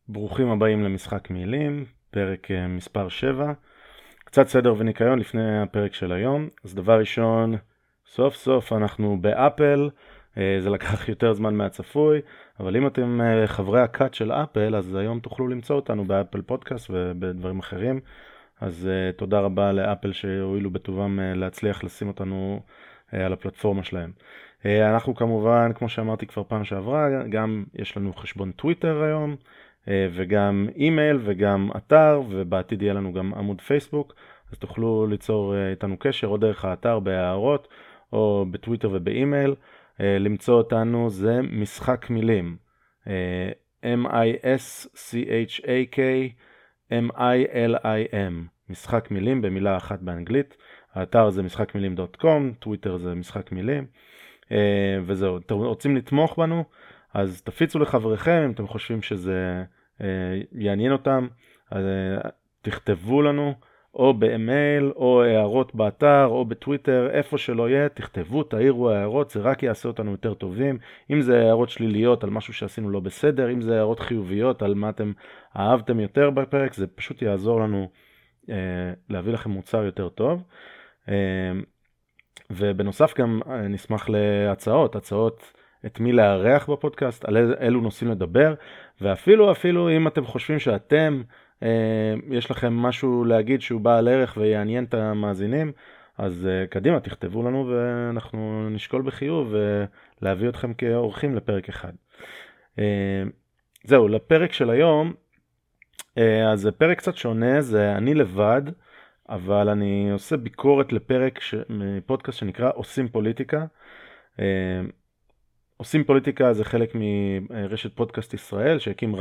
ברוכים הבאים למשחק מילים, פרק מספר 7. קצת סדר וניקיון לפני הפרק של היום. אז דבר ראשון, סוף סוף אנחנו באפל. זה לקח יותר זמן מהצפוי, אבל אם אתם חברי הקאט של אפל, אז היום תוכלו למצוא אותנו באפל פודקאסט ובדברים אחרים. אז תודה רבה לאפל שהועילו בטובם להצליח לשים אותנו על הפלטפורמה שלהם. אנחנו כמובן, כמו שאמרתי כבר פעם שעברה, גם יש לנו חשבון טוויטר היום, וגם אימייל וגם אתר, ובעתיד יהיה לנו גם עמוד פייסבוק, אז תוכלו ליצור איתנו קשר או דרך האתר בהערות או בטוויטר ובאימייל. למצוא אותנו זה משחק מילים, M-I-S-C-H-A-K-M-I-L-I-M, משחק מילים במילה אחת באנגלית. האתר זה משחקמילים.com, טוויטר זה משחק מילים, וזהו. אתם רוצים לתמוך בנו, אז תפיצו לחבריכם אם אתם חושבים שזה יעניין אותם, אז תכתבו לנו או באמייל או הערות באתר או בטוויטר, איפה שלא יהיה, תכתבו, תעירו הערות, זה רק יעשה אותנו יותר טובים. אם זה הערות שליליות על משהו שעשינו לא בסדר, אם זה הערות חיוביות על מה אתם אהבתם יותר בפרק, זה פשוט יעזור לנו להביא לכם מוצר יותר טוב. ובנוסף גם נשמח להצעות, את מי לארח בפודקאסט, על אילו נושאים לדבר, ואפילו אם אתם חושבים שאתם, יש לכם משהו להגיד שהוא בעל ערך ויעניין את המאזינים, אז קדימה, תכתבו לנו ואנחנו נשקול בחיוב להביא אתכם כאורחים לפרק אחד. זהו, לפרק של היום, אז זה פרק קצת שונה, זה אני לבד, אבל אני עושה ביקורת לפרק מפודקאסט שנקרא עושים פוליטיקה. עושים פוליטיקה זה חלק מרשת פודקאסט ישראל שהקים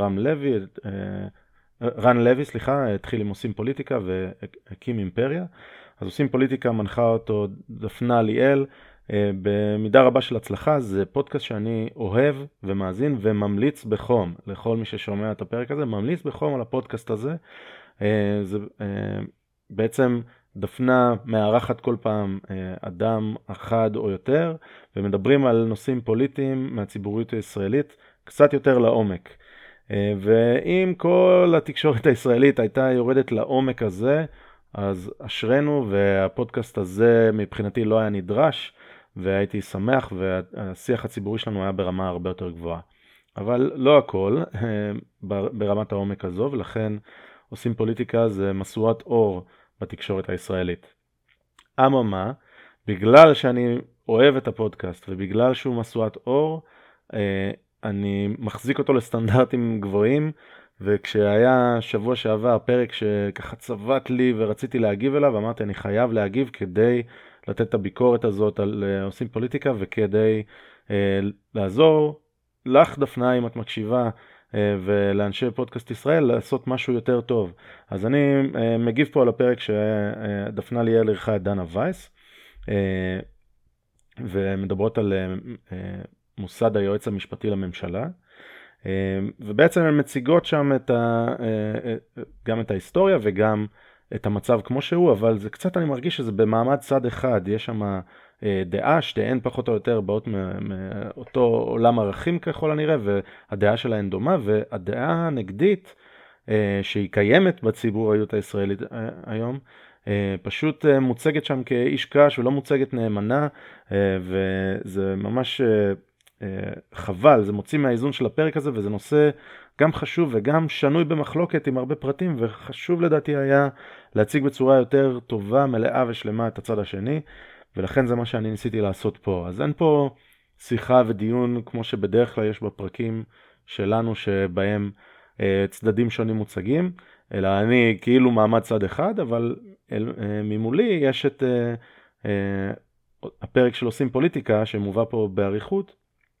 רן לוי, התחיל עם עושים פוליטיקה והקים אימפריה. אז עושים פוליטיקה מנחה אותו דפנה ליאל, במידה רבה של הצלחה. זה פודקאסט שאני אוהב ומאזין וממליץ בחום לכל מי ששומע את הפרק הזה, ממליץ בחום על הפודקאסט הזה. זה בעצם דפנה מארחת כל פעם אדם אחד או יותר, ומדברים על נושאים פוליטיים מהציבוריות הישראלית קצת יותר לעומק. ואם כל התקשורת הישראלית הייתה יורדת לעומק הזה, אז אשרנו, והפודקאסט הזה מבחינתי לא היה נדרש, והייתי שמח, והשיח הציבורי שלנו היה ברמה הרבה יותר גבוהה. אבל לא הכל ברמת העומק הזו, ולכן עושים פוליטיקה זה משואת אור בתקשורת הישראלית. אממה, בגלל שאני אוהב את הפודקאסט ובגלל שהוא משואת אור, אני מחזיק אותו לסטנדרטים גבוהים, וכשהיה שבוע שעבר פרק שככה צבט לי ורציתי להגיב אליו, אמרתי אני חייב להגיב כדי לתת את הביקורת הזאת על עושים פוליטיקה, וכדי לעזור לך דפנה אם את מקשיבה, ולאנשי פודקאסט ישראל לעשות משהו יותר טוב. אז אני מגיב פה על הפרק שדפנה ליאל ערכה את דנה וייס, ומדברות על מוסד היועץ המשפטי לממשלה, ובעצם הן מציגות שם גם את ההיסטוריה וגם את המצב כמו שהוא, אבל זה קצת, אני מרגיש שזה במעמד צד אחד. יש שם דעה, שתיהן פחות או יותר באות מאותו עולם ערכים ככל הנראה, והדעה שלהן דומה, והדעה הנגדית שהיא קיימת בציבוריות הישראלית היום, פשוט מוצגת שם כאיש קש ולא מוצגת נאמנה, וזה ממש חבל, זה מוציא מהאיזון של הפרק הזה, וזה נושא גם חשוב וגם שנוי במחלוקת עם הרבה פרטים, וחשוב לדעתי היה להציג בצורה יותר טובה, מלאה ושלמה את הצד השני, ולכן זה מה שאני ניסיתי לעשות פה. אז אין פה שיחה ודיון כמו שבדרך כלל יש בפרקים שלנו שבהם צדדים שונים מוצגים, אלא אני כאילו מעמד צד אחד, אבל ממולי יש את הפרק של עושים פוליטיקה שמובא פה בעריכות,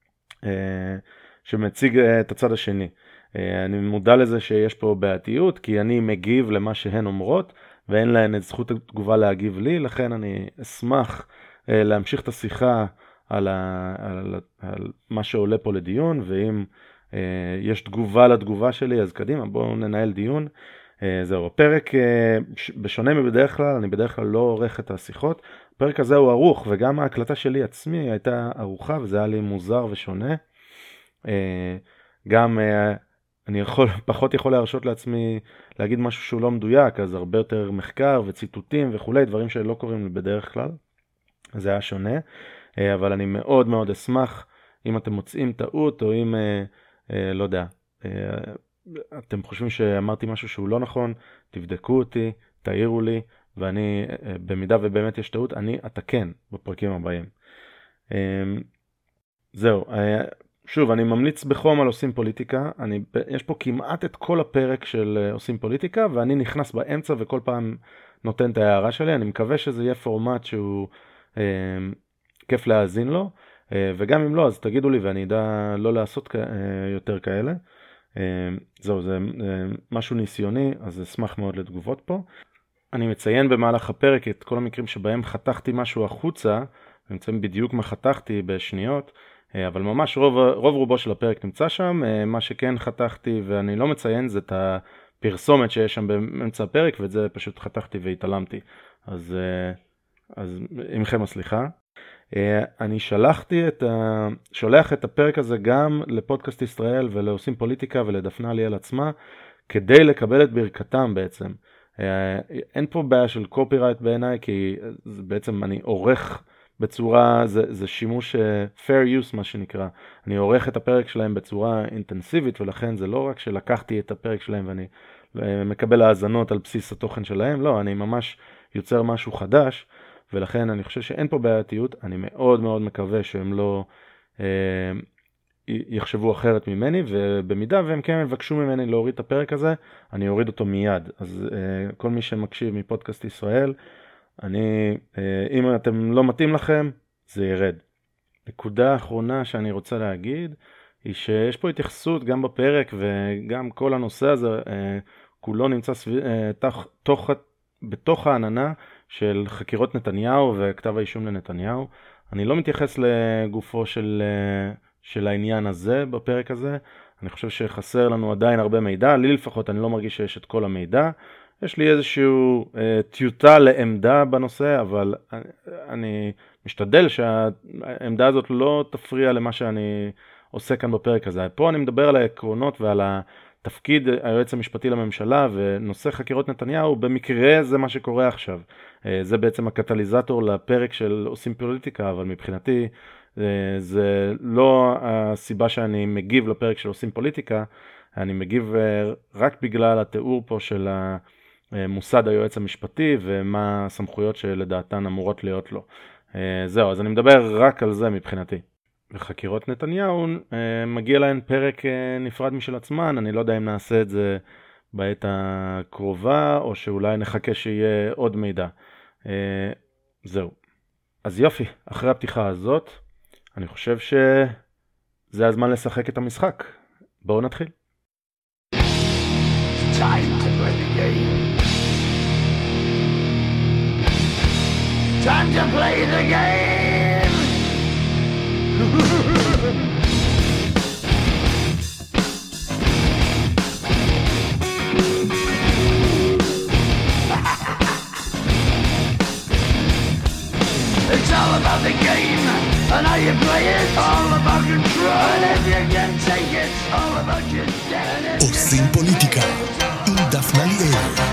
שמציג את הצד השני. אני מודע לזה שיש פה בעייתיות, כי אני מגיב למה שהן אומרות, ואין להן את זכות התגובה להגיב לי, לכן אני אשמח להמשיך את השיחה על מה שעולה פה לדיון, ואם יש תגובה לתגובה שלי, אז קדימה, בואו ננהל דיון. זהו, הפרק בשונה מבדרך כלל, אני בדרך כלל לא עורך את השיחות, הפרק הזה הוא ערוך, וגם ההקלטה שלי עצמי הייתה ערוכה, וזה היה לי מוזר ושונה. גם אני פחות יכול להרשות לעצמי להגיד משהו שהוא לא מדויק, אז הרבה יותר מחקר וציטוטים וכולי, דברים שלא קוראים לי בדרך כלל. זה היה שונה, אבל אני מאוד מאוד אשמח אם אתם מוצאים טעות, או אם, לא יודע, אתם חושבים שאמרתי משהו שהוא לא נכון, תבדקו אותי, תעירו לי, ואני, במידה ובאמת יש טעות, אני אתקן בפרקים הבאים. זהו, שוב, אני ממליץ בחום על עושים פוליטיקה, יש פה כמעט את כל הפרק של עושים פוליטיקה, ואני נכנס באמצע וכל פעם נותן את ההערה שלי, אני מקווה שזה יהיה פורמט שהוא כיף להאזין לו, וגם אם לא, אז תגידו לי ואני אדע לא לעשות יותר כאלה. זהו, זה משהו ניסיוני, אז אשמח מאוד לתגובות פה. אני מציין במהלך הפרק את כל המקרים שבהם חתכתי משהו החוצה, נמצאים בדיוק מה חתכתי בשניות, אבל ממש רוב רובו של הפרק נמצא שם. מה שכן חתכתי ואני לא מציין זה את הפרסומת שיש שם באמצע הפרק, ואת זה פשוט חתכתי והתעלמתי. אז עמכם הסליחה. אני שולח את הפרק הזה גם לפודקאסט ישראל ולעושים פוליטיקה ולדפנה ליאל עצמה, כדי לקבל את ברכתם בעצם. אין פה בעיה של קופירייט בעיניי, כי בעצם אני עורך בצורה, זה שימוש fair use מה שנקרא. אני עורך את הפרק שלהם בצורה אינטנסיבית, ולכן זה לא רק שלקחתי את הפרק שלהם ואני מקבל האזנות על בסיס התוכן שלהם, לא, אני ממש יוצר משהו חדש, ולכן אני חושב שאין פה בעייתיות. אני מאוד מאוד מקווה שהם לא יחשבו אחרת ממני, ובמידה והם כן מבקשו ממני להוריד את הפרק הזה, אני אוריד אותו מיד. אז כל מי שמקשיב מפודקאסט ישראל, אם אתם לא מתאים לכם, זה ירד. נקודה האחרונה שאני רוצה להגיד, היא שיש פה התייחסות גם בפרק, וגם כל הנושא הזה, כולו נמצא בתוך העננה של חקירות נתניהו וכתב האישום לנתניהו. אני לא מתייחס לגופו של העניין הזה בפרק הזה. אני חושב שחסר לנו עדיין הרבה מידע, לי לפחות אני לא מרגיש שיש את כל המידע. יש לי איזשהו טיוטה לעמדה בנושא, אבל אני משתדל שהעמדה הזאת לא תפריע למה שאני עושה כאן בפרק הזה. פה אני מדבר על העקרונות ועל תפקיד היועץ המשפטי לממשלה, ונושא חקירות נתניהו, במקרה זה מה שקורה עכשיו. זה בעצם הקטליזטור לפרק של עושים פוליטיקה, אבל מבחינתי זה לא הסיבה שאני מגיב לפרק של עושים פוליטיקה, אני מגיב רק בגלל התיאור פה של מוסד היועץ המשפטי, ומה הסמכויות שלדעתן אמורות להיות לו. זהו, אז אני מדבר רק על זה מבחינתי. וחקירות נתניהו מגיע להן פרק נפרד משל עצמן, אני לא יודע אם נעשה את זה בעת הקרובה, או שאולי נחכה שיהיה עוד מידע. זהו. אז יופי, אחרי הפתיחה הזאת, אני חושב שזה הזמן לשחק את המשחק. בואו נתחיל. Time to play the game. Time to play the game. It's all about the game and how you play it. All about control, and if you can take it, all about your debt. עושים פוליטיקה עם דפנה ליאל.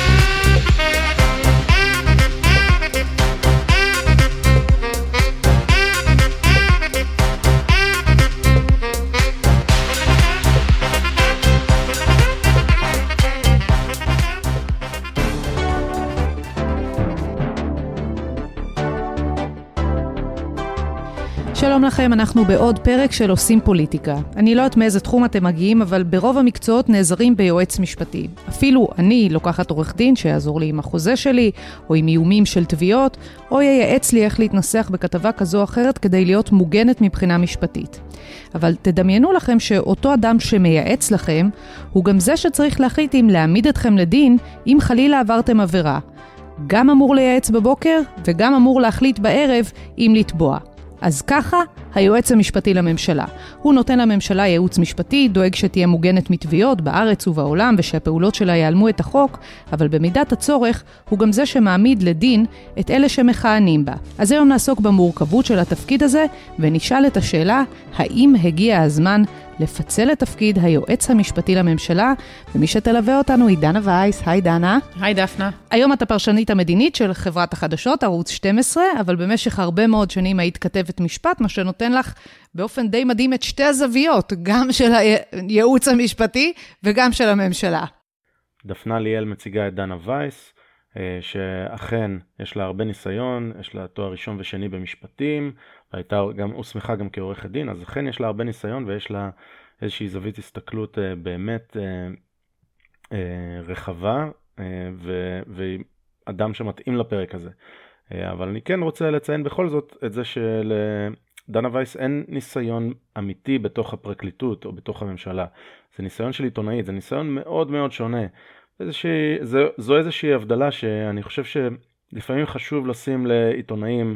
שלום לכם, אנחנו בעוד פרק של עושים פוליטיקה. אני לא יודעת מאיזה תחום אתם מגיעים, אבל ברוב המקצועות נעזרים ביועץ משפטי. אפילו אני לוקחת עורך דין שיעזור לי עם החוזה שלי, או עם איומים של תביעות, או ייעץ לי איך להתנסח בכתבה כזו או אחרת כדי להיות מוגנת מבחינה משפטית. אבל תדמיינו לכם שאותו אדם שמייעץ לכם, הוא גם זה שצריך להחליט אם להעמיד אתכם לדין, אם חלילה עברתם עבירה. גם אמור לייעץ בבוקר, וגם אמור להחליט בערב אם לתבוע. אז ככה, היועץ המשפטי לממשלה. הוא נותן לממשלה ייעוץ משפטי, דואג שתהיה מוגנת מתביעות בארץ ובעולם, ושהפעולות שלה יעלמו את החוק, אבל במידת הצורך, הוא גם זה שמעמיד לדין את אלה שמכהנים בה. אז היום נעסוק במורכבות של התפקיד הזה, ונשאל את השאלה, האם הגיע הזמן לפצל לתפקיד היועץ המשפטי לממשלה, ומי שתלווה אותנו היא דנה וייס. היי דנה. היי דפנה. היום אתה פרשנית המדינית של חברת החדשות, ערוץ 12, אבל במשך הרבה מאוד שנים היית כתבת משפט, מה שנותן לך באופן די מדהים את שתי הזוויות, גם של הייעוץ המשפטי וגם של הממשלה. דפנה ליאל מציגה את דנה וייס, שאכן יש לה הרבה ניסיון, יש לה תואר ראשון ושני במשפטים, והייתה גם, הוסמכה גם כעורכת דין, אז אכן יש לה הרבה ניסיון ויש לה איזושהי זווית הסתכלות באמת רחבה, ואדם שמתאים לפרק הזה. אבל אני כן רוצה לציין בכל זאת את זה שלדנה וייס אין ניסיון אמיתי בתוך הפרקליטות או בתוך הממשלה. זה ניסיון של עיתונאית, זה ניסיון מאוד מאוד שונה. זו איזושהי הבדלה שאני חושב שלפעמים חשוב לשים לעיתונאים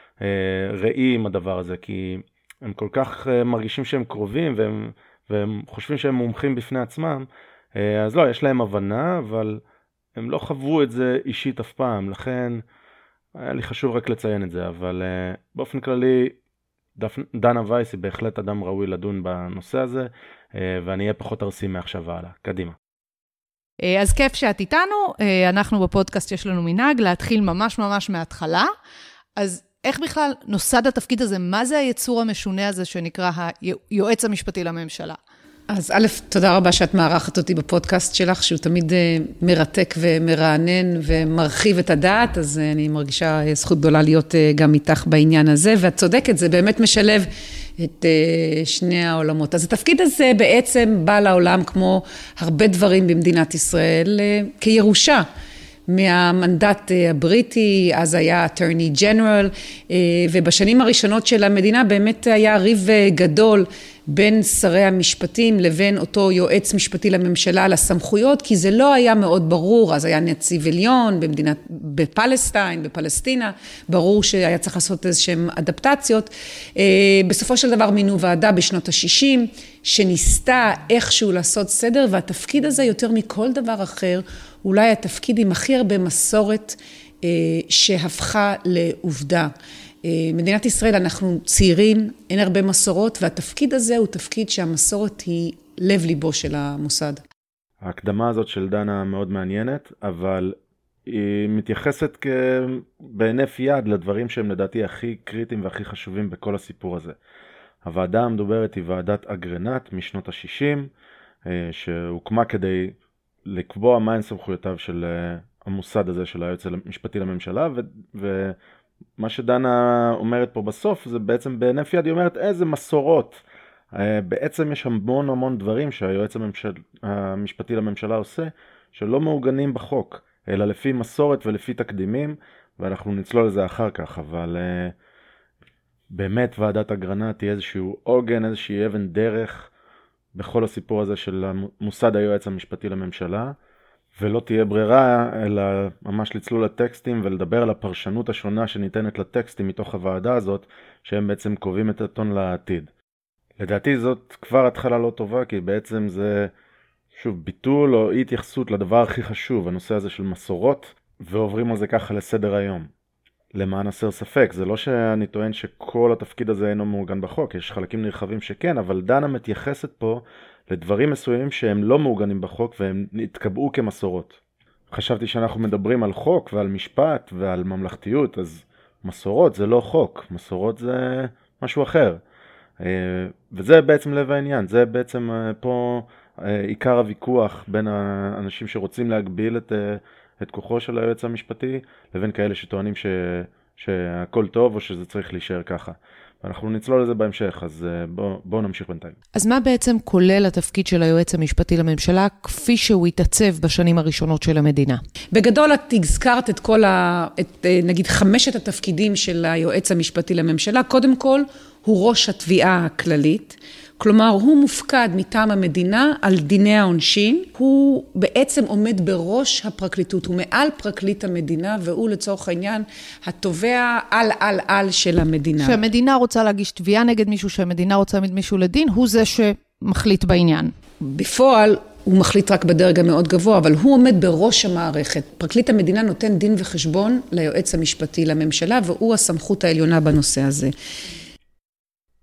ראי עם הדבר הזה, כי הם כל כך מרגישים שהם קרובים והם חושבים שהם מומחים בפני עצמם, אז לא, יש להם הבנה, אבל הם לא חוו את זה אישית אף פעם, לכן היה לי חשוב רק לציין את זה, אבל באופן כללי דנה וייס היא בהחלט אדם ראוי לדון בנושא הזה, ואני אהיה פחות ארסי מעכשיו הלאה. קדימה. אז כיף שאת איתנו, אנחנו בפודקאסט יש לנו מנהג להתחיל ממש ממש מההתחלה, אז איך בכלל נוסד התפקיד הזה, מה זה היצור המשונה הזה שנקרא היועץ המשפטי לממשלה? אז א', תודה רבה שאת מארחת אותי בפודקאסט שלך, שהוא תמיד מרתק ומרענן ומרחיב את הדעת, אז אני מרגישה זכות גדולה להיות גם איתך בעניין הזה, ואת צודקת, זה באמת משלב את שני העולמות. אז התפקיד הזה בעצם בא לעולם כמו הרבה דברים במדינת ישראל כירושה מהמנדט הבריטי, אז היה Attorney General, ובשנים הראשונות של המדינה באמת היה ריב גדול בין שרי המשפטים לבין אותו יועץ משפטי לממשלה על הסמכויות, כי זה לא היה מאוד ברור, אז היה נציב עליון בפלסטינה, ברור שהיה צריך לעשות איזשהם אדפטציות. בסופו של דבר מינו ועדה בשנות ה-60, שניסתה איכשהו לעשות סדר, והתפקיד הזה יותר מכל דבר אחר, אולי התפקיד עם הכי הרבה מסורת שהפכה לעובדה. מדינת ישראל אנחנו צעירים, אין הרבה מסורות, והתפקיד הזה הוא תפקיד שהמסורת היא לב ליבו של המוסד. ההקדמה הזאת של דנה מאוד מעניינת, אבל היא מתייחסת בהינף יד לדברים שהם לדעתי הכי קריטיים והכי חשובים בכל הסיפור הזה. הוועדה המדוברת היא ועדת אגרנט משנות ה-60, שהוקמה כדי לקבוע מהן סמכויותיו של המוסד הזה של היועץ המשפטי לממשלה, ומה שדנה אומרת פה בסוף זה בעצם בהינף יד, היא אומרת איזה מסורות. בעצם יש המון דברים שהיועץ המשפטי לממשלה עושה, שלא מעוגנים בחוק, אלא לפי מסורת ולפי תקדימים, ואנחנו נצלול לזה אחר כך, אבל באמת ועדת אגרנט היא איזשהו עוגן, איזושהי אבן דרך, בכל הסיפור הזה של מוסד היועץ המשפטי לממשלה, ולא תהיה ברירה אלא ממש לצלול לטקסטים ולדבר על הפרשנות השונה שניתנת לטקסטים מתוך הוועדה הזאת, שהם בעצם קובעים את הטון לעתיד. לדעתי זאת כבר התחלה לא טובה, כי בעצם זה שוב ביטול או אי התייחסות לדבר הכי חשוב, הנושא הזה של מסורות, ועוברים על זה ככה לסדר היום. למען הסר ספק, זה לא שאני טוען שכל התפקיד הזה אינו מעוגן בחוק, יש חלקים נרחבים שכן, אבל דנה מתייחסת פה לדברים מסוימים שהם לא מעוגנים בחוק והם נתקבעו כמסורות. חשבתי שאנחנו מדברים על חוק ועל משפט ועל ממלכתיות, אז מסורות זה לא חוק, מסורות זה משהו אחר. וזה בעצם לב העניין, זה בעצם פה עיקר הוויכוח בין האנשים שרוצים להגביל את כוחו של היועץ המשפטי, לבין כאלה שטוענים שהכל טוב או שזה צריך להישאר ככה. ואנחנו נצלול לזה בהמשך, אז בואו נמשיך בינתיים. אז מה בעצם כולל התפקיד של היועץ המשפטי לממשלה, כפי שהוא התעצב בשנים הראשונות של המדינה? בגדול את הזכרת נגיד 5 התפקידים של היועץ המשפטי לממשלה. קודם כל, הוא ראש התביעה הכללית, כלומר, הוא מופקד מטעם המדינה על דיני העונשין, הוא בעצם עומד בראש הפרקליטות, הוא מעל פרקליט המדינה, והוא לצורך העניין התובע על של המדינה. כשהמדינה רוצה להגיש תביעה נגד מישהו, שהמדינה רוצה להעמיד מישהו לדין, הוא זה שמחליט בעניין. בפועל, הוא מחליט רק בדרג המאוד גבוה, אבל הוא עומד בראש המערכת. פרקליט המדינה נותן דין וחשבון ליועץ המשפטי לממשלה, והוא הסמכות העליונה בנושא הזה.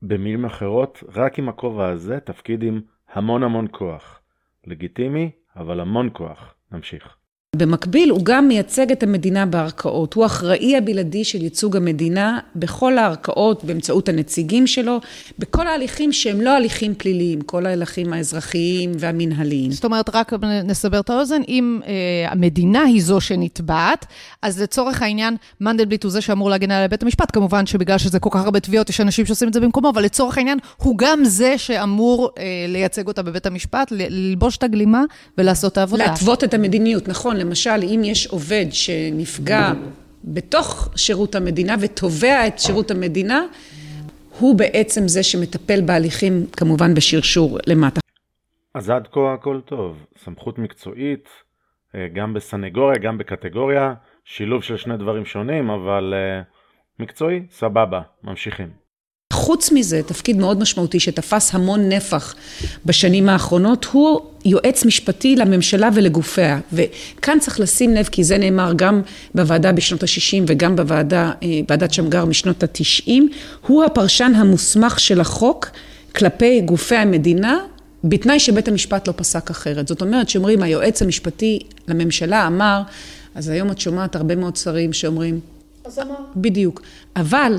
במילים אחרות, רק עם הכובע הזה תפקיד עם המון המון כוח. לגיטימי, אבל המון כוח. נמשיך. במקביל, הוא גם מייצג את המדינה בערכאות. הוא אחראי הבלעדי של ייצוג המדינה בכל הערכאות, באמצעות הנציגים שלו, בכל ההליכים שהם לא הליכים פליליים, כל ההליכים האזרחיים והמנהליים. זאת אומרת, רק נסבר את האוזן, אם המדינה היא זו שנתבעת, אז לצורך העניין, מנדלבליט הוא זה שאמור להגן על בית המשפט, כמובן שבגלל שזה כל כך הרבה תביעות, יש אנשים שעושים את זה במקומו, אבל לצורך העניין, הוא גם זה שאמור לייצג אותה בבית המשפט, ללבוש את הגלימה ולעשות את העבודה. להתוות את המדיניות, נכון. למשל, אם יש עובד שנפגע בתוך שירות המדינה ותובע את שירות המדינה, הוא בעצם זה שמטפל בהליכים, כמובן בשרשור למטה. אז עד כה הכל טוב. סמכות מקצועית, גם בסנגוריה, גם בקטגוריה, שילוב של שני דברים שונים, אבל מקצועי, סבבה, ממשיכים. חוץ מזה, תפקיד מאוד משמעותי שתפס המון נפח בשנים האחרונות, הוא יועץ משפטי לממשלה ולגופיה. וכאן צריך לשים לב, כי זה נאמר גם בוועדה בשנות ה-60 וגם בוועדת שמגר משנות ה-90, הוא הפרשן המוסמך של החוק כלפי גופי המדינה, בתנאי שבית המשפט לא פסק אחרת. זאת אומרת, שאומרים, היועץ המשפטי לממשלה אמר, אז היום את שומעת הרבה מאוד שרים שאומרים, אז אמר. בדיוק. אבל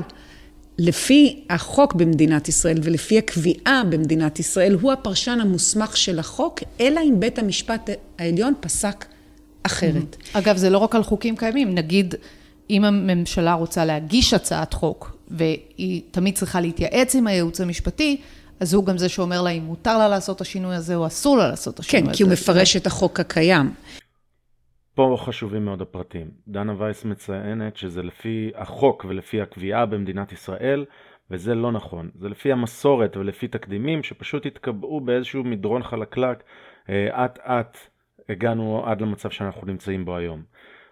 לפי החוק במדינת ישראל ולפי הקביעה במדינת ישראל, הוא הפרשן המוסמך של החוק, אלא אם בית המשפט העליון פסק אחרת. אגב, זה לא רק על חוקים קיימים. נגיד, אם הממשלה רוצה להגיש הצעת חוק, והיא תמיד צריכה להתייעץ עם הייעוץ המשפטי, אז הוא גם זה שאומר לה אם מותר לה לעשות את השינוי הזה, או אסור לה לעשות את השינוי הזה. כן, כי הוא מפרש את החוק הקיים. פה חשובים מאוד הפרטים. דנה וייס מציינת שזה לפי החוק ולפי הקביעה במדינת ישראל, וזה לא נכון. זה לפי המסורת ולפי תקדימים שפשוט התקבעו באיזשהו מדרון חלקלק, עד הגענו עד למצב שאנחנו נמצאים בו היום.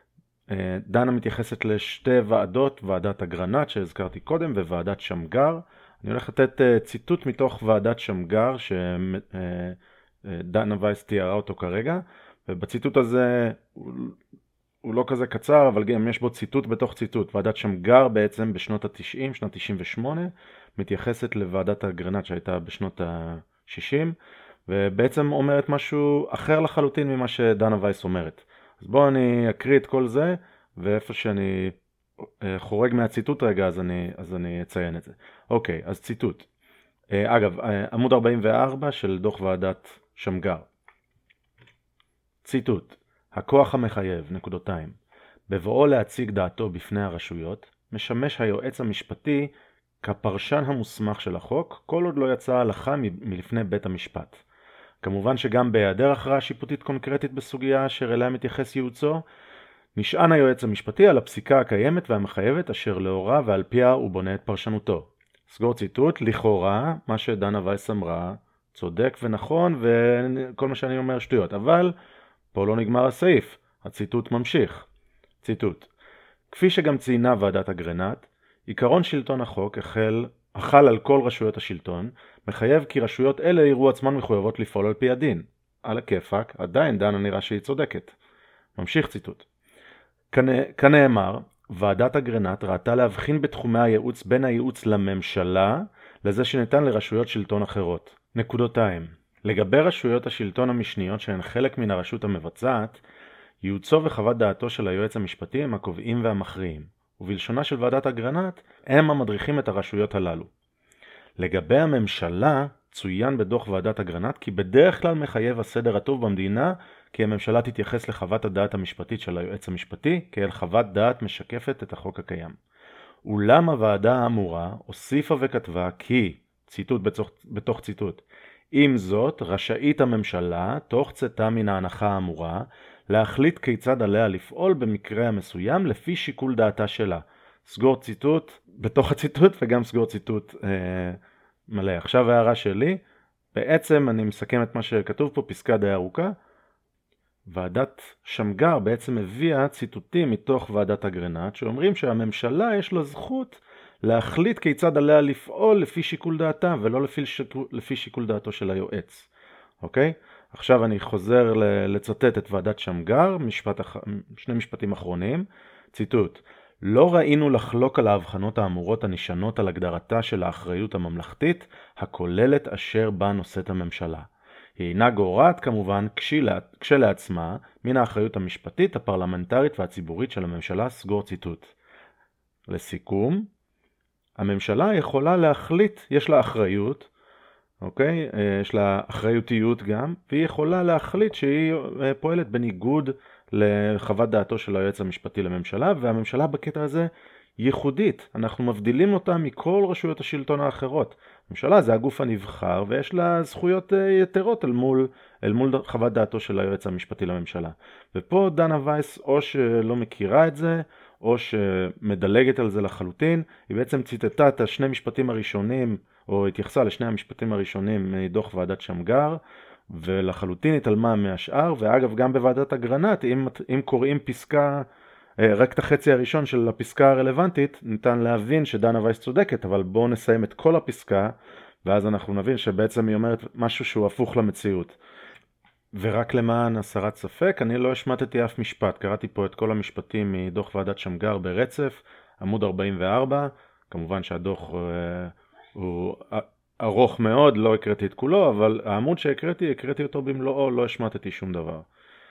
דנה מתייחסת לשתי ועדות, ועדת אגרנט שהזכרתי קודם וועדת שמגר. אני הולך לתת ציטוט מתוך ועדת שמגר שדנה וייס תיארה אותו כרגע, ובציטוט הזה הוא לא כזה קצר, אבל גם יש בו ציטוט בתוך ציטוט. ועדת שמגר בעצם בשנות ה-90, שנת 98, מתייחסת לוועדת אגרנט שהייתה בשנות ה-60, ובעצם אומרת משהו אחר לחלוטין ממה שדנה וייס אומרת. אז בואו אני אקריא את כל זה, ואיפה שאני חורג מהציטוט רגע, אז אני אציין את זה. אוקיי, אז ציטוט. אגב, עמוד 44 של דוח ועדת שמגר. ציטוט: הכוח המחייב, נקודותיים. בבואו להציג דעתו בפני הרשויות, משמש היועץ המשפטי כפרשן המוסמך של החוק, כל עוד לא יצאה הלכה מלפני בית המשפט. כמובן שגם בהיעדר הכרעה שיפוטית קונקרטית בסוגיה אשר אליה מתייחס ייעוצו, נשען היועץ המשפטי על הפסיקה הקיימת והמחייבת אשר לאורה ועל פיה הוא בונה את פרשנותו. סגור ציטוט, לכאורה, מה שדנה וייס אמרה, צודק ונכון וכל מה שאני אומר שטויות, אבל פה לא נגמר הסעיף, הציטוט ממשיך. ציטוט: כפי שגם ציינה ועדת אגרנט, עיקרון שלטון החוק החל על כל רשויות השלטון, מחייב כי רשויות אלה יראו עצמן מחויבות לפעול על פי הדין. על הכיפק, עדיין דנה נראה שהיא צודקת. ממשיך ציטוט: כנאמר, ועדת אגרנט ראתה להבחין בתחומי הייעוץ בין הייעוץ לממשלה לזה שניתן לרשויות שלטון אחרות. נקודותיים. לגבי רשויות השלטון המשניות שהן חלק מן הרשות המבצעת, ייעוצו וחוות דעתו של היועץ המשפטי הם הקובעים והמכריעים, ובלשונה של ועדת אגרנט הם המדריכים את הרשויות הללו. לגבי הממשלה, צוין בדוח ועדת אגרנט כי בדרך כלל מחייב הסדר הטוב במדינה כי הממשלה תתייחס לחוות הדעת המשפטית של היועץ המשפטי כאל חוות דעת משקפת את החוק הקיים. אולם הוועדה האמורה הוסיפה וכתבה כי, ציטוט בתוך ציטוט, עם זאת, רשאית הממשלה, תוך צאתה מן ההנחה האמורה, להחליט כיצד עליה לפעול במקרה המסוים לפי שיקול דעתה שלה. סגור ציטוט בתוך הציטוט וגם סגור ציטוט מלא. עכשיו הערה שלי, בעצם אני מסכם את מה שכתוב פה, פסקה די ארוכה. ועדת שמגר בעצם הביאה ציטוטים מתוך ועדת אגרנט, שאומרים שהממשלה יש לו זכות להחליט כיצד עליה לפעול לפי שיקול דעתה, ולא לפי שיקול דעתו של היועץ. אוקיי? עכשיו אני חוזר לצטט את ועדת שמגר, שני משפטים אחרונים. ציטוט: לא ראינו לחלוק על ההבחנות האמורות הנשענות על הגדרתה של האחריות הממלכתית, הכוללת אשר בה נושאת הממשלה. היא אינה גורעת כמובן כשלעצמה מן האחריות המשפטית, הפרלמנטרית והציבורית של הממשלה, סגור ציטוט. לסיכום, הממשלה יכולה להחליט, יש לה אחריות, אוקיי? יש לה אחריותיות גם, והיא יכולה להחליט שהיא פועלת בניגוד לחוות דעתו של היועץ המשפטי לממשלה, והממשלה בקטע הזה ייחודית. אנחנו מבדילים אותה מכל רשויות השלטון האחרות. הממשלה זה הגוף הנבחר, ויש לה זכויות יתרות אל מול חוות דעתו של היועץ המשפטי לממשלה. ופה דנה וייס או שלא מכירה את זה, או שמדלגת על זה לחלוטין. היא בעצם ציטטה את השני משפטים הראשונים, או התייחסה לשני המשפטים הראשונים מדוח ועדת שמגר, ולחלוטין התעלמה מהשאר. ואגב, גם בוועדת אגרנט, אם קוראים פסקה, רק את החצי הראשון של הפסקה הרלוונטית, ניתן להבין שדנה וייס צודקת, אבל בואו נסיים את כל הפסקה, ואז אנחנו נבין שבעצם היא אומרת משהו שהוא הפוך למציאות. ורק למען הסרת ספק, אני לא השמטתי אף משפט, קראתי פה את כל המשפטים מדוח ועדת שמגר ברצף, עמוד 44, כמובן שהדוח הוא ארוך מאוד, לא הקראתי את כולו, אבל העמוד שהקראתי אותו במלואו, לא השמטתי שום דבר.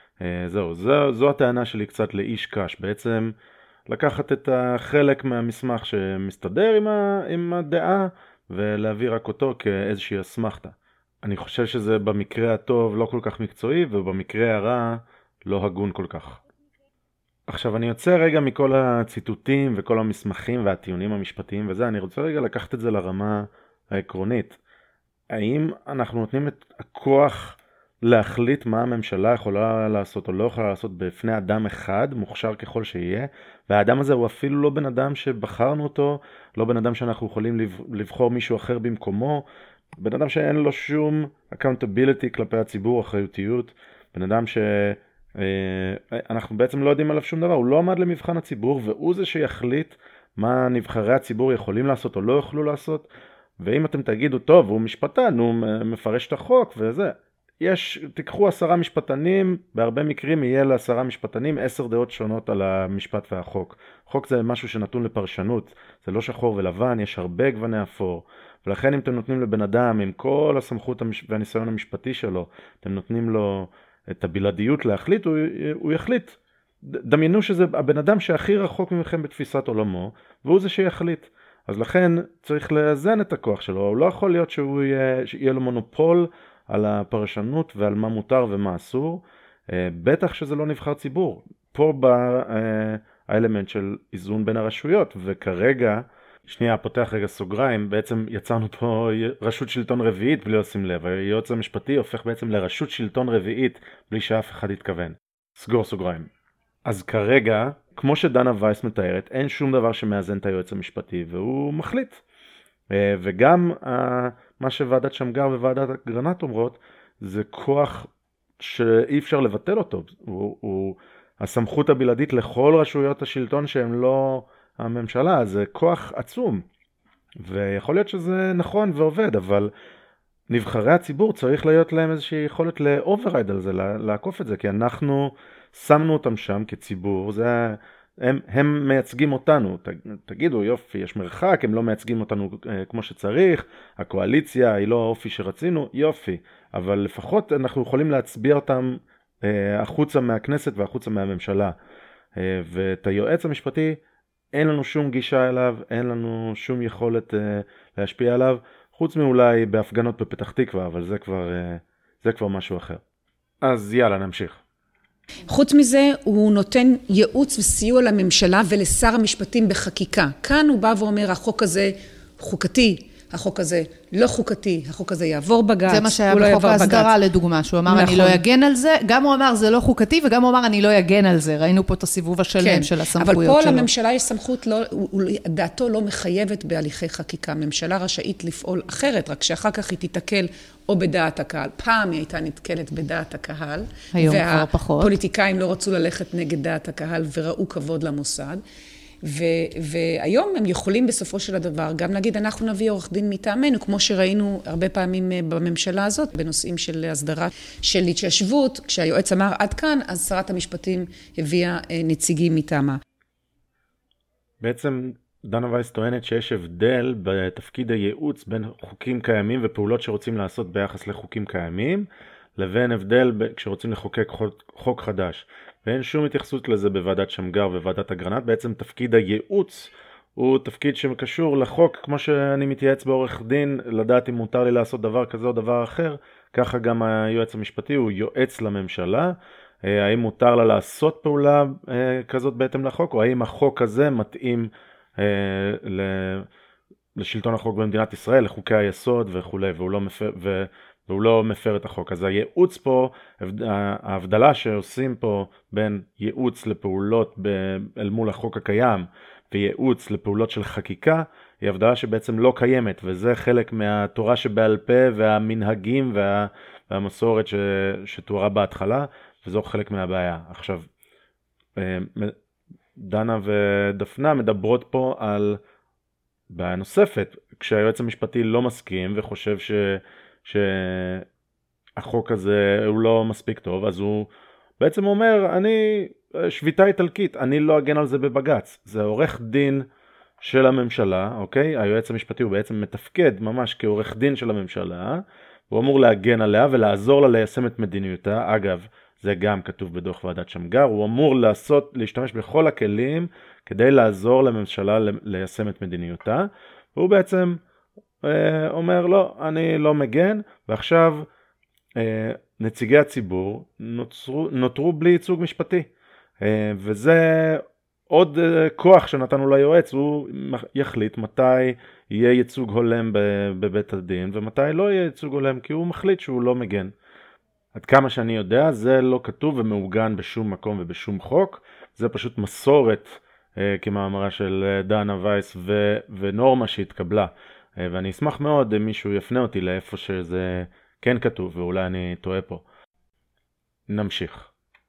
זו הטענה שלי קצת לאיש קש, בעצם לקחת את החלק מהמסמך שמסתדר עם הדעה, ולהביא רק אותו כאיזושהי אסמכתה. אני חושב שזה במקרה הטוב לא כל כך מקצועי, ובמקרה הרע לא הגון כל כך. עכשיו אני יוצא רגע מכל הציטוטים וכל המסמכים והטיעונים המשפטיים וזה, אני רוצה רגע לקחת את זה לרמה העקרונית. האם אנחנו נותנים את הכוח להחליט מה הממשלה יכולה לעשות או לא יכולה לעשות בפני אדם אחד, מוכשר ככל שיהיה, והאדם הזה הוא אפילו לא בן אדם שבחרנו אותו, לא בן אדם שאנחנו יכולים לבחור מישהו אחר במקומו, בן אדם שאין לו שום accountability כלפי הציבור, אחריותיות, בן אדם שאנחנו בעצם לא יודעים עליו שום דבר, הוא לא עמד למבחן הציבור, והוא זה שיחליט מה נבחרי הציבור יכולים לעשות או לא יכולו לעשות. ואם אתם תגידו, טוב, הוא משפטן, הוא מפרש את החוק וזה, תיקחו 10 משפטנים, בהרבה מקרים יהיה ל10 משפטנים 10 דעות שונות על המשפט והחוק. חוק זה משהו שנתון לפרשנות, זה לא שחור ולבן, יש הרבה גווני אפור. ולכן אם אתם נותנים לבן אדם עם כל הסמכות והניסיון המשפטי שלו, אתם נותנים לו את הבלעדיות להחליט, הוא יחליט. דמיינו שזה הבן אדם שהכי רחוק ממכם בתפיסת עולמו, והוא זה שיחליט. אז לכן צריך לאזן את הכוח שלו, הוא לא יכול להיות שיהיה לו מונופול על הפרשנות ועל מה מותר ומה אסור, בטח שזה לא נבחר ציבור. פה בא האלמנט של איזון בין הרשויות, וכרגע, שנייה, פותח רגע סוגריים, בעצם יצרנו פה רשות שלטון רביעית בלי לשים לב, היועץ המשפטי הופך בעצם לרשות שלטון רביעית בלי שאף אחד יתכוון. סגור סוגריים. אז כרגע, כמו שדנה וייס מתארת, אין שום דבר שמאזן את היועץ המשפטי, והוא מחליט. וגם מה שוועדת שמגר וועדת אגרנט אומרות, זה כוח שאי אפשר לבטל אותו. הוא הסמכות הבלעדית לכל רשויות השלטון שהן לא הממשלה, זה כוח עצום. ויכול להיות שזה נכון ועובד, אבל נבחרי הציבור צריך להיות להם איזושהי יכולת לאוברייד על זה, לעקוף את זה, כי אנחנו שמנו אותם שם כציבור, הם מייצגים אותנו, תגידו יופי, יש מרחק, הם לא מייצגים אותנו כמו שצריך, הקואליציה היא לא האופי שרצינו, יופי, אבל לפחות אנחנו יכולים להצביע אותם החוצה מהכנסת והחוצה מהממשלה, ואת היועץ המשפטי אין לנו שום גישה אליו, אין לנו שום יכולת להשפיע עליו, חוץ מאולי בהפגנות בפתח תקווה, אבל זה כבר משהו אחר. אז יאללה, נמשיך. חוץ מזה, הוא נותן ייעוץ וסיוע לממשלה ולשר המשפטים בחקיקה. כאן הוא בא ואומר, החוק הזה חוקתי, החוק הזה לא חוקתי, החוק הזה יעבור בג"ץ. זה מה שהיה בחוק ההסדרה לדוגמה, שהוא אמר אני לא אגן על זה, גם הוא אמר זה לא חוקתי, וגם הוא אמר אני לא אגן על זה. ראינו פה את הסיבוב השלם של הסמכויות שלו. אבל פה לממשלה יש סמכות, דעתו לא מחייבת בהליכי חקיקה. הממשלה רשאית לפעול אחרת, רק שאחר כך היא תתקל או בדעת הקהל. פעם היא הייתה נתקלת בדעת הקהל. היום כבר פחות. והפוליטיקאים לא רצו ללכת נגד דעת הקהל וראו כבוד למוסד. והיום הם יכולים בסופו של הדבר גם להגיד אנחנו נביא עורך דין מטעמנו, כמו שראינו הרבה פעמים בממשלה הזאת, בנושאים של הסדרה של התיישבות, כשהיועץ אמר עד כאן, אז שרת המשפטים הביאה נציגים מטעמה. בעצם דנה וייס טוענת שיש הבדל בתפקיד הייעוץ בין חוקים קיימים ופעולות שרוצים לעשות ביחס לחוקים קיימים, לבין הבדל כשרוצים לחוקק חוק חדש. ואין שום התייחסות לזה בוועדת שמגר וועדת אגרנט. בעצם תפקיד הייעוץ הוא תפקיד שקשור לחוק, כמו שאני מתייעץ בעורך דין, לדעת אם מותר לי לעשות דבר כזה או דבר אחר, ככה גם היועץ המשפטי הוא יועץ לממשלה, האם מותר לה לעשות פעולה כזאת בהתאם לחוק, או האם החוק הזה מתאים לשלטון החוק במדינת ישראל, לחוקי היסוד וכו', והוא לא מפר את החוק. אז הייעוץ פה, ההבדלה שעושים פה בין ייעוץ לפעולות אל מול החוק הקיים, וייעוץ לפעולות של חקיקה, היא הבדלה שבעצם לא קיימת, וזה חלק מהתורה שבעל פה והמנהגים והמסורת שתוארה בהתחלה, וזו חלק מהבעיה. עכשיו, דנה ודפנה מדברות פה על בעיה נוספת, כשהיועץ המשפטי לא מסכים וחושב שהחוק הזה הוא לא מספיק טוב, אז הוא בעצם אומר, אני שביתה איטלקית, אני לא אגן על זה בבגץ. זה עורך דין של הממשלה, אוקיי? היועץ המשפטי הוא בעצם מתפקד ממש כעורך דין של הממשלה, הוא אמור להגן עליה ולעזור לה ליישם את מדיניותה. אגב, זה גם כתוב בדוח ועדת שמגר, הוא אמור להשתמש בכל הכלים כדי לעזור לממשלה ליישם את מדיניותה, והוא בעצם אומר לא, אני לא מגן, ועכשיו נציגי הציבור נותרו בלי ייצוג משפטי, וזה עוד כוח שנתנו ליועץ, הוא יחליט מתי יהיה ייצוג הולם בבית הדין, ומתי לא יהיה ייצוג הולם, כי הוא מחליט שהוא לא מגן. עד כמה שאני יודע, זה לא כתוב ומעוגן בשום מקום ובשום חוק, זה פשוט מסורת כמאמרה של דנה וייס ונורמה שהתקבלה, ואני אשמח מאוד אם מישהו יפנה אותי לאיפה שזה כן כתוב, ואולי אני טועה פה. נמשיך.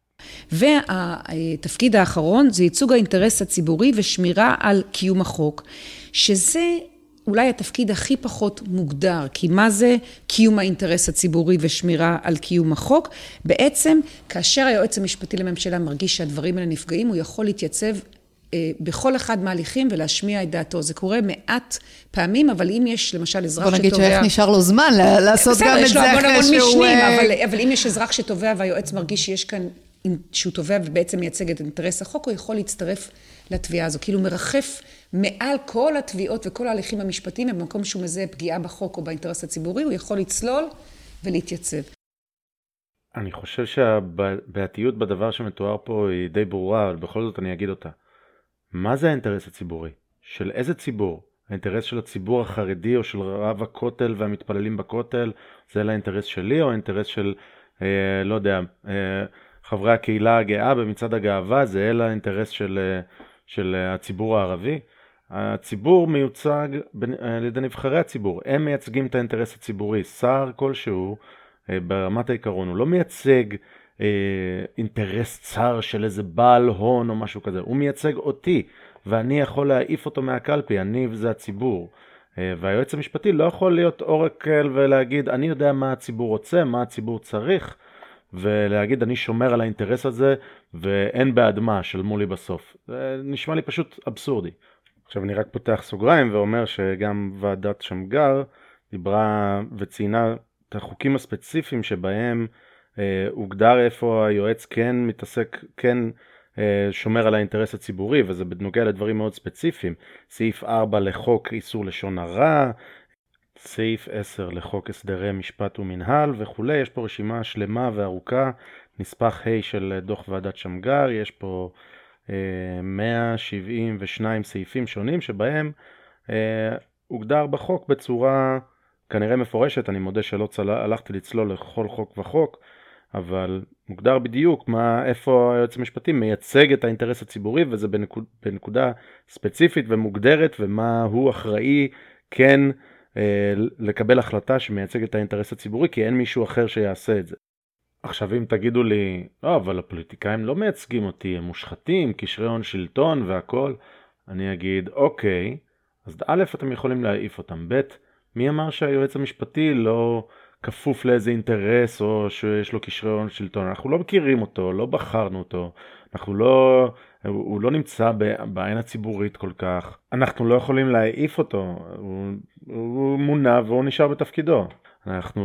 והתפקיד האחרון זה ייצוג האינטרס הציבורי ושמירה על קיום החוק, שזה אולי התפקיד הכי פחות מוגדר, כי מה זה קיום האינטרס הציבורי ושמירה על קיום החוק? בעצם, כאשר היועץ המשפטי לממשלה מרגיש שהדברים האלה נפגעים, הוא יכול להתייצב בכל אחד מההליכים ולהשמיע את דעתו. זה קורה מעט פעמים, אבל אם יש למשל אזרח שתובע... בוא נגיד שאיך נשאר לו זמן לעשות גם את זה אחרי שהוא... אבל אם יש אזרח שתובע והיועץ מרגיש שיש כאן, שהוא תובע ובעצם מייצג את אינטרס החוק, הוא יכול להצטרף לתביעה הזו. כאילו מרחף מעל כל התביעות וכל ההליכים המשפטיים, במקום שהוא מזהה פגיעה בחוק או באינטרס הציבורי, הוא יכול לצלול ולהתייצב. אני חושב שהבעייתיות בדבר שמתואר פה היא די ברורה, אבל בכל זאת אני אגיד אותה. מה זה האינטרס הציבורי? של איזה ציבור? האינטרס של הציבור החרדי או של רב הכותל והמתפללים בכותל, זה לאינטרס שלי, או האינטרס של, לא יודע, חברי הקהילה הגאה במצעד הגאווה, זה לאינטרס של הציבור הערבי? הציבור מיוצג על ידי נבחרי הציבור, הם מייצגים את האינטרס הציבורי. שר כלשהו, ברמת העיקרון, הוא לא מייצג אינטרס צר של איזה בעל הון או משהו כזה, הוא מייצג אותי, ואני יכול להעיף אותו מהקלפי, אני וזה הציבור. והיועץ המשפטי לא יכול להיות אורקל ולהגיד, אני יודע מה הציבור רוצה, מה הציבור צריך, ולהגיד, אני שומר על האינטרס הזה, ואין בעד מה, שלמו לי בסוף. זה נשמע לי פשוט אבסורדי. עכשיו אני רק פותח סוגריים ואומר שגם ועדת שמגר דיברה וציינה את החוקים הספציפיים שבהם הוגדר איפה היועץ כן מתעסק, כן שומר על האינטרס הציבורי, וזה בנוגע לדברים מאוד ספציפיים. סעיף 4 לחוק איסור לשון הרע, סעיף 10 לחוק הסדרי משפט ומנהל וכו'. יש פה רשימה שלמה וארוכה, נספח ה' של דוח ועדת שמגר, יש פה 172 סעיפים שונים שבהם הוגדר בחוק בצורה כנראה מפורשת. אני מודה שלא הלכתי לצלול לכל חוק וחוק, אבל מוגדר בדיוק איפה היועץ המשפטי מייצג את האינטרס הציבורי, וזה בנקודה ספציפית ומוגדרת, ומה הוא אחראי כן לקבל החלטה שמייצג את האינטרס הציבורי, כי אין מישהו אחר שיעשה את זה. עכשיו אם תגידו לי, לא, אבל הפוליטיקאים לא מייצגים אותי, הם מושחתים, קשרי הון שלטון והכל, אני אגיד, אוקיי, אז א', אתם יכולים להעיף אותם, ב', מי אמר שהיועץ המשפטי לא כפוף לאיזה אינטרס או שיש לו קשרי הון שלטון. אנחנו לא מכירים אותו, לא בחרנו אותו, הוא לא נמצא בעין הציבורית כל כך. אנחנו לא יכולים להעיף אותו, הוא מונה והוא נשאר בתפקידו. אנחנו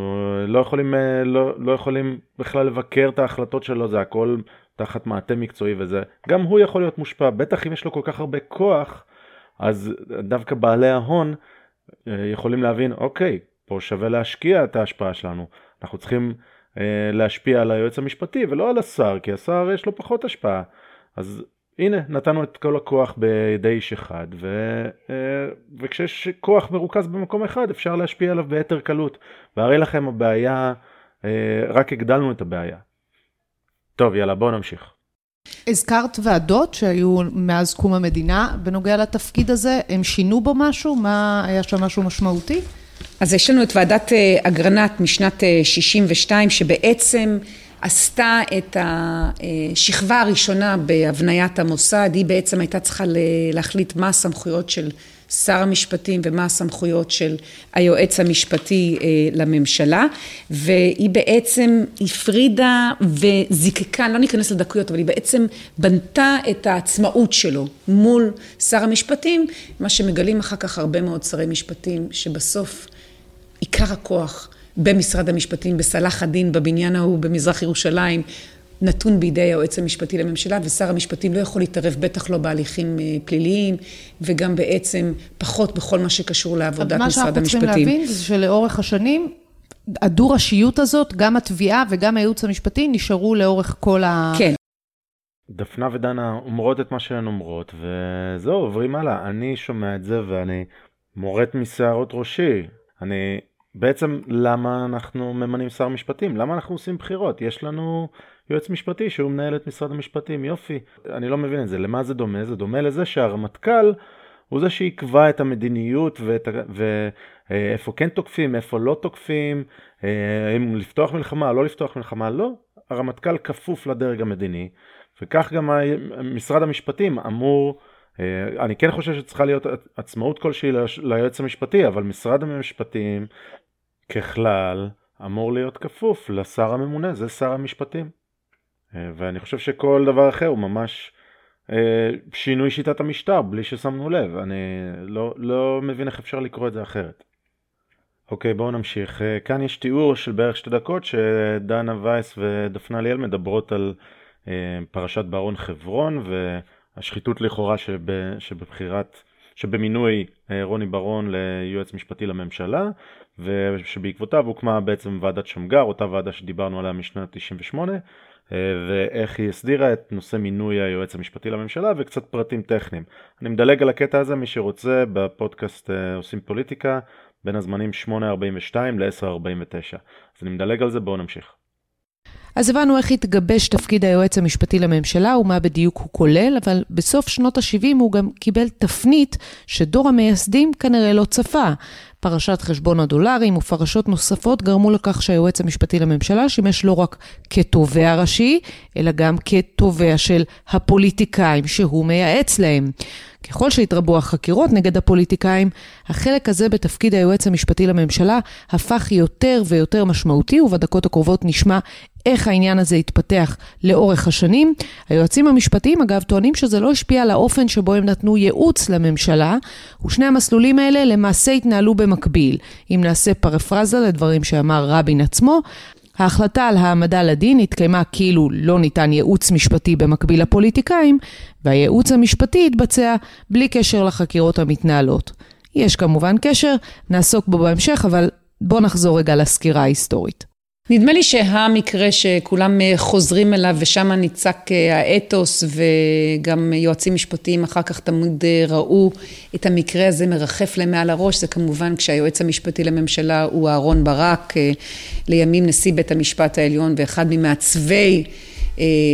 לא יכולים בכלל לבקר את ההחלטות שלו, זה הכל תחת מעטה מקצועי וזה. גם הוא יכול להיות מושפע, בטח אם יש לו כל כך הרבה כוח, אז דווקא בעלי ההון יכולים להבין, אוקיי, פה שווה להשקיע את ההשפעה שלנו. אנחנו צריכים להשפיע על היועץ המשפטי ולא על השר, כי השר יש לו פחות השפעה. אז הנה, נתנו את כל הכוח בידי איש אחד, וכשיש כוח מרוכז במקום אחד, אפשר להשפיע עליו ביתר קלות. והרי לכם הבעיה, רק הגדלנו את הבעיה. טוב, יאללה, בואו נמשיך. הזכרת ועדות שהיו מאז קום המדינה בנוגע לתפקיד הזה, הם שינו בו משהו? מה היה שם משהו משמעותי? אז יש לנו את ועדת אגרנט משנת 62, שבעצם עשתה את השכבה הראשונה בהבניית המוסד. היא בעצם הייתה צריכה להחליט מה הסמכויות של שר המשפטים ומה הסמכויות של היועץ המשפטי לממשלה, והיא בעצם הפרידה וזיקקה, לא ניכנס לדקויות, אבל היא בעצם בנתה את העצמאות שלו מול שר המשפטים, מה שמגלים אחר כך הרבה מאוד שרי משפטים, שבסוף עיקר הכוח במשרד המשפטים, בסלאח א-דין, בבניין ההוא, במזרח ירושלים, נתון בידי היועץ המשפטי לממשלה, ושר המשפטים לא יכול להתערב, בטח לא בהליכים פליליים, וגם בעצם פחות בכל מה שקשור לעבודת משרד המשפטים. מה שאנחנו צריכים להבין זה שלאורך השנים, הדו-ראשיות הזאת, גם התביעה וגם הייעוץ המשפטי, נשארו לאורך כל כן. דפנה ודנה אומרות את מה שהן אומרות, וזהו, עוברים הלאה. אני שומע את זה ואני מורד משערות ראשי. בעצם למה אנחנו ממנים שר משפטים? למה אנחנו עושים בחירות? יש לנו יועץ משפטי שהוא מנהל את משרד המשפטים, יופי. אני לא מבין את זה. למה זה דומה? זה דומה לזה שהרמטכ"ל הוא זה שיקבע את המדיניות ואיפה כן תוקפים, איפה לא תוקפים, אם לפתוח מלחמה, לא לפתוח מלחמה, לא. הרמטכ"ל כפוף לדרג המדיני, וכך גם משרד המשפטים אמור, אני כן חושב שצריכה להיות עצמאות כלשהי ליועץ המשפטי, אבל משרד המשפטים ככלל אמור להיות כפוף לשר הממונה, זה שר המשפטים. ואני חושב שכל דבר אחר הוא ממש שינוי שיטת המשטר, בלי ששמנו לב. אני לא מבין איך אפשר לקרוא את זה אחרת. אוקיי, בואו נמשיך. כאן יש תיאור של בערך 2 דקות, שדנה וייס ודפנה ליאל מדברות על פרשת בארון חברון, והשחיתות לכאורה שבמינוי רוני ברון ליועץ משפטי לממשלה, ושבעקבותיו הוקמה בעצם ועדת שמגר, אותה ועדה שדיברנו עליה משנת 98, ואיך היא הסדירה את נושא מינוי היועץ המשפטי לממשלה, וקצת פרטים טכניים. אני מדלג על הקטע הזה, מי שרוצה, בפודקאסט עושים פוליטיקה, בין הזמנים 8:42 ל-10:49. אז אני מדלג על זה, בואו נמשיך. אז הבנו איך התגבש תפקיד היועץ המשפטי לממשלה ומה בדיוק הוא כולל, אבל בסוף שנות ה-70 הוא גם קיבל תפנית שדור המייסדים כנראה לא צפה. פרשת חשבון הדולרים ופרשות נוספות גרמו לכך שהיועץ המשפטי לממשלה שימש לא רק כתובע ראשי, אלא גם כתובע של הפוליטיקאים שהוא מייעץ להם. ככל שהתרבו החקירות נגד הפוליטיקאים, החלק הזה בתפקיד היועץ המשפטי לממשלה הפך יותר ויותר משמעותי, ובדקות הקרובות נשמע איך העניין הזה התפתח לאורך השנים. היועצים המשפטיים אגב טוענים שזה לא השפיע על האופן שבו הם נתנו ייעוץ לממשלה, ושני המסלולים האלה למעשה התנהלו במקביל. אם נעשה פרפרזה לדברים שאמר רבין עצמו, ההחלטה על העמדה לדין התקיימה כאילו לא ניתן ייעוץ משפטי במקביל לפוליטיקאים, והייעוץ המשפטי התבצע בלי קשר לחקירות המתנהלות. יש כמובן קשר, נעסוק בו בהמשך, אבל בוא נחזור רגע לסקירה ההיסטורית. נדמה לי שהמקרה שכולם חוזרים אליו ושם ניצק האתוס, וגם יועצים משפטיים אחר כך תמיד ראו את המקרה הזה מרחף להם מעל הראש, זה כמובן כשהיועץ המשפטי לממשלה הוא אהרון ברק, לימים נשיא בית המשפט העליון ואחד ממעצבי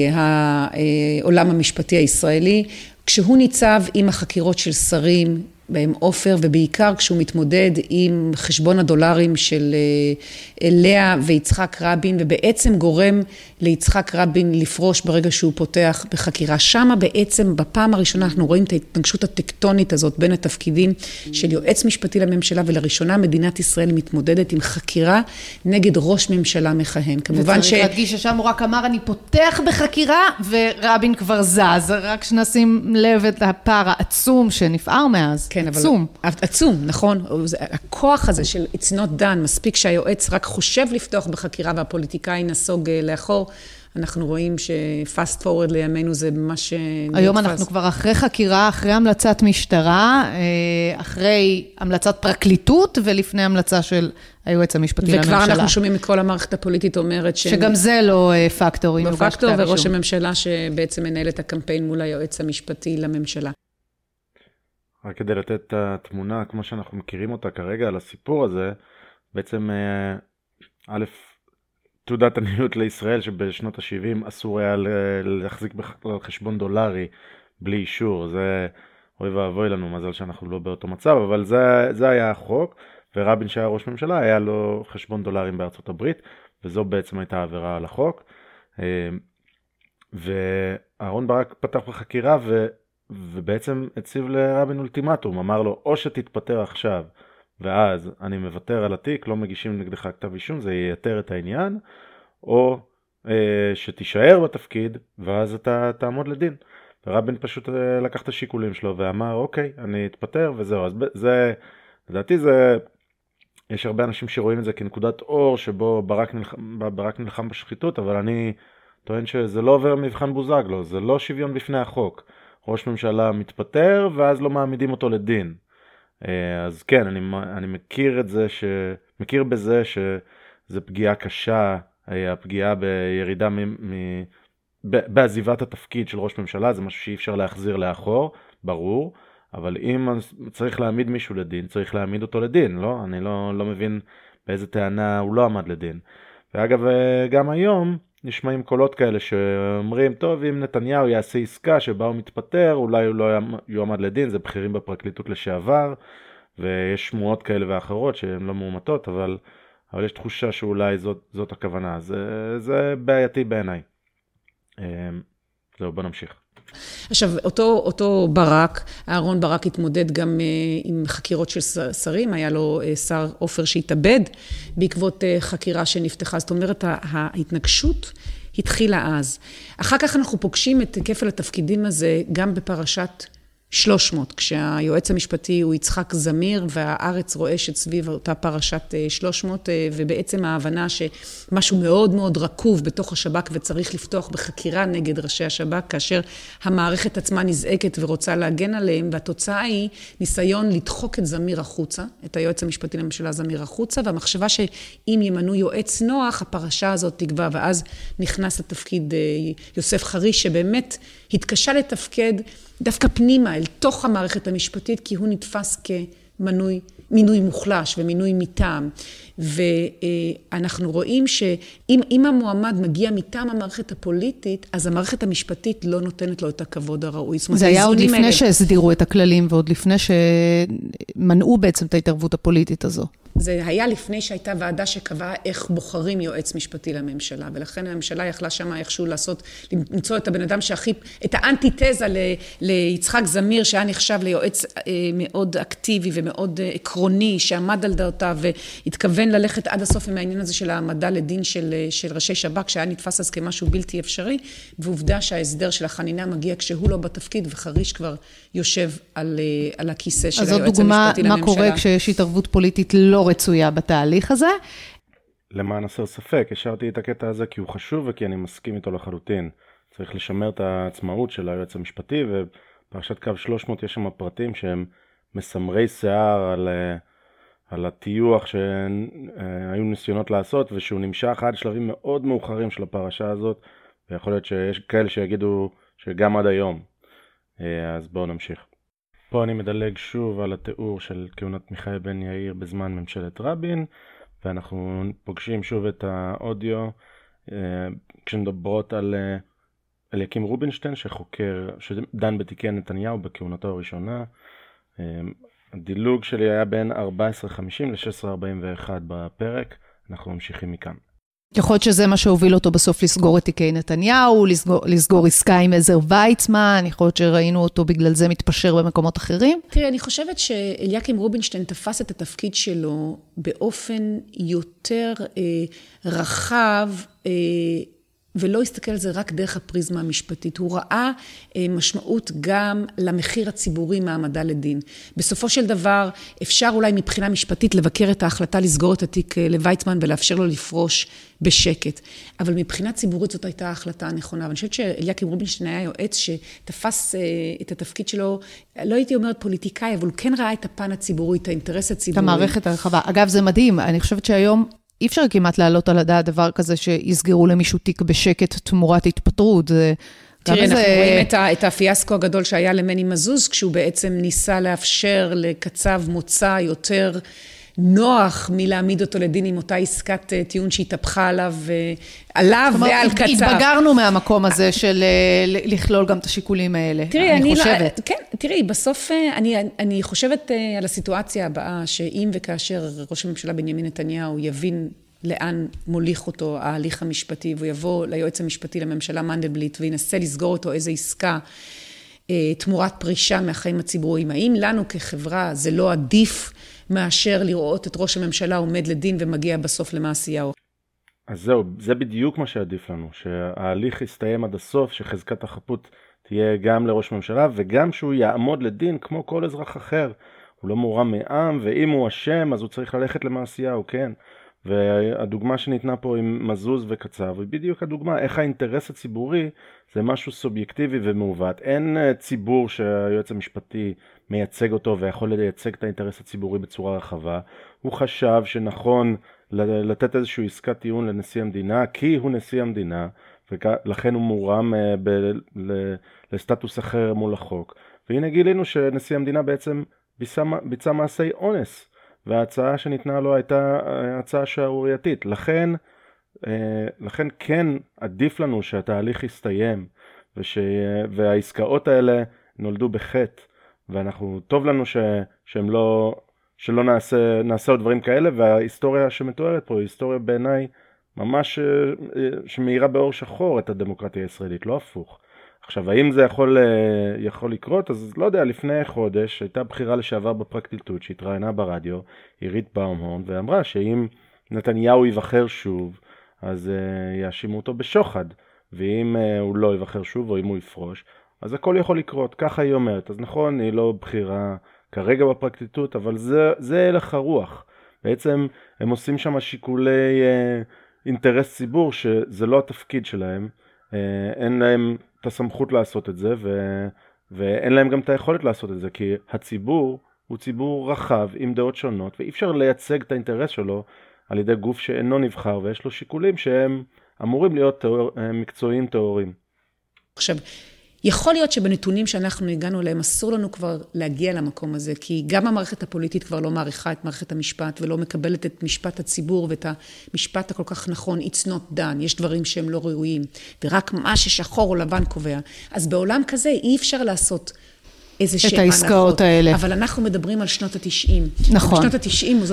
העולם המשפטי הישראלי, כשהוא ניצב עם החקירות של שרים בהם עופר, ובעיקר כשהוא מתמודד עם חשבון הדולרים של לאה ויצחק רבין, ובעצם גורם ליצחק רבין לפרוש ברגע שהוא פותח בחקירה. שמה בעצם בפעם הראשונה אנחנו רואים את ההתנגשות הטקטונית הזאת בין התפקידים של יועץ משפטי לממשלה, ולראשונה מדינת ישראל מתמודדת עם חקירה נגד ראש ממשלה מכהן. כמובן וצריך להדגיש ששם הוא רק אמר, אני פותח בחקירה, ורבין כבר זז. רק שנשים לב את הפער העצום שנפער מאז. כן, עצום. אבל עצום, נכון. הכוח הזה של it's not done, מספיק שהיועץ רק חושב לפתוח בחקירה, והפוליטיקאי נסוג לאחור. אנחנו רואים ש-fast forward לימינו זה ממש... היום אנחנו כבר אחרי חקירה, אחרי המלצת משטרה, אחרי המלצת פרקליטות, ולפני המלצה של היועץ המשפטי לממשלה. וכבר אנחנו שומעים מכל המערכת הפוליטית אומרת שגם זה לא פקטור. לא פקטור, וראש הממשלה שבעצם מנהל את הקמפיין מול היועץ המשפטי לממשלה. רק כדי לתת את התמונה, כמו שאנחנו מכירים אותה כרגע על הסיפור הזה, בעצם א', תעודת עניות לישראל שבשנות ה-70 אסור היה להחזיק בחשבון דולרי בלי אישור. זה אוי ואבוי לנו, מזל שאנחנו לא באותו מצב, אבל זה היה החוק, ורבין שהיה ראש ממשלה היה לו חשבון דולרים בארצות הברית, וזו בעצם הייתה עבירה על החוק. ואהרון ברק פתח בחקירה ובעצם הציב לרבין אולטימטום, אמר לו או שתתפטר עכשיו, ואז אני מוותר על התיק, לא מגישים נגדך כתב אישום, זה ייתר את העניין, או שתישאר בתפקיד, ואז אתה תעמוד לדין. ורבין פשוט לקח את השיקולים שלו, ואמר, אוקיי, אני אתפטר, וזהו. אז זה, לדעתי יש הרבה אנשים שרואים את זה כנקודת אור, שבו ברק נלחם בשחיתות, אבל אני טוען שזה לא עובר מבחן בוזגלו, זה לא שוויון בפני החוק. ראש ממשלה מתפטר, ואז לא מעמידים אותו לדין. אז כן, אני מכיר בזה שזה פגיעה קשה, הפגיעה בירידה בעזיבת התפקיד של ראש ממשלה, זה משהו שאי אפשר להחזיר לאחור, ברור, אבל אם צריך להעמיד מישהו לדין, צריך להעמיד אותו לדין, לא? אני לא מבין באיזה טענה הוא לא עמד לדין. ואגב, גם היום נשמעים קולות כאלה שאומרים, טוב, אם נתניהו יעשה עסקה שבה הוא מתפטר, אולי הוא לא יועמד לדין, זה בכירים בפרקליטות לשעבר, ויש שמועות כאלה ואחרות שהן לא מאומתות, אבל יש תחושה שאולי זאת הכוונה. זה בעייתי בעיניי. זהו, בוא נמשיך. עכשיו, אותו ברק, אהרון ברק התמודד גם עם חקירות של שרים, היה לו שר עופר שהתאבד בעקבות חקירה שנפתחה, זאת אומרת, ההתנגשות התחילה אז. אחר כך אנחנו פוגשים את כפל התפקידים הזה גם בפרשת 300, כשהיועץ המשפטי הוא יצחק זמיר, והארץ רועשת סביב אותה פרשת 300, ובעצם ההבנה שמשהו מאוד מאוד רקוב בתוך השב"כ, וצריך לפתוח בחקירה נגד ראשי השב"כ, כאשר המערכת עצמה נזעקת ורוצה להגן עליהם, והתוצאה היא ניסיון לדחוק את זמיר החוצה, את היועץ המשפטי לממשלה זמיר החוצה, והמחשבה שאם ימנו יועץ נוח, הפרשה הזאת תגבה, ואז נכנס לתפקיד יוסף חריש, שבאמת התקשה לתפקד דווקא פנימה אל תוך המערכת המשפטית, כי הוא נתפס כמינוי מוחלש ומינוי מטעם. ואנחנו רואים שאם המועמד מגיע מטעם המערכת הפוליטית, אז המערכת המשפטית לא נותנת לו את הכבוד הראוי. זה היה עוד לפני שהסדירו את הכללים, ועוד לפני שמנעו בעצם את ההתערבות הפוליטית הזו. זה היה לפני שהייתה ועדה שקבעה איך בוחרים יועץ משפטי לממשלה, ולכן הממשלה יכלה שמה איכשהו למצוא את הבן אדם את האנטיתזה ליצחק זמיר, שהיה נחשב ליועץ מאוד אקטיבי ומאוד עקרוני, שעמד על דעותיו והתכוון ללכת עד הסוף עם העניין הזה של העמדה לדין של ראשי שב"כ, שהיה נתפס אז כמשהו בלתי אפשרי, ועובדה שההסדר של החנינה מגיע כשהוא לא בתפקיד, וחריש כבר יושב על הכיסא של היועץ המשפטי לממשלה. אז זו דוגמה מה קורה כשיש התערבות פוליטית לא רצויה בתהליך הזה. למען הסר ספק, השארתי את הקטע הזה כי הוא חשוב וכי אני מסכים איתו לחלוטין. צריך לשמר את העצמאות של היועץ המשפטי, ובפרשת קו 300 יש שם פרטים שהם מסמרי שיער על הטיוח שהיו ניסיונות לעשות, ושהוא נמשך עד שלבים מאוד מאוחרים של הפרשה הזאת, ויכול להיות שיש כאלה שיגידו שגם עד היום. אז בואו נמשיך. פה אני מדלג שוב על התיאור של כהונת מיכאל בן יאיר בזמן ממשלת רבין, ואנחנו פוגשים שוב את האודיו כשמדברות על אליקים רובינשטיין שדן בתיקי נתניהו בכהונתו הראשונה. הדילוג שלי היה בין 14:50 ל-16:41 בפרק, אנחנו ממשיכים מכאן. יכול להיות שזה מה שהוביל אותו בסוף לסגור את תיקי נתניהו, לסגור עסקה עם עזר ויצמן, יכול להיות שראינו אותו בגלל זה מתפשר במקומות אחרים. תראי, אני חושבת שאליקים רובינשטיין תפס את התפקיד שלו באופן יותר רחב, ולא הסתכל על זה רק דרך הפריזמה המשפטית. הוא ראה משמעות גם למחיר הציבורי מהעמדה לדין. בסופו של דבר, אפשר אולי מבחינה משפטית לבקר את ההחלטה לסגור את התיק לויצמן ולאפשר לו לפרוש בשקט. אבל מבחינה ציבורית זאת הייתה ההחלטה הנכונה. ואני חושבת שאליקים רובינשטיין היה יועץ שתפס את התפקיד שלו, לא הייתי אומרת פוליטיקאי, אבל הוא כן ראה את הפן הציבורי, את האינטרס הציבורי. את המערכת הרחבה. אגב, זה מדהים. אני חושבת שהיום אי אפשר כמעט לעלות על הדעת דבר כזה שיסגרו למישהו תיק בשקט תמורת התפטרות. תראי, אנחנו רואים את הפיאסקו הגדול שהיה למני מזוז, כשהוא בעצם ניסה לאפשר לקצב מוצא יותר נוח מלהעמיד אותו לדין עם אותה עסקת טיעון שהתהפכה עליו ועל קצב. התבגרנו מהמקום הזה של לכלול גם את השיקולים האלה, אני חושבת. כן, תראי, בסוף אני חושבת על הסיטואציה הבאה, שאם וכאשר ראש הממשלה בנימין נתניהו יבין לאן מוליך אותו ההליך המשפטי, והוא יבוא ליועץ המשפטי לממשלה מנדלבליט, וינסה לסגור אותו איזו עסקה, תמורת פרישה מהחיים הציבוריים. האם לנו כחברה זה לא עדיף מאשר לראות את ראש הממשלה עומד לדין ומגיע בסוף למעשיהו? אז זהו, זה בדיוק מה שעדיף לנו, שההליך יסתיים עד הסוף, שחזקת החפות תהיה גם לראש ממשלה, וגם שהוא יעמוד לדין כמו כל אזרח אחר. הוא לא מורם מעם, ואם הוא אשם, אז הוא צריך ללכת למעשיהו, כן. והדוגמה שניתנה פה עם מזוז וקצב, היא בדיוק הדוגמה, איך האינטרס הציבורי זה משהו סובייקטיבי ומעוות. אין ציבור שהיועץ המשפטי מייצג אותו ויכול לייצג את האינטרס הציבורי בצורה רחבה. הוא חשב שנכון לתת איזשהו עסקת טיעון לנשיא המדינה, כי הוא נשיא המדינה, ולכן הוא מורם לסטטוס אחר מול החוק. והנה גילינו שנשיא המדינה בעצם ביצע מעשי אונס, וההצעה שניתנה לו הייתה הצעה שערורייתית. לכן כן עדיף לנו שהתהליך יסתיים, והעסקאות האלה נולדו בחטא, ואנחנו טוב לנו שלא נעשה עוד דברים כאלה, וההיסטוריה שמתוארת פה היא היסטוריה בעיניי ממש שמאירה באור שחור את הדמוקרטיה הישראלית, לא הפוך. עכשיו, האם זה יכול לקרות? אז לא יודע, לפני חודש הייתה בחירה לשעבר בפרקליטות שהתראיינה ברדיו, עירית באומהורן, ואמרה שאם נתניהו יבחר שוב, אז יאשימו אותו בשוחד, ואם הוא לא יבחר שוב או אם הוא יפרוש, אז הכל יכול לקרות, ככה היא אומרת. אז נכון, היא לא בחירה כרגע בפרקליטות, אבל זה הלך הרוח. בעצם הם עושים שם שיקולי אינטרס ציבור, שזה לא התפקיד שלהם, אין להם את הסמכות לעשות את זה, ואין להם גם את היכולת לעשות את זה, כי הציבור הוא ציבור רחב עם דעות שונות, ואי אפשר לייצג את האינטרס שלו על ידי גוף שאינו נבחר, ויש לו שיקולים שהם אמורים להיות מקצועיים טהורים. עכשיו, יכול להיות שבנתונים שאנחנו הגענו אליהם, אסור לנו כבר להגיע למקום הזה, כי גם המערכת הפוליטית כבר לא מעריכה את מערכת המשפט, ולא מקבלת את משפט הציבור, ואת המשפט הכל כך נכון, it's not done, יש דברים שהם לא ראויים, ורק מה ששחור או לבן קובע. אז בעולם כזה אי אפשר לעשות את העסקאות האלה. אבל אנחנו מדברים על שנות ה-90. נכון. בשנות ה-90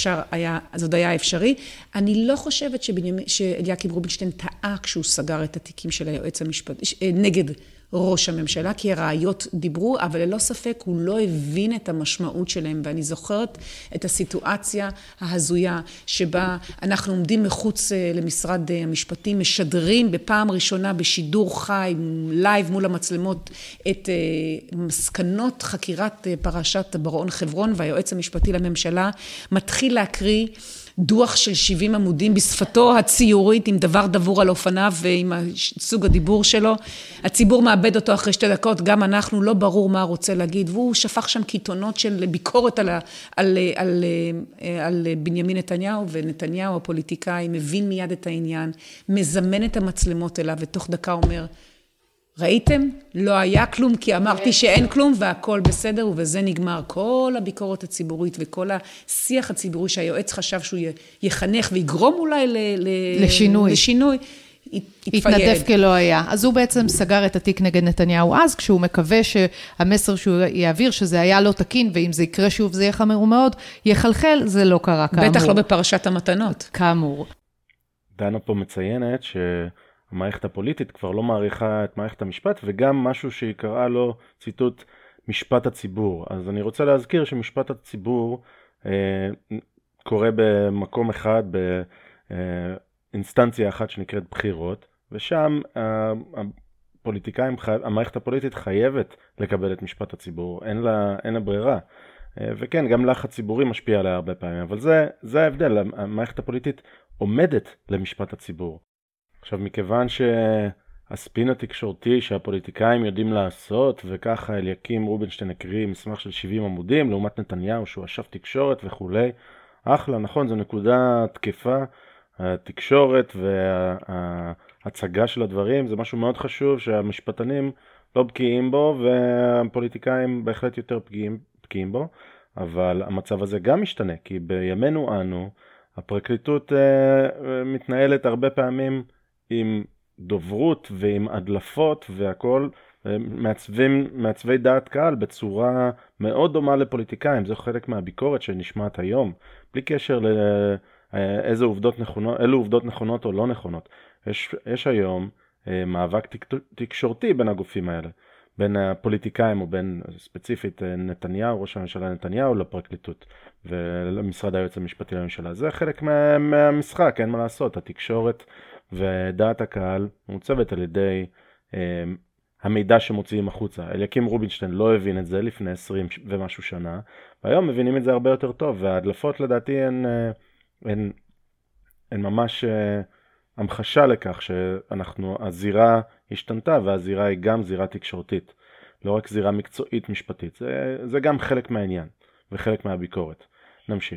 זאת היה אפשרי. אני לא חושבת שאליקים רובינשטיין טעה כשהוא סגר את התיקים של היועץ המשפטי, נגד ראש הממשלה, כי הראיות דיברו, אבל ללא ספק הוא לא הבין את המשמעות שלהם, ואני זוכרת את הסיטואציה ההזויה, שבה אנחנו עומדים מחוץ למשרד המשפטים, משדרים בפעם ראשונה בשידור חי, לייב מול המצלמות, את מסקנות חקירת פרשת בר-און חברון, והיועץ המשפטי לממשלה מתחיל להקריא דוח של 70 עמודים בשפתו הציורית, עם דבר דבור על אופניו ועם סוג הדיבור שלו. הציבור מאבד אותו אחרי 2 דקות, גם אנחנו לא ברור מה רוצה להגיד, והוא שפך שם קיתונות של ביקורת על בנימין נתניהו, ונתניהו הפוליטיקאי מבין מיד את העניין, מזמן את המצלמות אליו, ותוך דקה אומר, ראיתם? לא היה כלום, כי אמרתי שאין כלום, והכל בסדר, ובזה נגמר כל הביקורת הציבורית, וכל השיח הציבורי שהיועץ חשב שהוא יחנך, ויגרום אולי לשינוי. התנדף כלא היה. אז הוא בעצם סגר את התיק נגד נתניהו אז, כשהוא מקווה שהמסר שהוא יעביר, שזה היה לא תקין, ואם זה יקרה שוב זה יהיה חמור מאוד, יחלחל, זה לא קרה כאמור. בטח לא בפרשת המתנות. כאמור. דנה פה מציינת שהמערכת הפוליטית כבר לא מעריכה את מערכת המשפט, וגם משהו שהיא קראה לו ציטוט משפט הציבור. אז אני רוצה להזכיר שמשפט הציבור קורה במקום אחד, באינסטנציה אחת שנקראת בחירות, ושם הפוליטיקאים, המערכת הפוליטית חייבת לקבל את משפט הציבור, אין לה ברירה. וכן, גם לחץ ציבורי משפיע עליה הרבה פעמים, אבל זה ההבדל, המערכת הפוליטית עומדת למשפט הציבור. עכשיו, מכיוון שהספין התקשורתי שהפוליטיקאים יודעים לעשות, וככה אליקים רובינשטיין הקריא מסמך של 70 עמודים, לעומת נתניהו שהוא אשף תקשורת וכולי, אחלה, נכון, זו נקודה תקפה, התקשורת וההצגה של הדברים, זה משהו מאוד חשוב שהמשפטנים לא בקיאים בו, והפוליטיקאים בהחלט יותר בקיאים בו, אבל המצב הזה גם משתנה, כי בימינו אנו, הפרקליטות מתנהלת הרבה פעמים עם דוברות ועם הדלפות והכל, מעצבי דעת קהל בצורה מאוד דומה לפוליטיקאים. זה חלק מהביקורת שנשמעת היום, בלי קשר לאיזה עובדות נכונות או לא נכונות. יש היום מאבק תקשורתי בין הגופים האלה, בין הפוליטיקאים או בין ספציפית נתניהו, ראש הממשלה נתניהו, לפרקליטות ולמשרד היועץ המשפטי לממשלה. זה חלק מהמשחק, אין מה לעשות. התקשורת ודעת הקהל מוצבת על ידי המידע שמוציאים החוצה. אליקים רובינשטיין לא הבין את זה לפני 20 ומשהו שנה, והיום מבינים את זה הרבה יותר טוב, וההדלפות לדעתי הן ממש המחשה לכך שהזירה השתנתה, והזירה היא גם זירה תקשורתית, לא רק זירה מקצועית משפטית. זה גם חלק מהעניין וחלק מהביקורת. נמשיך.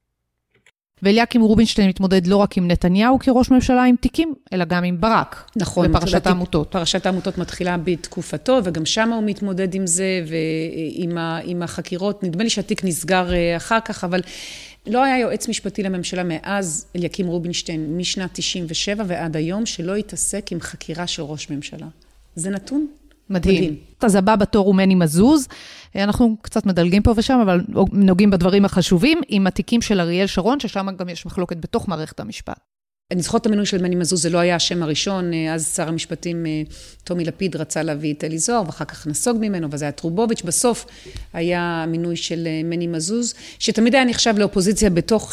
ואליקים רובינשטיין מתמודד לא רק עם נתניהו כראש ממשלה עם תיקים, אלא גם עם ברק. נכון. בפרשת העמותות. פרשת העמותות מתחילה בתקופתו, וגם שם הוא מתמודד עם זה, ועם החקירות. נדמה לי שהתיק נסגר אחר כך, אבל לא היה יועץ משפטי לממשלה מאז אליקים רובינשטיין, משנת 97 ועד היום, שלא התעסק עם חקירה של ראש ממשלה. זה נתון מדהים. אז הבא בתור הוא מני מזוז. אנחנו קצת מדלגים פה ושם, אבל נוגעים בדברים החשובים, עם התיקים של אריאל שרון, ששם גם יש מחלוקת בתוך מערכת המשפט. אני זוכרת את המינוי של מני מזוז, זה לא היה השם הראשון, אז שר המשפטים טומי לפיד רצה להביא את אלי זוהר, ואחר כך נסוג ממנו, וזה היה טרובוביץ'. בסוף היה מינוי של מני מזוז, שתמיד היה נחשב לאופוזיציה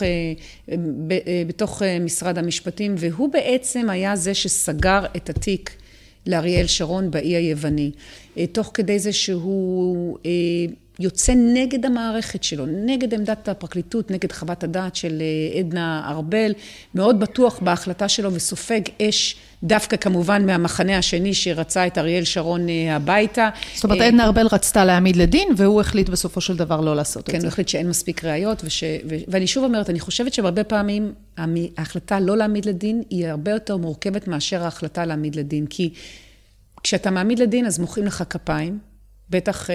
בתוך משרד המשפטים, והוא בעצם היה זה שסגר את התיק לאריאל שרון באי היווני, תוך כדי זה שהוא יוצא נגד המערכת שלו, נגד עמדת הפרקליטות, נגד חוות הדעת של עדנה ארבל, מאוד בטוח בהחלטה שלו וסופג אש, דווקא כמובן מהמחנה השני שרצה את אריאל שרון הביתה. זאת אומרת, עדנה ארבל רצתה להעמיד לדין, והוא החליט בסופו של דבר לא לעשות את זה. כן, הוא החליט שאין מספיק ראיות, ואני שוב אומרת, אני חושבת שהרבה פעמים ההחלטה לא להעמיד לדין היא הרבה יותר מורכבת מאשר ההחלטה להעמיד לדין, כי כשאתה מעמיד לדין אז מוחאים לך כפיים, בטח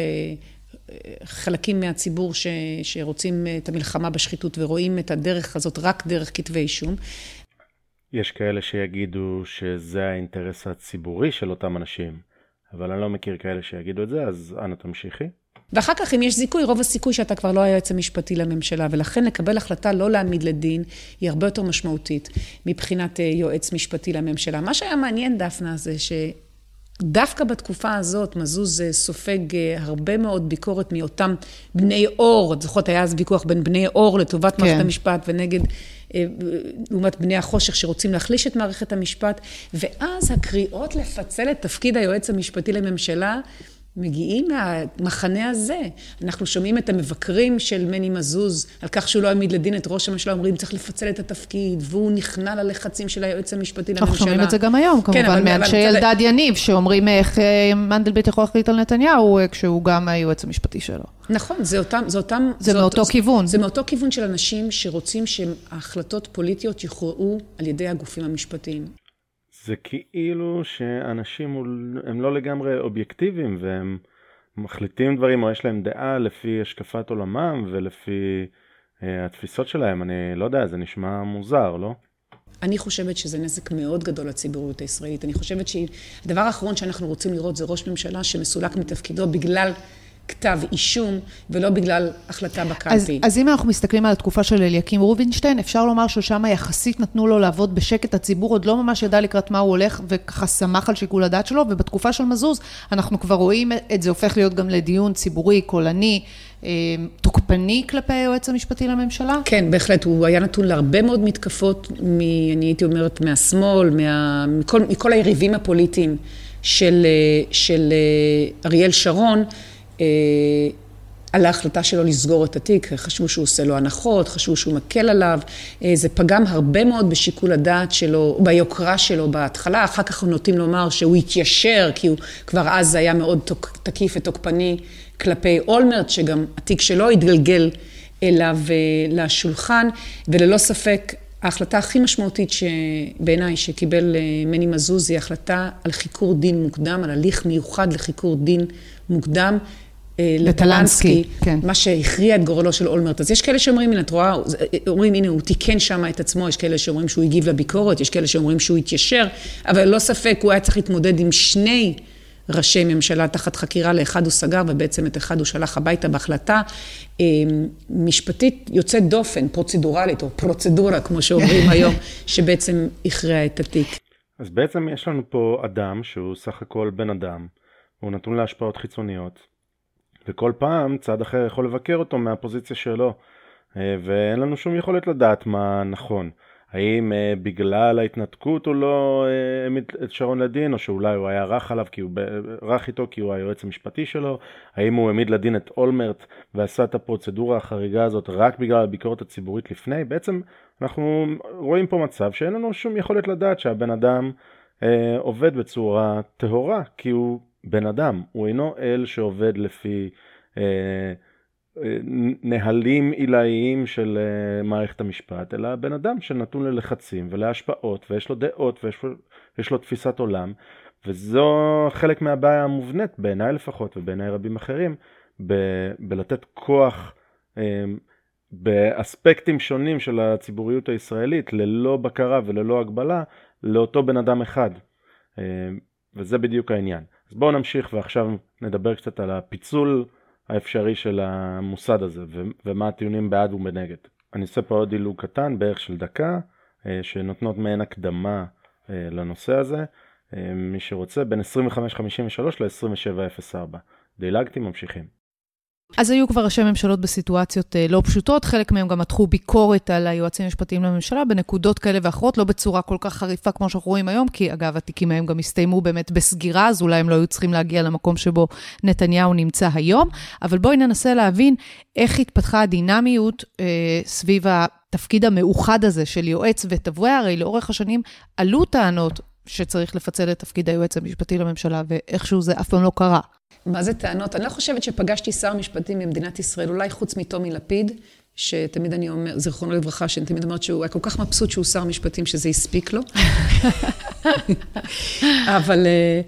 חלקים מהציבור שרוצים את המלחמה בשחיתות ורואים את הדרך הזאת רק דרך כתבי אישום. יש כאלה שיגידו שזה האינטרס הציבורי של אותם אנשים, אבל אני לא מכיר כאלה שיגידו את זה, אז אנא תמשיכי. ואחר כך אם יש זיכוי, רוב הסיכוי שאתה כבר לא היועץ המשפטי לממשלה, ולכן לקבל החלטה לא להעמיד לדין היא הרבה יותר משמעותית מבחינת יועץ משפטי לממשלה. מה שהיה מעניין דפנה זה דווקא בתקופה הזאת, מזוז סופג הרבה מאוד ביקורת מאותם בני אור, את זוכרת, היה אז ויכוח בין בני אור לטובת מערכת המשפט, ונגד, לעומת בני החושך שרוצים להחליש את מערכת המשפט, ואז הקריאות לפצל את תפקיד היועץ המשפטי לממשלה, מגיעים מהמחנה הזה. אנחנו שומעים את המבקרים של מני מזוז, על כך שהוא לא העמיד לדין את ראש הממשלה, אומרים צריך לפצל את התפקיד, והוא נכנע ללחצים של היועץ המשפטי לממשלה. אנחנו שומעים את זה גם היום, כמובן, מאנשי אלדד יניב, שאומרים איך מנדלבליט יכול להחליט על נתניהו, כשהוא גם היועץ המשפטי שלו. נכון, זה מאותו כיוון. זה מאותו כיוון של אנשים שרוצים שההחלטות פוליטיות יוכרעו על ידי הגופים המשפטיים. זה כאילו שאנשים הם לא לגמרי אובייקטיביים, והם מחליטים דברים, או יש להם דעה לפי השקפת עולמם, ולפי התפיסות שלהם. אני לא יודע, זה נשמע מוזר, לא? אני חושבת שזה נזק מאוד גדול לציבוריות הישראלית. אני חושבת שהדבר האחרון שאנחנו רוצים לראות זה ראש ממשלה שמסולק מתפקידו בגלל כתב אישום, ולא בגלל החלטה בקלפי. אז אם אנחנו מסתכלים על התקופה של אליקים רובינשטיין, אפשר לומר ששם יחסית נתנו לו לעבוד בשקט, הציבור עוד לא ממש ידע לקראת מה הוא הולך, וככה שמח על שיקול הדעת שלו, ובתקופה של מזוז, אנחנו כבר רואים את זה הופך להיות גם לדיון ציבורי, קולני, תוקפני כלפי היועץ המשפטי לממשלה? כן, בהחלט, הוא היה נתון להרבה מאוד מתקפות, אני הייתי אומרת, מהשמאל, מכל היריבים הפוליטיים של אריאל שרון, על ההחלטה שלו לסגור את התיק, חשבו שהוא עושה לו הנחות, חשבו שהוא מקל עליו, זה פגם הרבה מאוד בשיקול הדעת שלו, ביוקרה שלו בהתחלה, אחר כך נוטים לומר שהוא התיישר, כי הוא כבר אז היה מאוד תקיף ותוקפני כלפי אולמרט, שגם התיק שלו התגלגל אליו לשולחן, וללא ספק, ההחלטה הכי משמעותית שבעיניי שקיבל מני מזוז, היא החלטה על חיקור דין מוקדם, על הליך מיוחד לחיקור דין מוקדם, לטלנסקי, כן. מה שהכריע את גורלו של אולמרט. אז יש כאלה שאומרים, הנה, את רואה, אומרים, הנה, הוא תיקן שם את עצמו, יש כאלה שאומרים שהוא הגיב לביקורת, יש כאלה שאומרים שהוא התיישר, אבל לא ספק, הוא היה צריך להתמודד עם שני ראשי ממשלה תחת חקירה, לאחד הוא סגר, ובעצם את אחד הוא שלח הביתה בהחלטה משפטית יוצאת דופן, פרוצדורלית, או פרוצדורה, כמו שאומרים היום, שבעצם הכריע את התיק. אז בעצם יש לנו פה אדם שהוא סך הכל בן אדם, הוא נתון להשפעות חיצוניות, וכל פעם צד אחר יכול לבקר אותו מהפוזיציה שלו, ואין לנו שום יכולת לדעת מה נכון. האם בגלל ההתנתקות הוא לא העמיד את שרון לדין, או שאולי הוא היה רך עליו, רך איתו כי הוא היועץ המשפטי שלו, האם הוא העמיד לדין את אולמרט ועשה את הפרוצדורה החריגה הזאת רק בגלל הביקורת הציבורית לפני. בעצם אנחנו רואים פה מצב שאין לנו שום יכולת לדעת שהבן אדם עובד בצורה טהורה, כי הוא בן אדם, הוא אינו אל שעובד לפי נהלים עילאיים של מערכת המשפט, אלא בן אדם שנתון ללחצים ולהשפעות, ויש לו דעות ויש לו תפיסת עולם, וזו חלק מהבעיה המובנית, בעיניי לפחות ובעיניי רבים אחרים, בלתת כוח באספקטים שונים של הציבוריות הישראלית, ללא בקרה וללא הגבלה, לאותו בן אדם אחד. וזה בדיוק העניין. אז בואו נמשיך ועכשיו נדבר קצת על הפיצול האפשרי של המוסד הזה, ומה הטיעונים בעד ובנגד. אני עושה פה עוד דילוג קטן, בערך של דקה, שנותנות מעין הקדמה לנושא הזה. מי שרוצה, בין 25.53 ל-27.04. דילגתי, ממשיכים. אז היו כבר ראשי ממשלות בסיטואציות לא פשוטות, חלק מהם גם מתחו ביקורת על היועצים המשפטיים לממשלה, בנקודות כאלה ואחרות, לא בצורה כל כך חריפה כמו שאנחנו רואים היום, כי אגב, התיקים מהם גם הסתיימו באמת בסגירה, אז אולי הם לא היו צריכים להגיע למקום שבו נתניהו נמצא היום, אבל בואי ננסה להבין איך התפתחה הדינמיות סביב התפקיד המאוחד הזה של יועץ ותבוע, הרי לאורך השנים עלו טענות שצריך לפצל את תפקיד היועץ המשפטי לממשלה, ואיכשהו זה אף פעם לא קרה. מה זה טענות? אני לא חושבת שפגשתי שר משפטים במדינת ישראל, אולי חוץ מטומי לפיד, שתמיד אני אומר, זכרונו לברכה, שאני תמיד אומרת שהוא היה כל כך מבסוט שהוא שר משפטים, שזה הספיק לו. אבל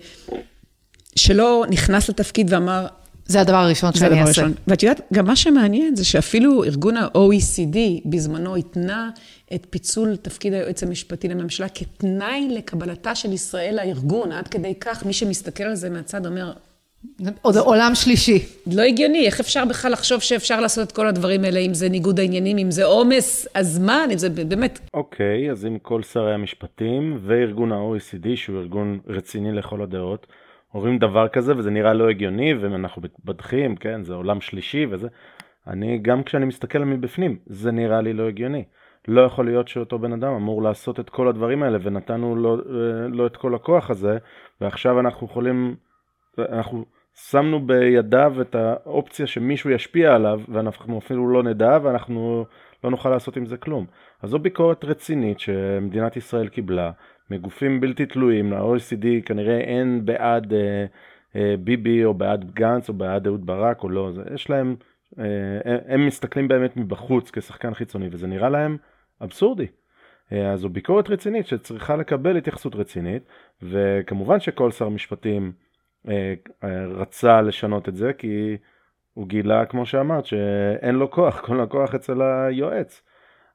שלא נכנס לתפקיד ואמר, זה הדבר הראשון שאני אעשה. ואת יודעת, גם מה שמעניין זה שאפילו ארגון ה-OECD בזמנו התנה את פיצול תפקיד היועץ המשפטי לממשלה כתנאי לקבלתה של ישראל לארגון. עד כדי כך, מי שמסתכל על זה מהצד אומר, עוד עולם שלישי. לא הגיוני, איך אפשר בכלל לחשוב שאפשר לעשות את כל הדברים האלה, אם זה ניגוד העניינים, אם זה עומס הזמן, אם זה באמת. אוקיי, אז עם כל שרי המשפטים וארגון ה-OECD, שהוא ארגון רציני לכל הדעות, אומרים דבר כזה, וזה נראה לא הגיוני, ואנחנו בדחים, כן, זה עולם שלישי וזה. גם כשאני מסתכל מבפנים, זה נראה לי לא הגיוני. לא יכול להיות שאותו בן אדם אמור לעשות את כל הדברים האלה, ונתנו לו את כל הכוח הזה, ועכשיו אנחנו שמנו בידיו את האופציה שמישהו ישפיע עליו, ואנחנו אפילו לא נדע, ואנחנו לא נוכל לעשות עם זה כלום. אז זו ביקורת רצינית שמדינת ישראל קיבלה, מגופים בלתי תלויים, ל-OECD כנראה אין בעד ביבי או בעד גנץ או בעד אהוד ברק או לא, יש להם, הם מסתכלים באמת מבחוץ כשחקן חיצוני, וזה נראה להם אבסורדי. אז זו ביקורת רצינית שצריכה לקבל התייחסות רצינית, וכמובן שכל שר משפטים רצה לשנות את זה, כי הוא גילה, כמו שאמרת, שאין לו כוח, כל הכוח אצל היועץ.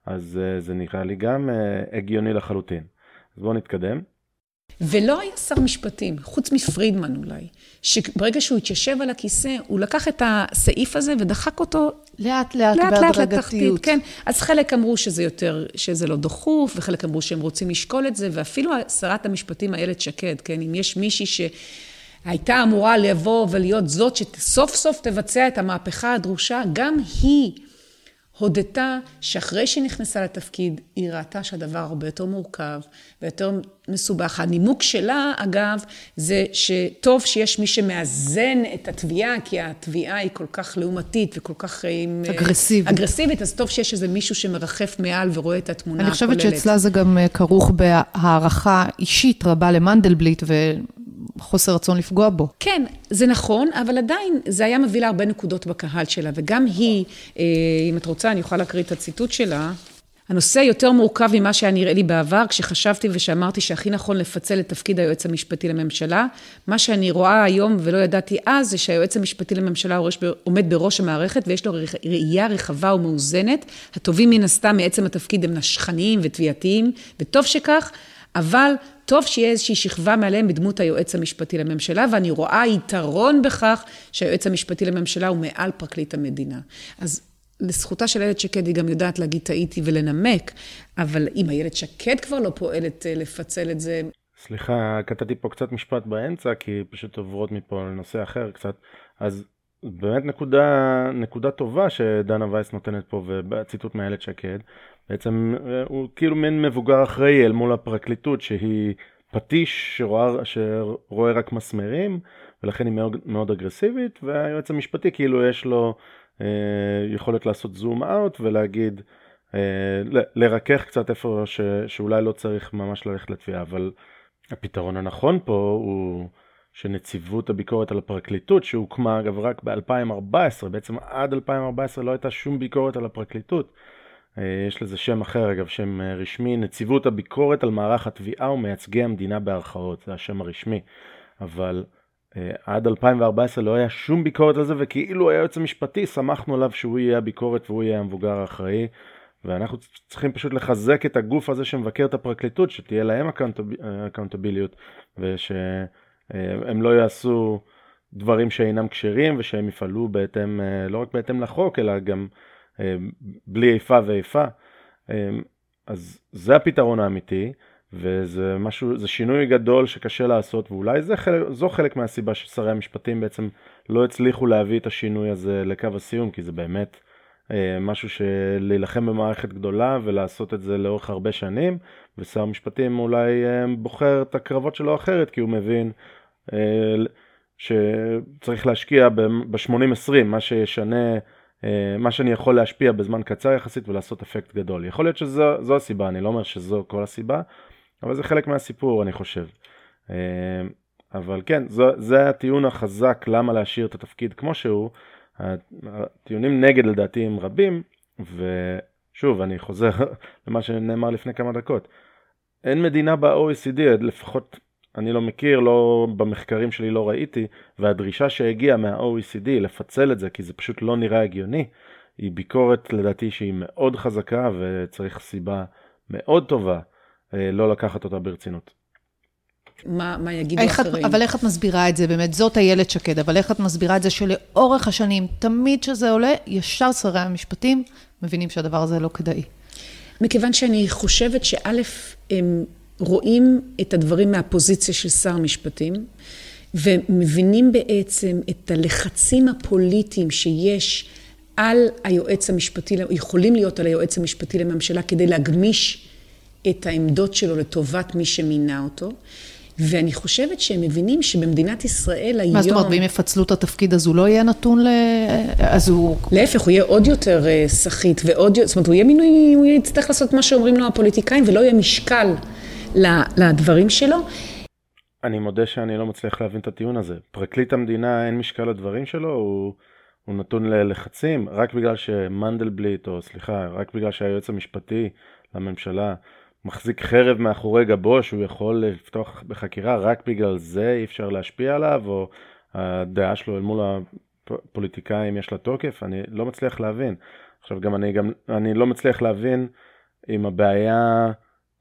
אז זה נראה לי גם הגיוני לחלוטין. אז בואו נתקדם. ולא היה שר משפטים, חוץ מפרידמן אולי, שברגע שהוא התיישב על הכיסא, הוא לקח את הסעיף הזה ודחק אותו לאט בהדרגתיות. כן, אז חלק אמרו שזה לא דחוף, וחלק אמרו שהם רוצים לשקול את זה, ואפילו שרת המשפטים איילת שקד, כן, אם יש מישהי שהייתה אמורה לבוא ולהיות זאת שסוף סוף תבצע את המהפכה הדרושה, גם היא הודתה שאחרי שנכנסה לתפקיד, היא ראתה שהדבר הרבה יותר מורכב ויותר מסובך. הנימוק שלה, אגב, זה שטוב שיש מי שמאזן את התביעה, כי התביעה היא כל כך לעומתית וכל כך אגרסיבית, אז טוב שיש איזה מישהו שמרחף מעל ורואה את התמונה הכוללת. אני חושבת שאצלה זה גם כרוך בהערכה אישית רבה למנדלבליט חוסר רצון לפגוע בו. כן, זה נכון, אבל עדיין זה היה מביא לה הרבה נקודות בקהל שלה, וגם היא, אם את רוצה, אני יכולה להקריא את הציטוט שלה. הנושא יותר מורכב ממה שהיה נראה לי בעבר, כשחשבתי ושאמרתי שהכי נכון לפצל את תפקיד היועץ המשפטי לממשלה. מה שאני רואה היום ולא ידעתי אז, זה שהיועץ המשפטי לממשלה עומד בראש המערכת, ויש לו ראייה רחבה ומאוזנת. הטובים מן הסתם מעצם התפקיד הם נשכניים ותביעתיים, וטוב שכך, אבל טוב שיהיה איזושהי שכבה מעליהם בדמות היועץ המשפטי לממשלה, ואני רואה יתרון בכך שהיועץ המשפטי לממשלה הוא מעל פרקליט המדינה. אז לזכותה של איילת שקד היא גם יודעת להגיד טעיתי ולנמק, אבל אם איילת שקד כבר לא פועלת לפצל את זה... סליחה, קטעתי פה קצת משפט באמצע, כי פשוט עוברות מפה לנושא אחר קצת, אז באמת נקודה טובה שדנה וייס נותנת פה, ובציטוט מאיילת שקד, בעצם הוא כאילו מין מבוגר אחראי אל מול הפרקליטות, שהיא פטיש שרואה רק מסמרים, ולכן היא מאוד, מאוד אגרסיבית, והיועץ המשפטי כאילו יש לו יכולת לעשות זום אאוט ולהגיד, לרכך קצת איפה שאולי לא צריך ממש ללכת לתביעה, אבל הפתרון הנכון פה הוא שנציבות הביקורת על הפרקליטות, שהוקמה אגב רק ב-2014, בעצם עד 2014 לא הייתה שום ביקורת על הפרקליטות, יש לזה שם אחר אגב, שם רשמי, נציבות הביקורת על מערך התביעה ומייצגי המדינה בערכאות, זה השם הרשמי, אבל עד 2014 לא היה שום ביקורת על זה, וכאילו היועץ המשפטי, שמחנו עליו שהוא יהיה הביקורת והוא יהיה המבוגר האחראי, ואנחנו צריכים פשוט לחזק את הגוף הזה שמבקר את הפרקליטות, שתהיה להם אקאונטביליות, ושהם לא יעשו דברים שאינם כשרים, ושהם יפעלו בהתאם, לא רק בהתאם לחוק, אלא גם בלי איפה ואיפה. אז זה הפתרון האמיתי, וזה משהו, זה שינוי גדול שקשה לעשות, ואולי זו חלק מהסיבה ששרי המשפטים בעצם לא הצליחו להביא את השינוי הזה לקו הסיום, כי זה באמת משהו שלהילחם במערכת גדולה ולעשות את זה לאורך הרבה שנים, ושר המשפטים אולי בוחר את הקרבות שלו אחרת, כי הוא מבין שצריך להשקיע ב-80-20, מה שישנה, מה שאני יכול להשפיע בזמן קצר יחסית ולעשות אפקט גדול. יכול להיות שזו הסיבה, אני לא אומר שזו כל הסיבה, אבל זה חלק מהסיפור, אני חושב. אבל כן, זה הטיעון החזק למה להשאיר את התפקיד כמו שהוא. הטיעונים נגד לדעתי הם רבים, ושוב, אני חוזר למה שנאמר לפני כמה דקות. אין מדינה ב-OECD, לפחות אני לא מכיר, לא במחקרים שלי לא ראיתי, והדרישה שהגיעה מה-OECD לפצל את זה, כי זה פשוט לא נראה הגיוני, היא ביקורת לדעתי שהיא מאוד חזקה, וצריך סיבה מאוד טובה לא לקחת אותה ברצינות. מה יגידו אחרים? אבל איך את מסבירה את זה? באמת, זאת איילת שקד, אבל איך את מסבירה את זה שלאורך השנים, תמיד שזה עולה, ישר שרי המשפטים מבינים שהדבר הזה לא כדאי? מכיוון שאני חושבת שא' הם רואים את הדברים מהפוזיציה של שר המשפטים, ומבינים בעצם את הלחצים הפוליטיים שיש על היועץ המשפטי, יכולים להיות על היועץ המשפטי לממשלה, כדי להגמיש את העמדות שלו לטובת מי שמינה אותו. ואני חושבת שהם מבינים שבמדינת ישראל היום... מה זאת אומרת, ואם יפצלו את התפקיד, אז הוא לא יהיה נתון אז הוא... להפך, הוא יהיה עוד יותר שחית, זאת אומרת, הוא יצטרך לעשות מה שאומרים לו הפוליטיקאים, ולא יהיה משקל לדברים שלו. אני מודה שאני לא מצליח להבין את הטיעון הזה. פרקליט המדינה אין משקל לדברים שלו, הוא נתון ללחצים, רק בגלל שמנדלבליט, או סליחה, רק בגלל שהיועץ המשפטי לממשלה מחזיק חרב מאחורי גבו, שהוא יכול לפתוח בחקירה, רק בגלל זה אי אפשר להשפיע עליו, או הדעה שלו אל מול הפוליטיקאים יש לה תוקף, אני לא מצליח להבין. עכשיו גם אני לא מצליח להבין אם הבעיה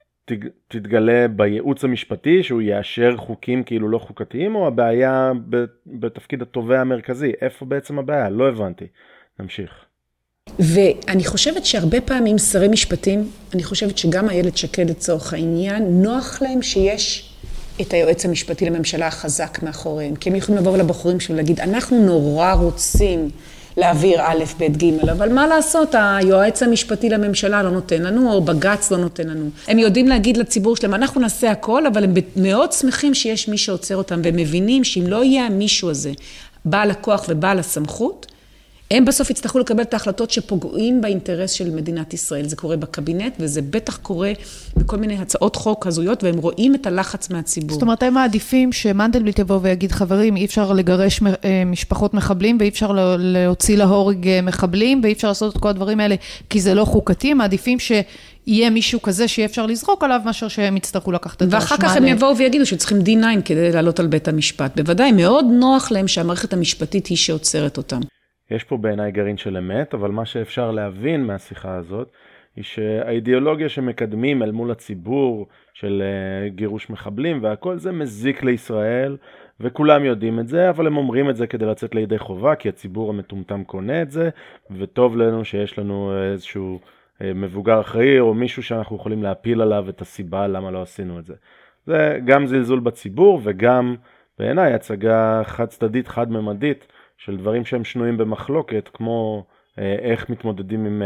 תתגלה בייעוץ המשפטי, שהוא יאשר חוקים כאילו לא חוקתיים, או הבעיה בתפקיד התובע המרכזי? איפה בעצם הבעיה? לא הבנתי. נמשיך. ואני חושבת שהרבה פעמים שרי משפטים, אני חושבת שגם איילת שקד לצורך העניין, נוח להם שיש את היועץ המשפטי לממשלה החזק מאחוריהם, כי הם יכולים לבוא לבחורים שלו ולהגיד, אנחנו נורא רוצים להעביר א', ב', ג', אבל מה לעשות, היועץ המשפטי לממשלה לא נותן לנו, או בג"ץ לא נותן לנו. הם יודעים להגיד לציבור שלהם, אנחנו נעשה הכל, אבל הם מאוד שמחים שיש מי שעוצר אותם, והם מבינים שאם לא יהיה המישהו הזה, בעל הכוח ובעל הסמכות, הם בסוף יצטרכו לקבל את ההחלטות שפוגעים באינטרס של מדינת ישראל. זה קורה בקבינט, וזה בטח קורה בכל מיני הצעות חוק הזויות, והם רואים את הלחץ מהציבור. זאת אומרת, הם מעדיפים שמנדלבליט יבוא ויגיד, חברים, אי אפשר לגרש משפחות מחבלים, ואי אפשר להוציא להורג מחבלים, ואי אפשר לעשות את כל הדברים האלה, כי זה לא חוקתי. הם מעדיפים שיהיה מישהו כזה שיהיה אפשר לזרוק עליו, מאשר שהם יצטרכו לקחת את ואחר כך הם יבואו ויגידו שצריכים D9 כדי לעלות על בית המשפט. בוודאי, מאוד נוח להם שהמערכת המשפטית היא שעוצרת אותם. יש פה בעיניי גרעין של אמת, אבל מה שאפשר להבין מהשיחה הזאת, היא שהאידיאולוגיה שמקדמים אל מול הציבור של גירוש מחבלים והכל זה מזיק לישראל, וכולם יודעים את זה, אבל הם אומרים את זה כדי לצאת לידי חובה, כי הציבור המטומטם קונה את זה, וטוב לנו שיש לנו איזשהו מבוגר אחראי, או מישהו שאנחנו יכולים להפיל עליו את הסיבה למה לא עשינו את זה. זה גם זלזול בציבור, וגם בעיניי הצגה חד צדדית, חד ממדית, של דברים שהם שנויים במחלוקת, כמו איך מתמודדים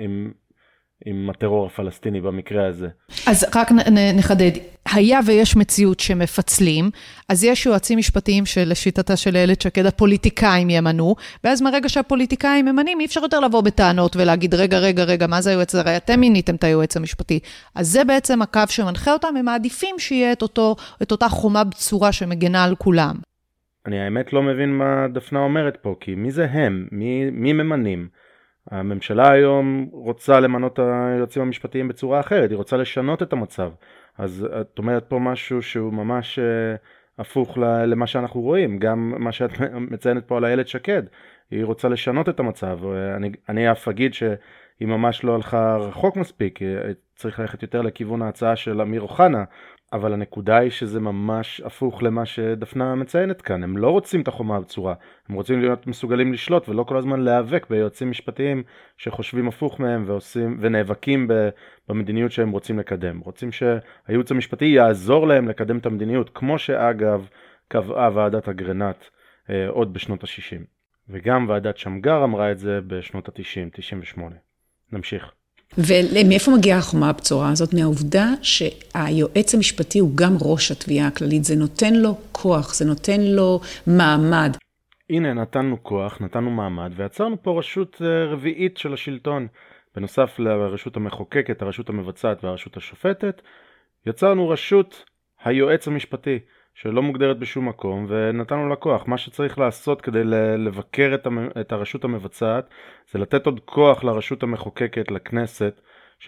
עם הטרור הפלסטיני במקרה הזה. אז רק נחדד, היה ויש מציאות שמפצלים, אז יש יועצים משפטיים שלשיטתה של איילת שקד, הפוליטיקאים ימנו, ואז מרגע שהפוליטיקאים ממנים, אי אפשר יותר לבוא בטענות ולהגיד, רגע, מה זה היועץ? הרי אתם מיניתם את היועץ המשפטי. אז זה בעצם הקו שמנחה אותם, הם מעדיפים שיהיה את אותה חומה בצורה שמגנה על כולם. אני האמת לא מבין מה דפנה אומרת פה, כי מי זה הם? מי ממנים? הממשלה היום רוצה למנות היועצים המשפטיים בצורה אחרת, היא רוצה לשנות את המצב. אז את אומרת פה משהו שהוא ממש הפוך למה שאנחנו רואים, גם מה שאת מציינת פה על איילת שקד, היא רוצה לשנות את המצב. אני אף אגיד שהיא ממש לא הלכה רחוק מספיק, צריך ללכת יותר לכיוון ההצעה של אמיר אוחנה, אבל הנקודה היא שזה ממש הפוך למה שדפנה מציינת כאן. הם לא רוצים את החומה בצורה, הם רוצים להיות מסוגלים לשלוט ולא כל הזמן להיאבק ביועצים משפטיים שחושבים הפוך מהם ונאבקים במדיניות שהם רוצים לקדם. רוצים שהייעוץ המשפטי יעזור להם לקדם את המדיניות, כמו שאגב קבעה ועדת אגרנט עוד בשנות ה-60. וגם ועדת שמגר אמרה את זה בשנות ה-90, 98. נמשיך. ומאיפה מגיעה החומה הבצורה הזאת? מהעובדה שהיועץ המשפטי הוא גם ראש התביעה הכללית, זה נותן לו כוח, זה נותן לו מעמד. הנה, נתנו כוח, נתנו מעמד, ויצרנו פה רשות רביעית של השלטון. בנוסף לרשות המחוקקת, הרשות המבצעת והרשות השופטת, יצרנו רשות היועץ המשפטי, שלא מוגדרת בשום מקום, ונתנו לה כוח. מה שצריך לעשות כדי לבקר את הרשות המבצעת, זה לתת עוד כוח לרשות המחוקקת, לכנסת,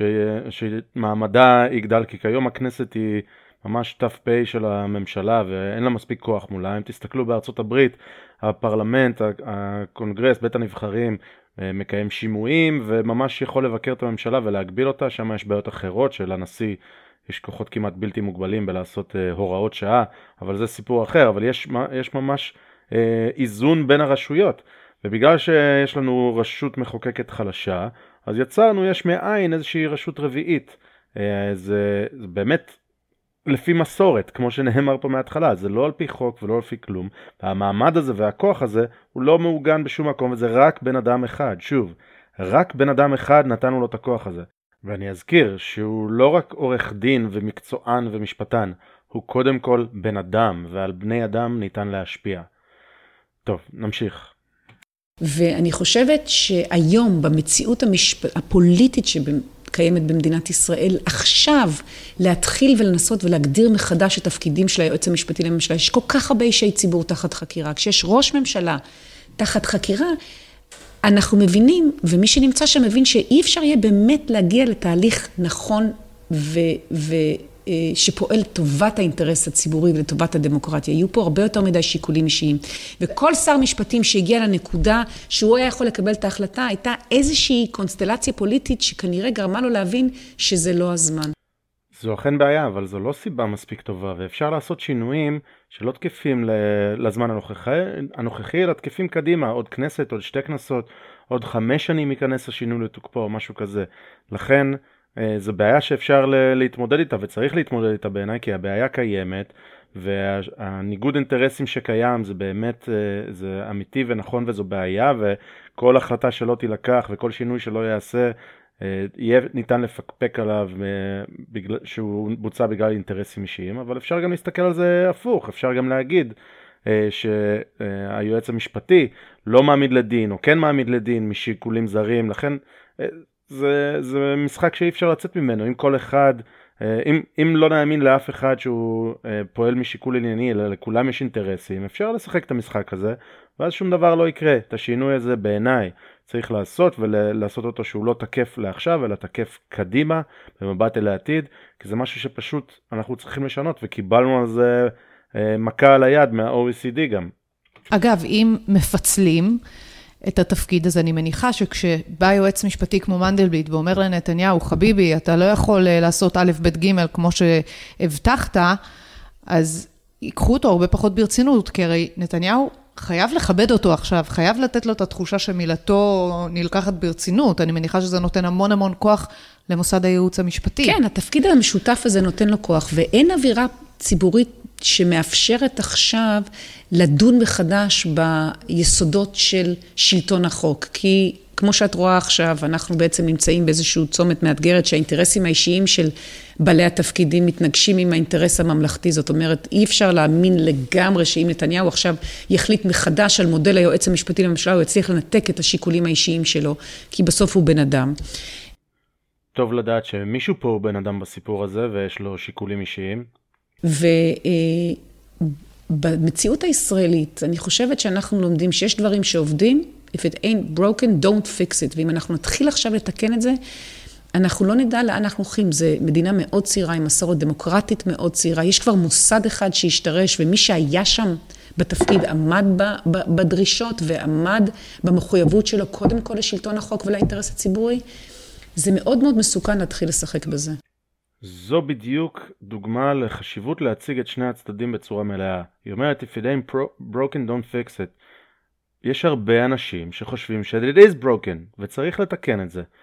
שמעמדה יגדל, כי כיום הכנסת היא ממש ת"פ של הממשלה, ואין לה מספיק כוח מולה. אם תסתכלו בארצות הברית, הפרלמנט, הקונגרס, בית הנבחרים, מקיים שימועים, וממש יכול לבקר את הממשלה ולהגביל אותה. שם יש בעיות אחרות של הנשיא, יש כוחות כמעט בלתי מוגבלים בלעשות הוראות שעה, אבל זה סיפור אחר. אבל יש ממש איזון בין הרשויות, ובגלל שיש לנו רשות מחוקקת חלשה, אז יצרנו יש מאין איזושהי רשות רביעית. זה באמת לפי מסורת, כמו שנאמר פה מההתחלה, זה לא על פי חוק ולא על פי כלום. המעמד הזה והכוח הזה הוא לא מעוגן בשום מקום, וזה רק בן אדם אחד. שוב, רק בן אדם אחד נתנו לו את הכוח הזה. ואני אזכיר שהוא לא רק עורך דין ומקצוען ומשפטן, הוא קודם כל בן אדם, ועל בני אדם ניתן להשפיע. טוב, נמשיך. ואני חושבת שהיום במציאות הפוליטית שקיימת במדינת ישראל, עכשיו להתחיל ולנסות ולהגדיר מחדש את תפקידים של היועץ המשפטי לממשלה, יש כל כך הרבה אישי ציבור תחת חקירה. כשיש ראש ממשלה תחת חקירה, אנחנו מבינים, ומי שנמצא שם מבין שאי אפשר יהיה באמת להגיע לתהליך נכון שפועל לטובת האינטרס הציבורי ולטובת הדמוקרטיה. יהיו פה הרבה יותר מדי שיקולים אישיים. וכל שר משפטים שהגיע לנקודה שהוא היה יכול לקבל את ההחלטה, הייתה איזושהי קונסטלציה פוליטית שכנראה גרמה לו להבין שזה לא הזמן. זו אכן בעיה, אבל זו לא סיבה מספיק טובה, ואפשר לעשות שינויים שלא תקפים לזמן הנוכחי, אלא תקפים קדימה, עוד כנסת, עוד 2 כנסות, עוד 5 שנים ייכנס השינוי לתוקפו, או משהו כזה. לכן, זו בעיה שאפשר להתמודד איתה, וצריך להתמודד איתה בעיניי, כי הבעיה קיימת, והניגוד אינטרסים שקיים, זה באמת, זה אמיתי ונכון, וזו בעיה, וכל החלטה שלא תילקח, וכל שינוי שלא יעשה, יהיה ניתן לפקפק עליו שהוא בוצע בגלל אינטרסים אישיים, אבל אפשר גם להסתכל על זה הפוך, אפשר גם להגיד שהיועץ המשפטי לא מעמיד לדין, או כן מעמיד לדין משיקולים זרים, לכן זה משחק שאי אפשר לצאת ממנו, אם כל אחד, אם לא נאמין לאף אחד שהוא פועל משיקול ענייני, אלא לכולם יש אינטרסים, אפשר לשחק את המשחק הזה, ואז שום דבר לא יקרה. את השינוי הזה בעיניי צריך לעשות, ולעשות אותו שהוא לא תקף לעכשיו, אלא תקף קדימה, במבט אל העתיד, כי זה משהו שפשוט אנחנו צריכים לשנות, וקיבלנו על זה מכה על היד מה-OECD גם. אגב, אם מפצלים את התפקיד הזה, אני מניחה שכשבא יועץ משפטי כמו מנדלבליט ואומר לנתניהו, חביבי, אתה לא יכול לעשות א' ב' ג' כמו שהבטחת, אז ייקחו אותו הרבה פחות ברצינות, כי הרי נתניהו חייב לכבד אותו עכשיו, חייב לתת לו את התחושה שמילתו נלקחת ברצינות. אני מניחה שזה נותן המון המון כוח למוסד הייעוץ המשפטי. כן, התפקיד המשותף הזה נותן לו כוח, ואין אווירה ציבורית שמאפשרת עכשיו לדון מחדש ביסודות של שלטון החוק. כי כמו שאת רואה עכשיו, אנחנו בעצם נמצאים באיזשהו צומת מאתגרת, שהאינטרסים האישיים של בעלי התפקידים מתנגשים עם האינטרס הממלכתי. זאת אומרת, אי אפשר להאמין לגמרי שאם נתניהו עכשיו יחליט מחדש על מודל היועץ המשפטי לממשלה, הוא יצליח לנתק את השיקולים האישיים שלו, כי בסוף הוא בן אדם. טוב לדעת שמישהו פה הוא בן אדם בסיפור הזה, ויש לו שיקולים אישיים. ובמציאות הישראלית, אני חושבת שאנחנו לומדים שיש דברים שעובדים, if it ain't broken, don't fix it. ואם אנחנו נתחיל עכשיו לתקן את זה, אנחנו לא נדע לאן אנחנו הולכים. זו מדינה מאוד צעירה, עם מסורת דמוקרטית מאוד צעירה. יש כבר מוסד אחד שהשתרש, ומי שהיה שם בתפקיד עמד בדרישות, ועמד במחויבות שלו, קודם כל לשלטון החוק ולאינטרס הציבורי. זה מאוד מאוד מסוכן להתחיל לשחק בזה. זו בדיוק דוגמה לחשיבות להציג את שני הצדדים בצורה מלאה. היא אומרת, if it ain't broken, don't fix it. יש הרבה אנשים שחושבים ש-it is broken, וצריך לתקן את זה.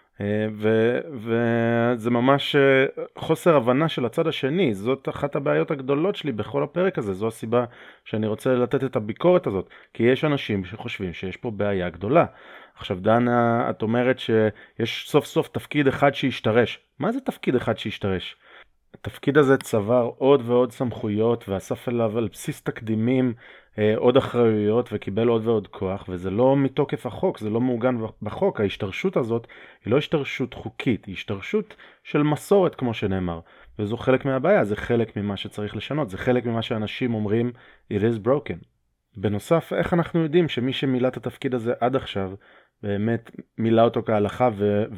וזה ממש חוסר הבנה של הצד השני. זאת אחת הבעיות הגדולות שלי בכל הפרק הזה. זו הסיבה שאני רוצה לתת את הביקורת הזאת. כי יש אנשים שחושבים שיש פה בעיה גדולה. עכשיו דנה, את אומרת שיש סוף סוף תפקיד אחד שישתרש. מה זה תפקיד אחד שישתרש? התפקיד הזה צבר עוד ועוד סמכויות, ואסף אליו על בסיס תקדימים עוד אחריויות, וקיבל עוד ועוד כוח, וזה לא מתוקף החוק, זה לא מעוגן בחוק. ההשתרשות הזאת היא לא השתרשות חוקית, היא השתרשות של מסורת כמו שנאמר, וזו חלק מהבעיה, זה חלק ממה שצריך לשנות, זה חלק ממה שאנשים אומרים, it is broken. בנוסף, איך אנחנו יודעים שמי שמילא את התפקיד הזה עד עכשיו, באמת מילא אותו כהלכה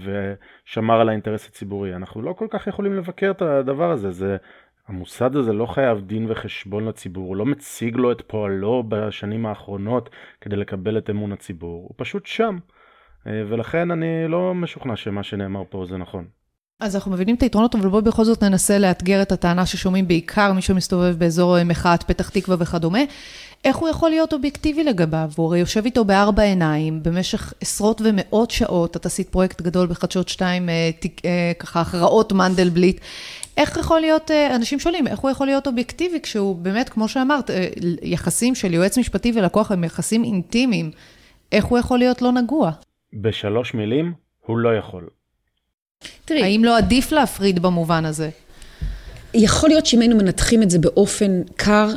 ושמר על האינטרס הציבורי? אנחנו לא כל כך יכולים לבקר את הדבר הזה. המוסד הזה לא חייב דין וחשבון לציבור, הוא לא מציג לו את פועלו בשנים האחרונות כדי לקבל את אמון הציבור, הוא פשוט שם, ולכן אני לא משוכנע שמה שנאמר פה זה נכון. אז אנחנו מבינים את היתרונות, אבל בואו בכל זאת ננסה לאתגר את הטענה ששומעים בעיקר מי שמסתובב באזור מחאת פתח תקווה וכדומה. איך הוא יכול להיות אובייקטיבי לגביו? הוא הרי יושב איתו בארבע עיניים, במשך עשרות ומאות שעות, אתה עשית פרויקט גדול בחדשות 2, ככה הכרעות מנדלבליט. איך יכול להיות, אנשים שואלים, איך הוא יכול להיות אובייקטיבי כשהוא באמת, כמו שאמרת, יחסים של יועץ משפטי ולקוח הם יחסים אינטימיים, איך הוא יכול להיות לא נגוע? בשלוש מילים, הוא לא יכול. תראי, האם לא עדיף להפריד במובן הזה? יכול להיות שאם היינו מנתחים את זה באופן קר,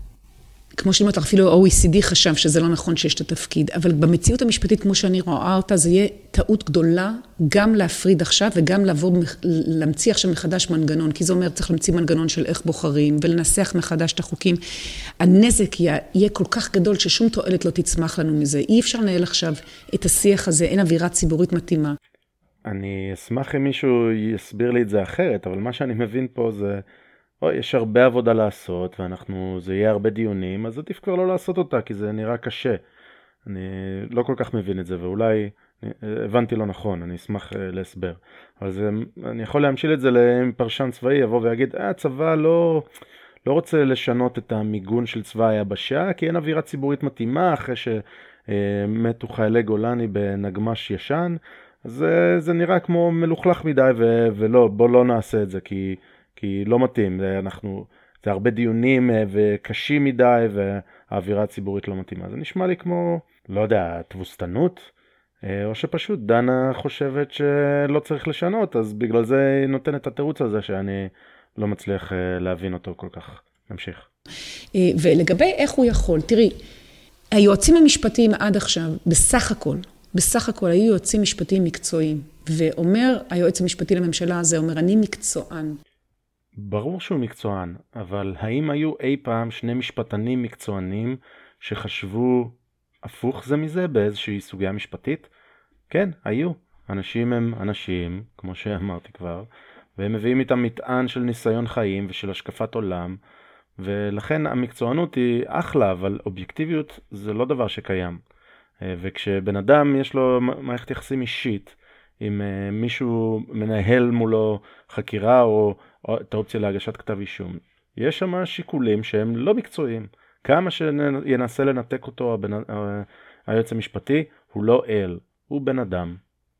כמו שאומרת לך, אפילו ה-OECD חשב שזה לא נכון שיש את התפקיד, אבל במציאות המשפטית, כמו שאני רואה אותה, זה יהיה טעות גדולה גם להפריד עכשיו, וגם להמציא עכשיו מחדש מנגנון, כי זה אומר, צריך להמציא מנגנון של איך בוחרים, ולנסח מחדש את החוקים. הנזק יהיה כל כך גדול, ששום תועלת לא תצמח לנו מזה. אי אפשר לנהל עכשיו את השיח הזה, אין אווירה ציבורית מתאימה. אני אשמח אם מישהו יסביר לי את זה אחרת, אבל מה שאני מבין פה זה, יש הרבה עבודה לעשות, זה יהיה הרבה דיונים, אז עדיף כבר לא לעשות אותה, כי זה נראה קשה. אני לא כל כך מבין את זה, ואולי הבנתי לא נכון, אני אשמח להסבר. אבל אני יכול להמשיל את זה לפרשן צבאי, יבוא ויגיד, הצבא לא רוצה לשנות את המיגון של צבא היבשה, כי אין אווירה ציבורית מתאימה, אחרי שמתו חיילי גולני בנגמש ישן, אז זה נראה כמו מלוכלך מדי, ולא, בוא לא נעשה את זה, כי לא מתאים, זה הרבה דיונים וקשים מדי, והאווירה הציבורית לא מתאימה. זה נשמע לי כמו, לא יודע, תבוסתנות, או שפשוט דנה חושבת שלא צריך לשנות, אז בגלל זה היא נותנת את התירוץ הזה שאני לא מצליח להבין אותו כל כך. נמשיך. ולגבי איך הוא יכול, תראי, היועצים המשפטיים עד עכשיו, בסך הכל היו יועצים משפטיים מקצועיים, ואומר היועץ המשפטי לממשלה הזה, אומר, אני מקצוען. ברור שהוא מקצוען, אבל האם היו אי פעם שני משפטנים מקצוענים שחשבו הפוך זה מזה באיזושהי סוגיה משפטית? כן, היו. אנשים הם אנשים, כמו שאמרתי כבר, והם מביאים איתם מטען של ניסיון חיים ושל השקפת עולם, ולכן המקצוענות היא אחלה, אבל אובייקטיביות זה לא דבר שקיים. וכשבן אדם יש לו מערכת יחסים אישית, אם מישהו מנהל מולו חקירה או את האופציה להגשת כתב אישום, יש שם שיקולים שהם לא מקצועיים. כמה שינסה לנתק אותו היועץ המשפטי, הוא לא אל, הוא בן אדם.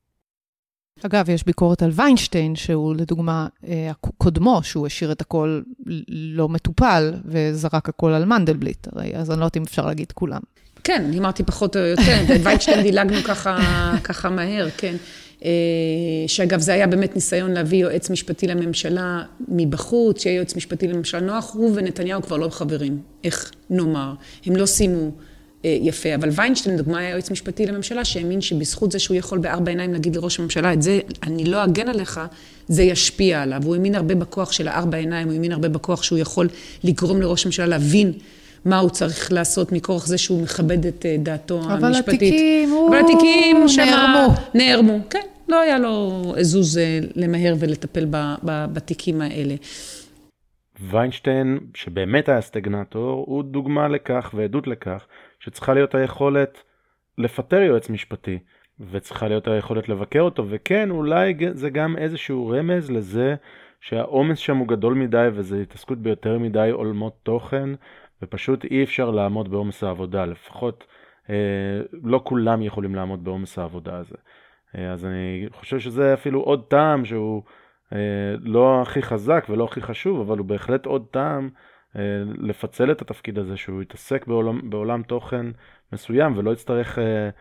אגב, יש ביקורת על ויינשטיין, שהוא לדוגמה קודמו, שהוא השאיר את הכל לא מטופל, וזרק הכל על מנדלבליט, הרי, אז אני לא יודעת אם אפשר להגיד כולם. כן, אני אמרתי פחות או יותר, את ויינשטיין דילגנו ככה מהר, כן. שאגב, זה היה באמת ניסיון להביא יועץ משפטי לממשלה מבחוץ, שיהיה יועץ משפטי לממשלה נוח, הוא ונתניהו כבר לא חברים, איך נאמר, הם לא שימו יפה, אבל ויינשטיין, דוגמה, היה יועץ משפטי לממשלה, שהאמין שבזכות זה שהוא יכול בארבע עיניים להגיד לראש הממשלה, את זה אני לא אגן עליך, זה ישפיע עליו, הוא האמין הרבה בכוח של הארבע עיניים, הוא האמין הרבה בכוח שהוא יכול לגרום לראש הממשלה להבין מה הוא צריך לעשות מכורח זה שהוא מכבד את דעתו המשפטית. אבל התיקים נערמו. כן, לא היה לו עזוז למהר ולטפל בתיקים האלה. ויינשטיין, שבאמת היה סטגנטור, הוא דוגמה לכך ועדות לכך, שצריכה להיות היכולת לפטר יועץ משפטי, וצריכה להיות היכולת לבקר אותו, וכן, אולי זה גם איזשהו רמז לזה שהעומס שם הוא גדול מדי, וזה התעסקות ביותר מדי עולמות תוכן, ופשוט אי אפשר לעמוד בעומס העבודה, לפחות לא כולם יכולים לעמוד בעומס העבודה הזה. אז אני חושב שזה אפילו עוד טעם שהוא לא הכי חזק ולא הכי חשוב, אבל הוא בהחלט עוד טעם לפצל את התפקיד הזה, שהוא יתעסק בעולם תוכן מסוים, ולא יצטרך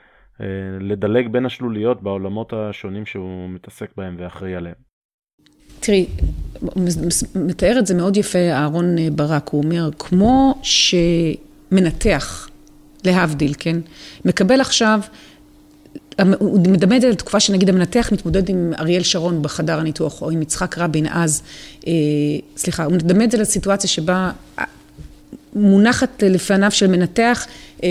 לדלג בין השלוליות בעולמות השונים שהוא מתעסק בהם ואחראי עליהם. תראי, מתאר את זה מאוד יפה אהרון ברק, הוא אומר, כמו שמנתח להבדיל, כן? מקבל עכשיו, הוא מדמה את זה לתקופה שנגיד המנתח מתמודד עם אריאל שרון בחדר הניתוח, או עם יצחק רבין אז, הוא מדמה את זה לסיטואציה שבה מונחת לפניו של מנתח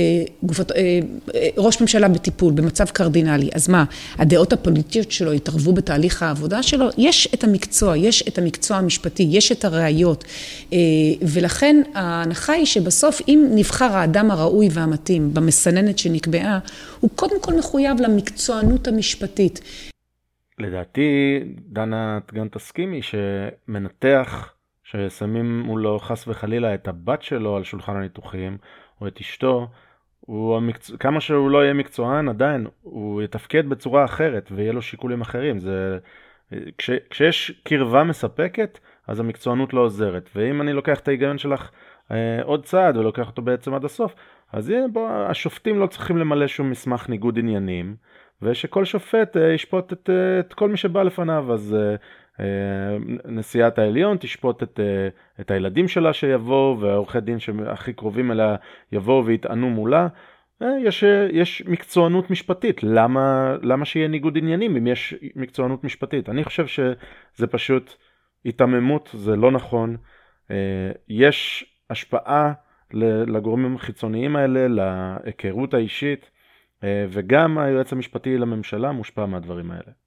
ראש ממשלה בטיפול, במצב קרדינלי. אז מה, הדעות הפוליטיות שלו יתערבו בתהליך העבודה שלו? יש את המקצוע, יש את המקצוע המשפטי, יש את הראיות, ולכן ההנחה היא שבסוף אם נבחר האדם הראוי והמתאים במסננת שנקבעה, הוא קודם כל מחויב למקצוענות המשפטית. לדעתי, דנה גם תסכימי שמנתח ששמים מולו חס וחלילה את הבת שלו על שולחן הניתוחים, או את אשתו, כמה שהוא לא יהיה מקצוען, עדיין הוא יתפקד בצורה אחרת, ויהיה לו שיקולים אחרים. כשיש קרבה מספקת, אז המקצוענות לא עוזרת. ואם אני לוקח את ההיגיון שלך עוד צעד, ולוקח אותו בעצם עד הסוף, אז השופטים לא צריכים למלא שום מסמך ניגוד עניינים, ושכל שופט ישפוט את כל מי שבא לפניו, אז נשיאת העליון תשפוט את הילדים שלה שיבואו, והעורכי דין שהכי קרובים אליה יבואו ויטענו מולה. יש מקצוענות משפטית, למה שיהיה ניגוד עניינים אם יש מקצוענות משפטית? אני חושב שזה פשוט התעממות, זה לא נכון. יש השפעה לגורמים החיצוניים האלה, להיכרות האישית, וגם היועץ המשפטי לממשלה מושפע מהדברים האלה.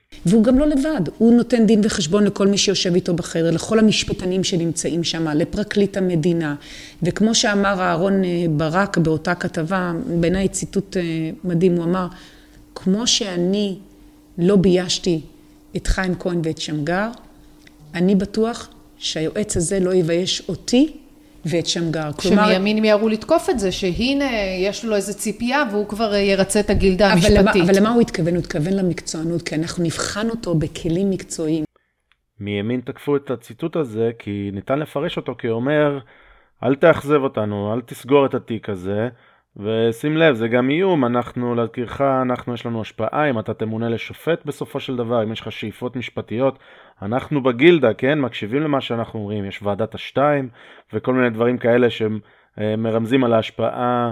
והוא גם לא לבד, הוא נותן דין וחשבון לכל מי שיושב איתו בחדר, לכל המשפטנים שנמצאים שם, לפרקליט המדינה. וכמו שאמר אהרון ברק באותה כתבה, בעיניי ציטוט מדהים, הוא אמר, כמו שאני לא ביישתי את חיים כהן ואת שמגר, אני בטוח שהיועץ הזה לא יבייש אותי ואת שמגר. שמימין מיהרו לתקוף את זה, שהנה יש לו איזו ציפייה והוא כבר ירצה את הגילדה המשפטית. אבל למה הוא התכוון? הוא התכוון למקצוענות, כי אנחנו נבחן אותו בכלים מקצועיים. מימין תקפו את הציטוט הזה, כי ניתן לפרש אותו כאומר, אל תאכזב אותנו, אל תסגור את התיק הזה, ושים לב, זה גם איום, להזכירך, יש לנו השפעה, אם אתה תמונה לשופט בסופו של דבר, אם יש לך שאיפות משפטיות, אנחנו בגילדה, כן, מקשיבים למה שאנחנו אומרים, יש ועדת השתיים, וכל מיני דברים כאלה שמרמזים על ההשפעה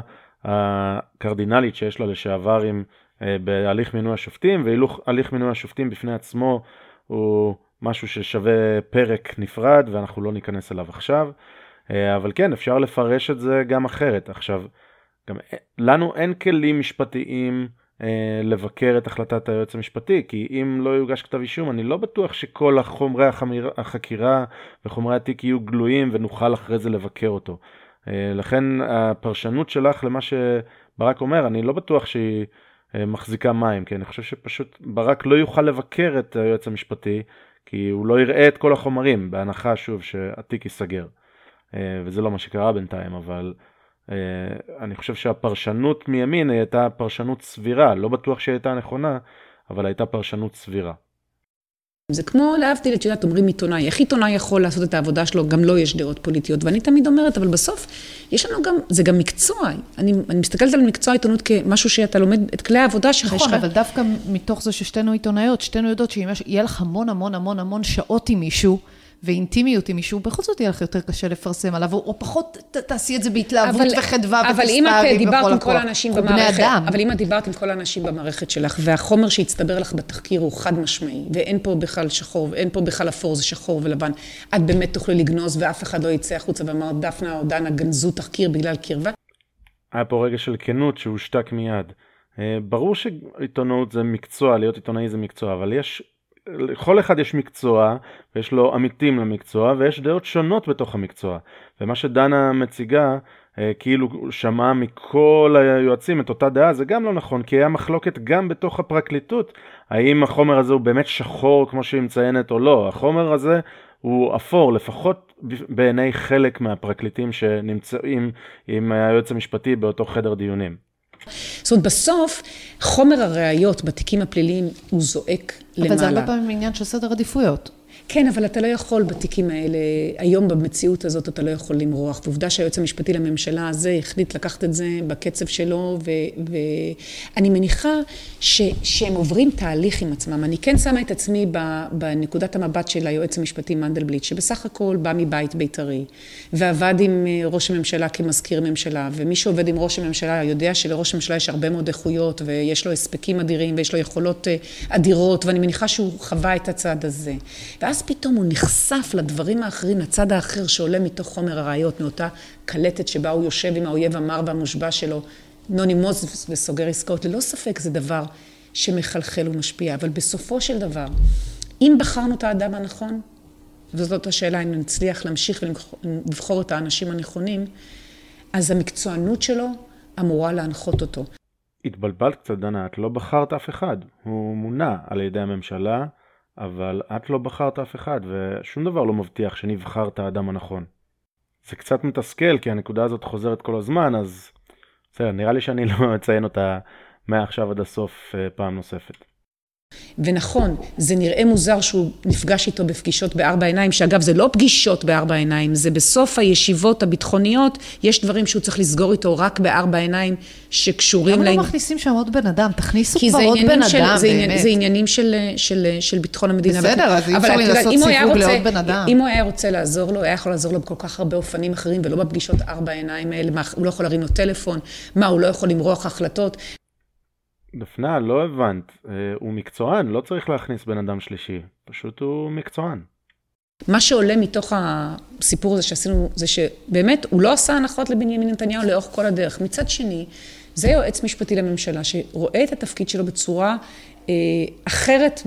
הקרדינלית שיש לה לשעברים בהליך מינוי השופטים, ואילו הליך מינוי השופטים בפני עצמו הוא משהו ששווה פרק נפרד, ואנחנו לא ניכנס אליו עכשיו, אבל כן, אפשר לפרש את זה גם אחרת. עכשיו, גם לנו אין כלים משפטיים לבקר את החלטת היועץ המשפטי, כי אם לא יוגש כתב אישום, אני לא בטוח שכל חומרי החקירה וחומרי התיק יהיו גלויים ונוכל אחרי זה לבקר אותו. לכן הפרשנות שלך למה שברק אומר, אני לא בטוח שהיא מחזיקה מים, כי אני חושב שפשוט ברק לא יוכל לבקר את היועץ המשפטי, כי הוא לא יראה את כל החומרים, בהנחה שוב שהתיק ייסגר. וזה לא מה שקרה בינתיים, אבל אני חושב שהפרשנות מימין הייתה פרשנות סבירה, לא בטוח שהיא הייתה נכונה, אבל הייתה פרשנות סבירה. זה כמו להבדיל, את יודעת, אומרים עיתונאי, איך עיתונאי יכול לעשות את העבודה שלו, גם לא יש דעות פוליטיות, ואני תמיד אומרת, אבל בסוף יש לנו גם, זה גם מקצוע, אני מסתכלת על מקצוע העיתונות כמשהו שאתה לומד את כלי העבודה שלך. נכון, אבל דווקא מתוך זה ששתינו עיתונאיות, שתינו יודעות שיהיה לך המון שעות עם מישהו, ואינטימיות עם מישהו, בכל זאת יהיה לך יותר קשה לפרסם עליו, או פחות תעשי את זה בהתלהבות וחדווה ותסתערי בכל הכוח. אבל אם את דיברת עם כל האנשים במערכת שלך, והחומר שהצטבר לך בתחקיר הוא חד משמעי, ואין פה בכלל שחור, ואין פה בכלל אפור, זה שחור ולבן, את באמת תוכלי לגנוז, ואף אחד לא יצא החוצה ואמר, דפנה או דנה גנזו תחקיר בגלל קרבה. היה פה רגע של כנות שהושתק מיד. ברור שעיתונות זה מקצוע, להיות עיתונאי זה מקצוע, אבל לכל אחד יש מקצוע, ויש לו עמיתים למקצוע, ויש דעות שונות בתוך המקצוע. ומה שדנה מציגה, כאילו שמעה מכל היועצים את אותה דעה, זה גם לא נכון, כי היה מחלוקת גם בתוך הפרקליטות, האם החומר הזה הוא באמת שחור כמו שהיא מציינת או לא. החומר הזה הוא אפור, לפחות בעיני חלק מהפרקליטים שנמצאים עם היועץ המשפטי באותו חדר דיונים. זאת אומרת, בסוף, חומר הראיות בתיקים הפליליים הוא זועק למעלה. אבל זה הרבה פעמים עניין של סדר עדיפויות. כן, אבל אתה לא יכול בתיקים האלה, היום במציאות הזאת אתה לא יכול למרוח. ועובדה שהיועץ המשפטי לממשלה הזה החליט לקחת את זה בקצב שלו, ואני מניחה שהם עוברים תהליך עם עצמם. אני כן שמה את עצמי בנקודת המבט של היועץ המשפטי מנדלבליט, שבסך הכל בא מבית בית"רי, ועבד עם ראש הממשלה כמזכיר ממשלה, ומי שעובד עם ראש הממשלה יודע שלראש הממשלה יש הרבה מאוד איכויות, ויש לו הספקים אדירים, ויש לו יכולות אדירות, ואני מניחה שהוא חווה את הצד הזה. ואז פתאום הוא נחשף לדברים האחרים, לצד האחר שעולה מתוך חומר הראיות, מאותה קלטת שבה הוא יושב עם האויב המר והמושבע שלו, נונימוס וסוגר עסקאות. ללא ספק זה דבר שמחלחל ומשפיע, אבל בסופו של דבר, אם בחרנו את האדם הנכון, וזאת השאלה אם נצליח להמשיך ולבחור את האנשים הנכונים, אז המקצוענות שלו אמורה להנחות אותו. התבלבלת קצת, דנה, את לא בחרת אף אחד. הוא מונה על ידי הממשלה, אבל את לא בחרת אף אחד, ושום דבר לא מבטיח שנבחר את האדם הנכון. זה קצת מתסכל, כי הנקודה הזאת חוזרת כל הזמן, אז בסדר, נראה לי שאני לא אציין אותה מעכשיו עד הסוף פעם נוספת. ונכון, זה נראה מוזר שהוא נפגש איתו בפגישות בארבע עיניים, שאגב זה לא פגישות בארבע עיניים, זה בסוף הישיבות הביטחוניות, יש דברים שהוא צריך לסגור איתו רק בארבע עיניים שקשורים... למה לא מכניסים שם עוד בן אדם? תכניסו כבר עוד בן אדם, באמת. זה עניינים של ביטחון המדינה. בסדר, אז אי אפשר לי לעשות סיווג לעוד בן אדם. אם הוא היה רוצה לעזור לו, היה יכול לעזור לו בכל כך הרבה אופנים אחרים, ולא בפגישות ארבע עיניים האלה, הוא לא יכול להרים לו טלפון, הוא לא יכול למרוח החלטות. דפנה, לא הבנת, הוא מקצוען, לא צריך להכניס בן אדם שלישי, פשוט הוא מקצוען. מה שעולה מתוך הסיפור הזה שעשינו, זה שבאמת הוא לא עשה הנחות לבנימין נתניהו לאורך כל הדרך. מצד שני, זה יועץ משפטי לממשלה שרואה את התפקיד שלו בצורה אחרת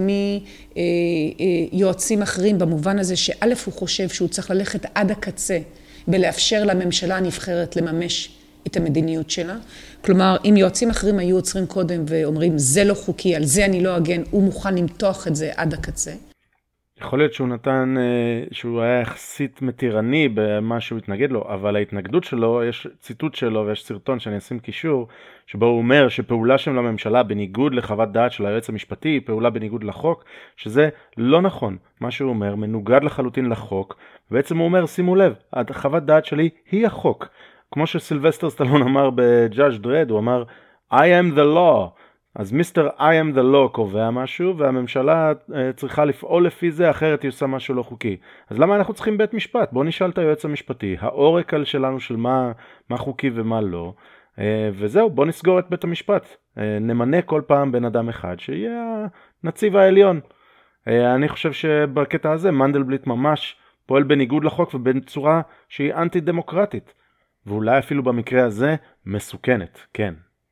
מיועצים אחרים, במובן הזה שא' הוא חושב שהוא צריך ללכת עד הקצה, ולאפשר לממשלה הנבחרת לממש את המדיניות שלה. כלומר, אם יועצים אחרים היו עוצרים קודם ואומרים, זה לא חוקי, על זה אני לא אגן, הוא מוכן למתוח את זה עד הקצה. יכול להיות שהוא היה יחסית מתירני במה שהוא התנגד לו, אבל ההתנגדות שלו, יש ציטוט שלו ויש סרטון שאני אשים קישור, שבו הוא אומר שפעולה שם לממשלה בניגוד לחוות דעת של היועץ המשפטי, היא פעולה בניגוד לחוק, שזה לא נכון. מה שהוא אומר מנוגד לחלוטין לחוק, ובעצם הוא אומר, שימו לב, החוות דעת שלי היא החוק. כמו שסילבסטר סטלון אמר ב-Judge Dredd, הוא אמר, I am the law. אז מיסטר I am the law קובע משהו, והממשלה צריכה לפעול לפי זה, אחרת היא עושה משהו לא חוקי. אז למה אנחנו צריכים בית משפט? בואו נשאל את היועץ המשפטי, האורקל שלנו של מה חוקי ומה לא, וזהו, בואו נסגור את בית המשפט. נמנה כל פעם בן אדם אחד, שיהיה הנציב העליון. אני חושב שבקטע הזה, מנדלבליט ממש פועל בניגוד לחוק, ובצורה שהיא אנטי דמוקרטית. ואולי אפילו במקרה הזה, מסוכנת, כן.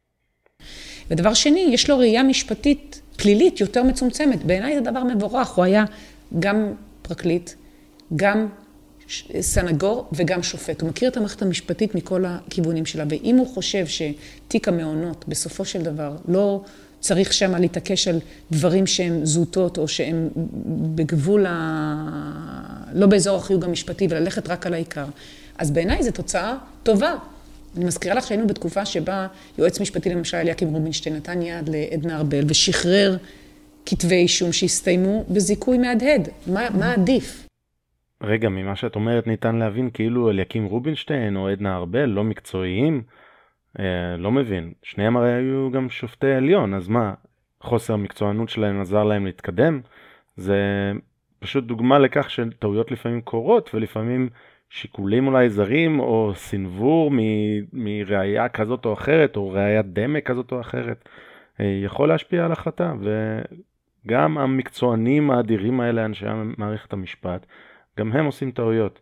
ודבר שני, יש לו ראייה משפטית פלילית יותר מצומצמת. בעיניי זה דבר מבורך. הוא היה גם פרקליט, גם סנגור וגם שופט. הוא מכיר את המערכת המשפטית מכל הכיוונים שלה. ואם הוא חושב שתיק המעונות בסופו של דבר לא צריך שם להתעקש על דברים שהם זוטות או שהם בגבול לא באזור החיוג המשפטי וללכת רק על העיקר. אז בעיניי זו תוצאה טובה. אני מזכירה לך שהיינו בתקופה שבה יועץ משפטי למשל אליקים רובינשטיין נתן יד לעדנה ארבל ושחרר כתבי אישום שהסתיימו בזיכוי מהדהד. מה עדיף? רגע, ממה שאת אומרת ניתן להבין כאילו אליקים רובינשטיין או עדנה ארבל לא מקצועיים? לא מבין. שניהם הרי היו גם שופטי עליון, אז מה? חוסר המקצוענות שלהם עזר להם להתקדם? זה פשוט דוגמה לכך שטעויות לפעמים קורות ולפעמים שיקולים אולי זרים או סנבור מראייה כזאת או אחרת או ראיית דמה כזאת או אחרת יכול להשפיע על החלטה, וגם המקצוענים האדירים האלה, אנשי מערכת המשפט, גם הם עושים טעויות.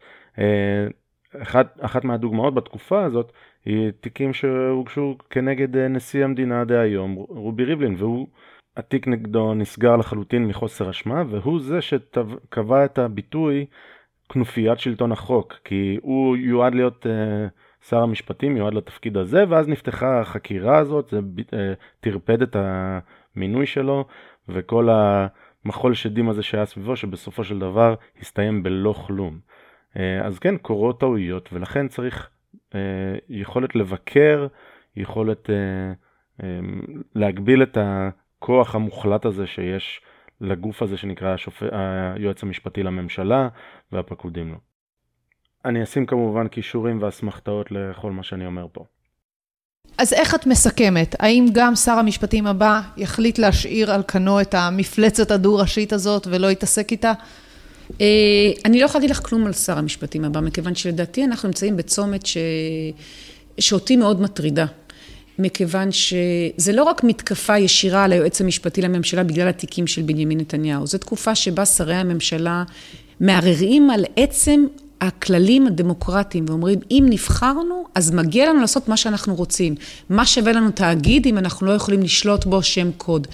אחת מהדוגמאות בתקופה הזאת היא תיקים שהוגשו כנגד נשיא המדינה דהיום, רובי ריבלין, התיק נגדו נסגר לחלוטין מחוסר אשמה, והוא זה שקבע את הביטוי כנופיית שלטון החוק, כי הוא יועד להיות שר המשפטים, יועד לתפקיד הזה, ואז נפתחה החקירה הזאת, זה תרפד את המינוי שלו, וכל המחול שדים הזה שהיה סביבו, שבסופו של דבר הסתיים בלא כלום. אז כן, קורות טעויות, ולכן צריך יכולת לבקר, יכולת להגביל את הכוח המוחלט הזה שיש לגוף הזה שנקרא היועץ המשפטי לממשלה והפקודים לו. אני אשים כמובן קישורים והסמכתאות לכל מה שאני אומר פה. אז איך את מסכמת? האם גם שר המשפטים הבא יחליט להשאיר על כנו את המפלצת הדו-ראשית הזאת ולא יתעסק איתה? אני לא יכולה להגיד לך כלום על שר המשפטים הבא, מכיוון שלדעתי אנחנו נמצאים בצומת שאותי מאוד מטרידה. מכיוון שזה לא רק מתקפה ישירה על היועץ המשפטי לממשלה בגלל התיקים של בנימין נתניהו. זו תקופה שבה שרי הממשלה מערערים על עצם הכללים הדמוקרטיים ואומרים, אם נבחרנו, אז מגיע לנו לעשות מה שאנחנו רוצים. מה שווה לנו תאגיד אם אנחנו לא יכולים לשלוט בו שם קוד.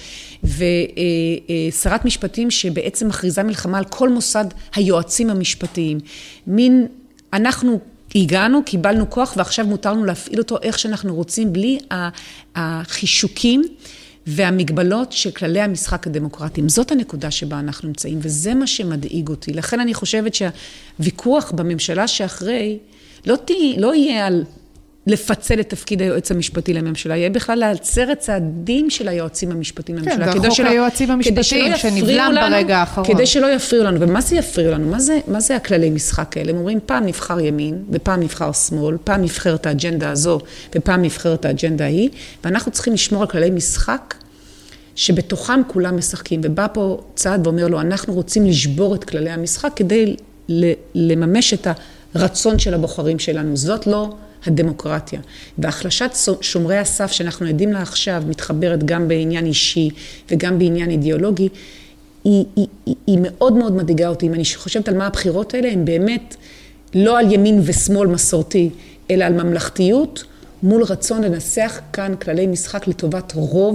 ושרת משפטים שבעצם מכריזה מלחמה על כל מוסד היועצים המשפטיים. אנחנו הגענו, קיבלנו כוח ועכשיו מותרנו להפעיל אותו איך שאנחנו רוצים, בלי החישוקים והמגבלות של כללי המשחק הדמוקרטיים. זאת הנקודה שבה אנחנו נמצאים, וזה מה שמדאיג אותי. לכן אני חושבת שהוויכוח בממשלה שאחרי לא יהיה על לפצל את תפקיד היועץ המשפטי לממשלה, יהיה בכלל להצר את צעדים של היועצים המשפטיים לממשלה. כן, והחוק היועצים המשפטיים שנבלם ברגע האחרון. כדי שלא יפריעו לנו. ומה זה יפריעו לנו? מה זה הכללי משחק האלה? הם אומרים, פעם נבחר ימין, ופעם נבחר שמאל, פעם נבחר את האג'נדה הזו, ופעם נבחר את האג'נדה ההיא, ואנחנו צריכים לשמור על כללי משחק, שבתוכם כולם משחקים. ובא פה צעד ואומר לו, אנחנו רוצים לשבור את כללי המשחק, כדי לממש את הרצון של הבוחרים שלנו. זאת לא הדמוקרטיה. והחלשת שומרי הסף שאנחנו עדים לה עכשיו, מתחברת גם בעניין אישי וגם בעניין אידיאולוגי, היא מאוד מאוד מדאיגה אותי. אם אני חושבת על מה הבחירות האלה, הן באמת לא על ימין ושמאל מסורתי, אלא על ממלכתיות, מול רצון לנסח כאן כללי משחק לטובת רוב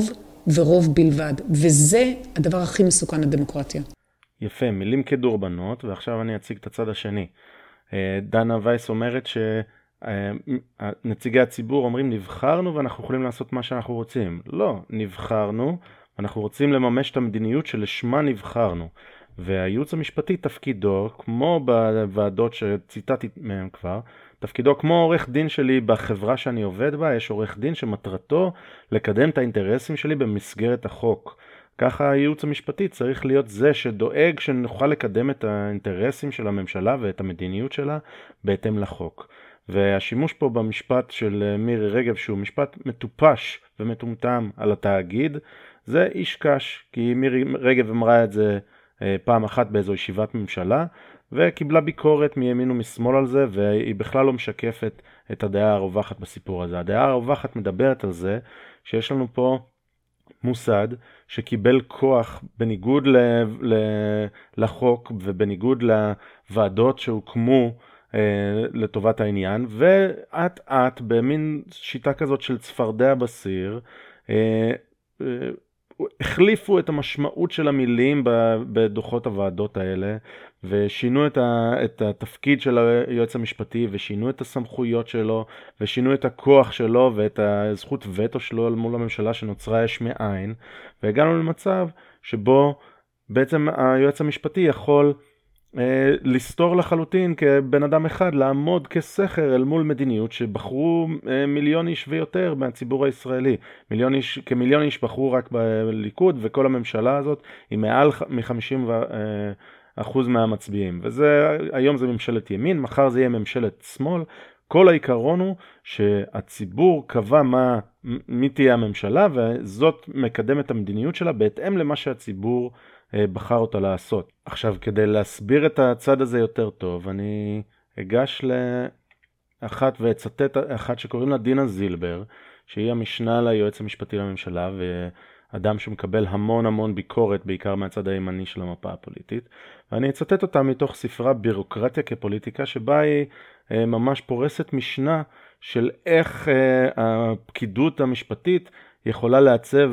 ורוב בלבד. וזה הדבר הכי מסוכן לדמוקרטיה. יפה, מילים כדורבנות, ועכשיו אני אציג את הצד השני. דנה וייס אומרת שנציגי הציבור אומרים נבחרנו ואנחנו יכולים לעשות מה שאנחנו רוצים. לא, נבחרנו, אנחנו רוצים לממש את המדיניות שלשמה נבחרנו. והייעוץ המשפטי תפקידו, כמו בוועדות שציטטתי מהם כבר, תפקידו כמו עורך דין שלי בחברה שאני עובד בה, יש עורך דין שמטרתו לקדם את האינטרסים שלי במסגרת החוק. ככה הייעוץ המשפטי צריך להיות זה שדואג שנוכל לקדם את האינטרסים של הממשלה ואת המדיניות שלה בהתאם לחוק. והשימוש פה במשפט של מירי רגב, שהוא משפט מטופש ומטומטם על התאגיד, זה איש קש, כי מירי רגב אמרה את זה פעם אחת באיזו ישיבת ממשלה, וקיבלה ביקורת מימין ומשמאל על זה, והיא בכלל לא משקפת את הדעה הרווחת בסיפור הזה. הדעה הרווחת מדברת על זה שיש לנו פה מוסד שקיבל כוח בניגוד לחוק ובניגוד לוועדות שהוקמו לטובת העניין, ועט עט במין שיטה כזאת של צפרדע בסיר, החליפו את המשמעות של המילים בדוחות הוועדות האלה, ושינו את התפקיד של היועץ המשפטי, ושינו את הסמכויות שלו, ושינו את הכוח שלו, ואת הזכות וטו שלו מול הממשלה שנוצרה יש מאין, והגענו למצב שבו בעצם היועץ המשפטי יכול לסתור לחלוטין כבן אדם אחד, לעמוד כסכר אל מול מדיניות שבחרו מיליון איש ויותר מהציבור הישראלי. כמיליון איש בחרו רק בליכוד, וכל הממשלה הזאת היא מעל מ-50% מהמצביעים. היום זה ממשלת ימין, מחר זה יהיה ממשלת שמאל. כל העיקרון הוא שהציבור קבע מי תהיה הממשלה, וזאת מקדמת המדיניות שלה בהתאם למה שהציבור בחר אותה לעשות. עכשיו, כדי להסביר את הצד הזה יותר טוב, אני אגש לאחת ואצטט אחת שקוראים לה דינה זילבר, שהיא המשנה ליועץ המשפטי לממשלה, ואדם שמקבל המון ביקורת, בעיקר מהצד הימני של המפה הפוליטית. ואני אצטט אותה מתוך ספרה בירוקרטיה כפוליטיקה, שבה היא ממש פורסת משנה של איך הפקידות המשפטית יכולה לעצב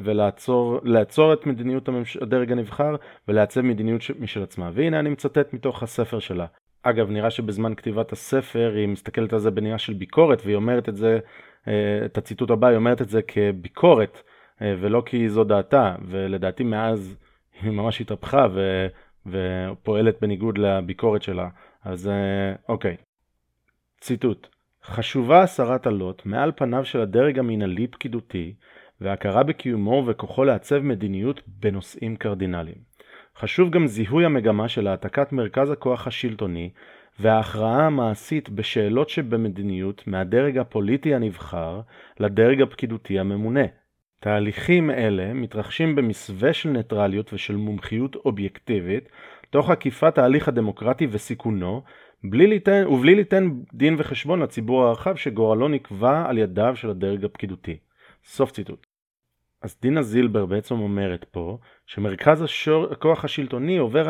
ולעצור את מדיניות הדרג הנבחר ולעצב מדיניות משל עצמה. והנה אני מצטט מתוך הספר שלה. אגב, נראה שבזמן כתיבת הספר היא מסתכלת על זה בנייה של ביקורת, והיא אומרת את זה, את הציטוט הבא, היא אומרת את זה כביקורת, ולא כי זו דעתה, ולדעתי מאז היא ממש התהפכה ופועלת בניגוד לביקורת שלה. אז אוקיי. ציטוט. חשובה הסרת עלות מעל פניו של הדרג המנהלי פקידותי, והכרה בקיומו וכוחו לעצב מדיניות בנושאים קרדינליים. חשוב גם זיהוי המגמה של העתקת מרכז הכוח השלטוני, וההכרעה המעשית בשאלות שבמדיניות מהדרג הפוליטי הנבחר לדרג הפקידותי הממונה. תהליכים אלה מתרחשים במסווה של ניטרליות ושל מומחיות אובייקטיבית, תוך עקיפת ההליך הדמוקרטי וסיכונו, ובלי ליתן דין וחשבון לציבור הרחב שגורלו נקבע על ידיו של הדרג הפקידותי. סוף ציטוט. אז דינה זילבר בעצם אומרת פה שמרכז הכוח השלטוני עובר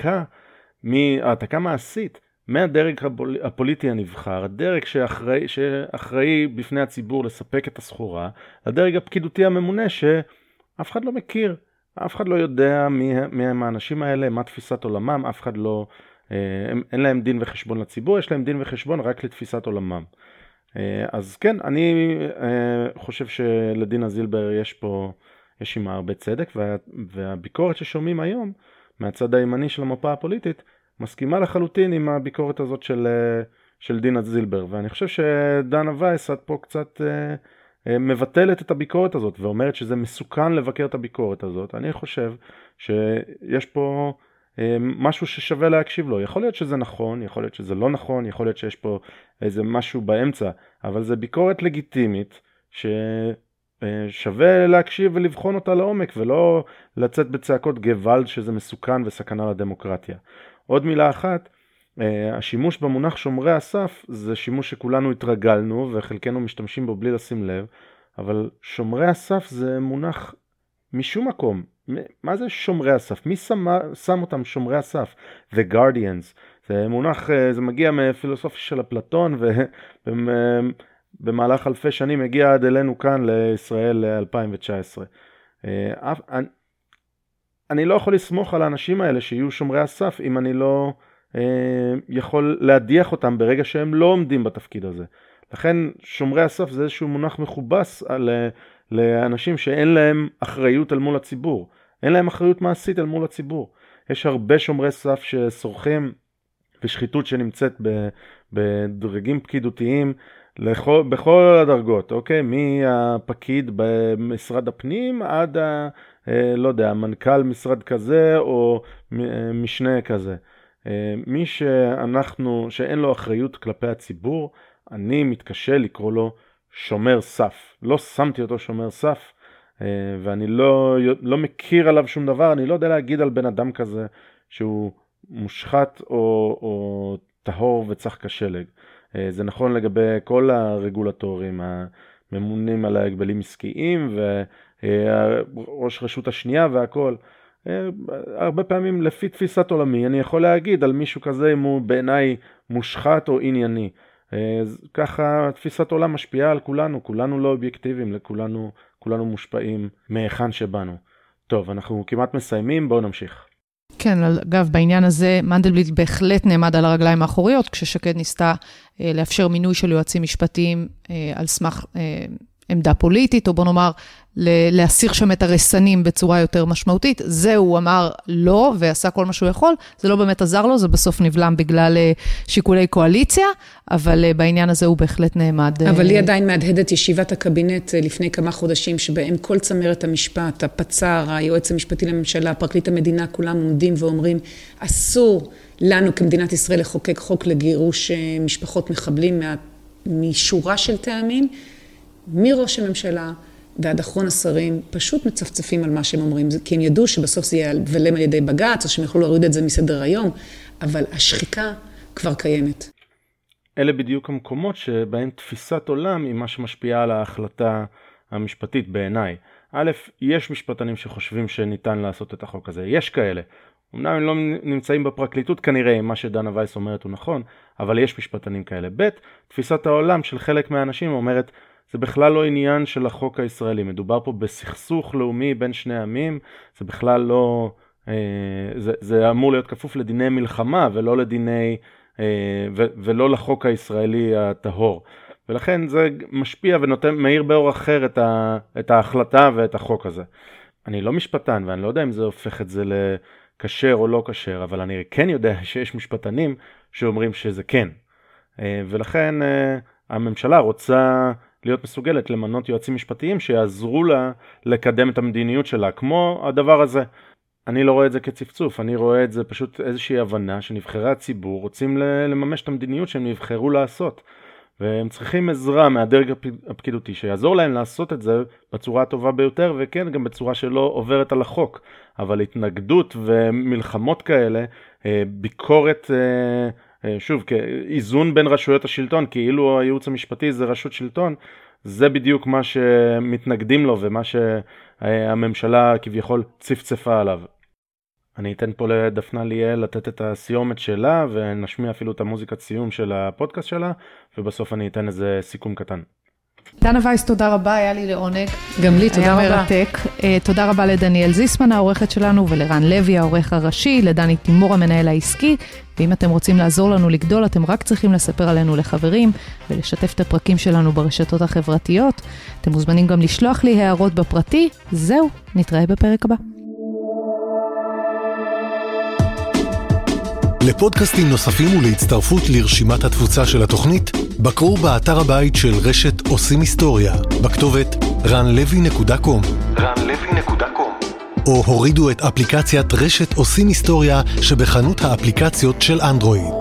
העתקה מעשית מהדרג הפוליטי הנבחר, הדרג שאחראי בפני הציבור לספק את הסחורה, לדרג הפקידותי הממונה שאף אחד לא מכיר, אף אחד לא יודע מי הם האנשים האלה, מה תפיסת עולמם, אף אחד לא, אין להם דין וחשבון לציבור, יש להם דין וחשבון רק לתפיסת עולמם. אז כן, אני חושב שלדינה זילבר יש עם הרבה צדק, והביקורת ששומעים היום מהצד הימני של המפה הפוליטית מסכימה לחלוטין עם הביקורת הזאת של דינה זילבר, ואני חושב שדנה וייס את פה קצת מבטלת את הביקורת הזאת ואומרת שזה מסוכן לבקר את הביקורת הזאת. אני חושב שיש פה משהו ששווה להקשיב לו. יכול להיות שזה נכון, יכול להיות שזה לא נכון, יכול להיות שיש פה איזה משהו באמצע, אבל זה ביקורת לגיטימית ששווה להקשיב ולבחון אותה לעומק, ולא לצאת בצעקות גוואלד שזה מסוכן וסכנה לדמוקרטיה. עוד מילה אחת, השימוש במונח שומרי הסף זה שימוש שכולנו התרגלנו וחלקנו משתמשים בו בלי לשים לב, אבל שומרי הסף זה מונח משום מקום. מה זה שומרי הסף? מי שם אותם שומרי הסף? The Guardians. זה מונח, זה מגיע מפילוסופיה של אפלטון, ובמהלך אלפי שנים הגיע עד אלינו כאן לישראל 2019. אני לא יכול לסמוך על האנשים האלה שיהיו שומרי הסף, אם אני לא יכול להדיח אותם ברגע שהם לא עומדים בתפקיד הזה. לכן שומרי הסף זה איזשהו מונח מכובס לאנשים שאין להם אחריות אל מול הציבור. אין להם אחריות מעשית אל מול הציבור. יש הרבה שומרי סף שסורחים בשחיתות שנמצאת בדרגים פקידותיים בכל הדרגות, אוקיי? מהפקיד במשרד הפנים עד לא יודע, מנכ"ל משרד כזה או משנה כזה. מי שאין לו אחריות כלפי הציבור, אני מתקשה לקרוא לו שומר סף. לא שמתי אותו שומר סף, ואני לא מכיר עליו שום דבר. אני לא יודע להגיד על בן אדם כזה שהוא מושחת או טהור וצח כשלג. זה נכון לגבי כל הרגולטורים הממונים על ההגבלים עסקיים וראש רשות השנייה והכל. הרבה פעמים לפי תפיסת עולמי אני יכול להגיד על מישהו כזה אם הוא בעיניי מושחת או ענייני. ככה תפיסת עולם משפיעה על כולנו לא אובייקטיביים, כולנו מושפעים מהיכן שבאנו. טוב, אנחנו כמעט מסיימים, בואו נמשיך. כן, אגב, בעניין הזה מנדלבליט בהחלט נעמד על הרגליים האחוריות, כששקד ניסתה לאפשר מינוי של יועצים משפטיים על סמך עמדה פוליטית, או בוא נאמר, להסיר שם את הרסנים בצורה יותר משמעותית. זה הוא אמר לא, ועשה כל מה שהוא יכול. זה לא באמת עזר לו, זה בסוף נבלם בגלל שיקולי קואליציה, אבל בעניין הזה הוא בהחלט נעמד. אבל היא עדיין מהדהדת ישיבת הקבינט לפני כמה חודשים, שבהם כל צמרת המשפט, הפצ"ר, היועץ המשפטי לממשלה, פרקליט המדינה, כולם עומדים ואומרים, אסור לנו כמדינת ישראל לחוקק חוק לגירוש משפחות מחבלים משורה של טעמים, מראש הממשלה ועד אחרון השרים פשוט מצפצפים על מה שהם אומרים, כי הם ידעו שבסוף זה יבלם על ידי בג"ץ, או שהם יכולו להוריד את זה מסדר היום, אבל השחיקה כבר קיימת. אלה בדיוק המקומות שבהם תפיסת עולם היא מה שמשפיעה על ההחלטה המשפטית בעיניי. א', יש משפטנים שחושבים שניתן לעשות את החוק הזה, יש כאלה. אמנם הם לא נמצאים בפרקליטות כנראה, מה שדנה וייס אומרת הוא נכון, אבל יש משפטנים כאלה. ב', תפיסת העולם של חלק מהאנשים אומרת, זה בכלל לא עניין של החוק הישראלי, מדובר פה בסכסוך לאומי בין שני עמים, זה בכלל לא, זה אמור להיות כפוף לדיני מלחמה ולא לדיני, ולא לחוק הישראלי הטהור. ולכן זה משפיע ונותן, מאיר באור אחר את ההחלטה ואת החוק הזה. אני לא משפטן ואני לא יודע אם זה הופך את זה לקשר או לא קשר, אבל אני כן יודע שיש משפטנים שאומרים שזה כן. ולכן הממשלה רוצה להיות מסוגלת למנות יועצים משפטיים שיעזרו לה לקדם את המדיניות שלה, כמו הדבר הזה. אני לא רואה את זה כצפצוף, אני רואה את זה פשוט איזושהי הבנה שנבחרי הציבור רוצים לממש את המדיניות שהם נבחרו לעשות. והם צריכים עזרה מהדרג הפקידותי שיעזור להם לעשות את זה בצורה הטובה ביותר, וכן גם בצורה שלא עוברת על החוק. אבל התנגדות ומלחמות כאלה, ביקורת, שוב, כאיזון בין רשויות השלטון, כאילו הייעוץ המשפטי זה רשות שלטון, זה בדיוק מה שמתנגדים לו ומה שהממשלה כביכול צפצפה עליו. אני אתן פה לדפנה ליאל לתת את הסיומת שלה, ונשמיע אפילו את המוזיקת סיום של הפודקאסט שלה, ובסוף אני אתן איזה סיכום קטן. דנה וייס, תודה רבה, היה לי לעונג. גם לי, תודה רבה. היה מרתק. תודה רבה לדניאל זיסמן, העורכת שלנו, ולרן לוי, העורך הראשי, לדני תימור, המנהל העסקי. ואם אתם רוצים לעזור לנו לגדול, אתם רק צריכים לספר עלינו לחברים, ולשתף את הפרקים שלנו ברשתות החברתיות. אתם מוזמנים גם לשלוח לי הערות בפרטי. זהו, נתראה בפרק הבא. לפודקאסטים נוספים ולהצטרפות לרשימת התפוצה של התוכנית, בקרו באתר הבית של רשת עושים היסטוריה, בכתובת ranlevy.com או הורידו את אפליקציית רשת עושים היסטוריה שבחנות האפליקציות של אנדרואיד.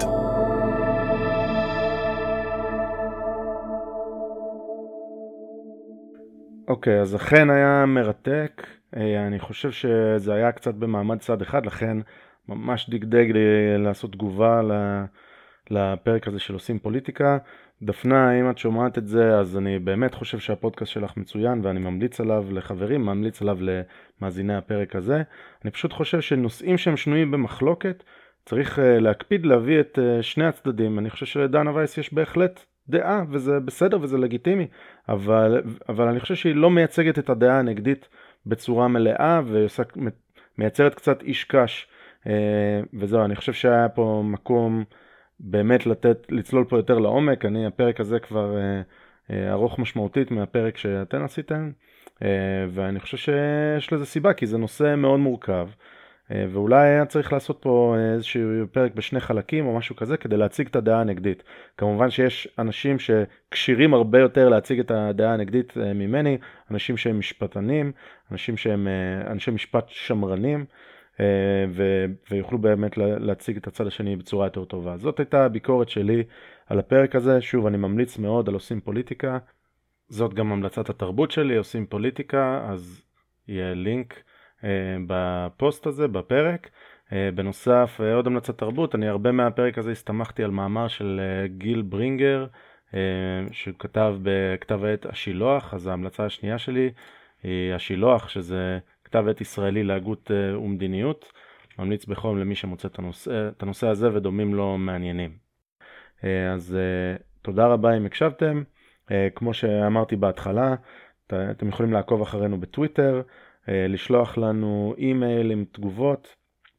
אוקיי, אז אכן היה מרתק. אני חושב שזה היה קצת במעמד צד אחד, לכן ממש דגדג לעשות תגובה לפרק הזה של עושים פוליטיקה. דפנה, אם את שומעת את זה, אז אני באמת חושב שהפודקאסט שלך מצוין, ואני ממליץ עליו לחברים, ממליץ עליו למאזיני הפרק הזה. אני פשוט חושב שנושאים שהם שנויים במחלוקת, צריך להקפיד להביא את שני הצדדים. אני חושב שלדנה וייס יש בהחלט דעה, וזה בסדר וזה לגיטימי, אבל אני חושב שהיא לא מייצגת את הדעה הנגדית בצורה מלאה, ומייצרת קצת איש קש, וזהו, אני חושב שהיה פה מקום באמת לצלול פה יותר לעומק. הפרק הזה כבר ארוך משמעותית מהפרק שאתן עשיתם, ואני חושב שיש לזה סיבה, כי זה נושא מאוד מורכב, ואולי היה צריך לעשות פה איזשהו פרק בשני חלקים או משהו כזה, כדי להציג את הדעה הנגדית. כמובן שיש אנשים שקשירים הרבה יותר להציג את הדעה הנגדית ממני, אנשים שהם משפטנים, אנשים שהם אנשי משפט שמרנים, ויוכלו באמת להציג את הצד השני בצורה יותר טובה. זאת הייתה הביקורת שלי על הפרק הזה. שוב, אני ממליץ מאוד על עושים פוליטיקה. זאת גם המלצת התרבות שלי, עושים פוליטיקה, אז יהיה לינק בפוסט הזה, בפרק. בנוסף, עוד המלצת תרבות, אני הרבה מהפרק הזה הסתמכתי על מאמר של גיל ברינגר, שהוא כתב בכתב העת השילוח. אז ההמלצה השנייה שלי היא השילוח, שזה כתב עת ישראלי להגות ומדיניות. ממליץ בחום למי שמוצא את הנושא הזה ודומים לו מעניינים. אז תודה רבה אם הקשבתם. כמו שאמרתי בהתחלה, אתם יכולים לעקוב אחרינו בטוויטר, לשלוח לנו אימייל עם תגובות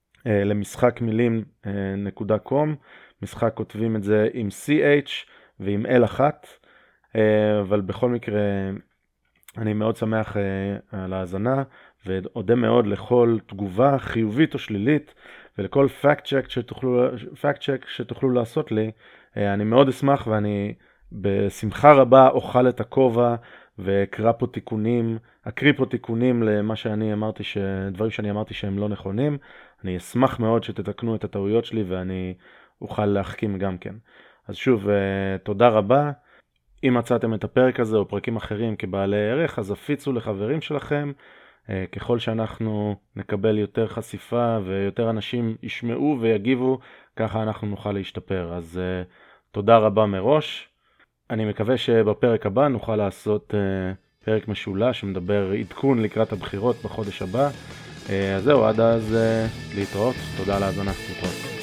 למשחקמילים.com. משחק כותבים את זה עם CH ועם L1, אבל בכל מקרה אני מאוד שמח על ההאזנה, ועודה מאוד לכל תגובה חיובית או שלילית, ולכל פאקט צ'ק שתוכלו לעשות לי. אני מאוד אשמח, ואני בשמחה רבה אוכל את הכובע ואקריא פה תיקונים למה שאני אמרתי, דברים שאני אמרתי שהם לא נכונים. אני אשמח מאוד שתתקנו את הטעויות שלי, ואני אוכל להחכים גם כן. אז שוב, תודה רבה. אם מצאתם את הפרק הזה או פרקים אחרים כבעלי ערך, אז הפיצו לחברים שלכם. ככל שאנחנו נקבל יותר חשיפה ויותר אנשים ישמעו ויגיבו, ככה אנחנו נוכל להשתפר. אז תודה רבה מראש. אני מקווה שבפרק הבא נוכל לעשות פרק משולש שמדבר עדכון לקראת הבחירות בחודש הבא. אז זהו, עד אז להתראות. תודה על ההאזנה. להתראות.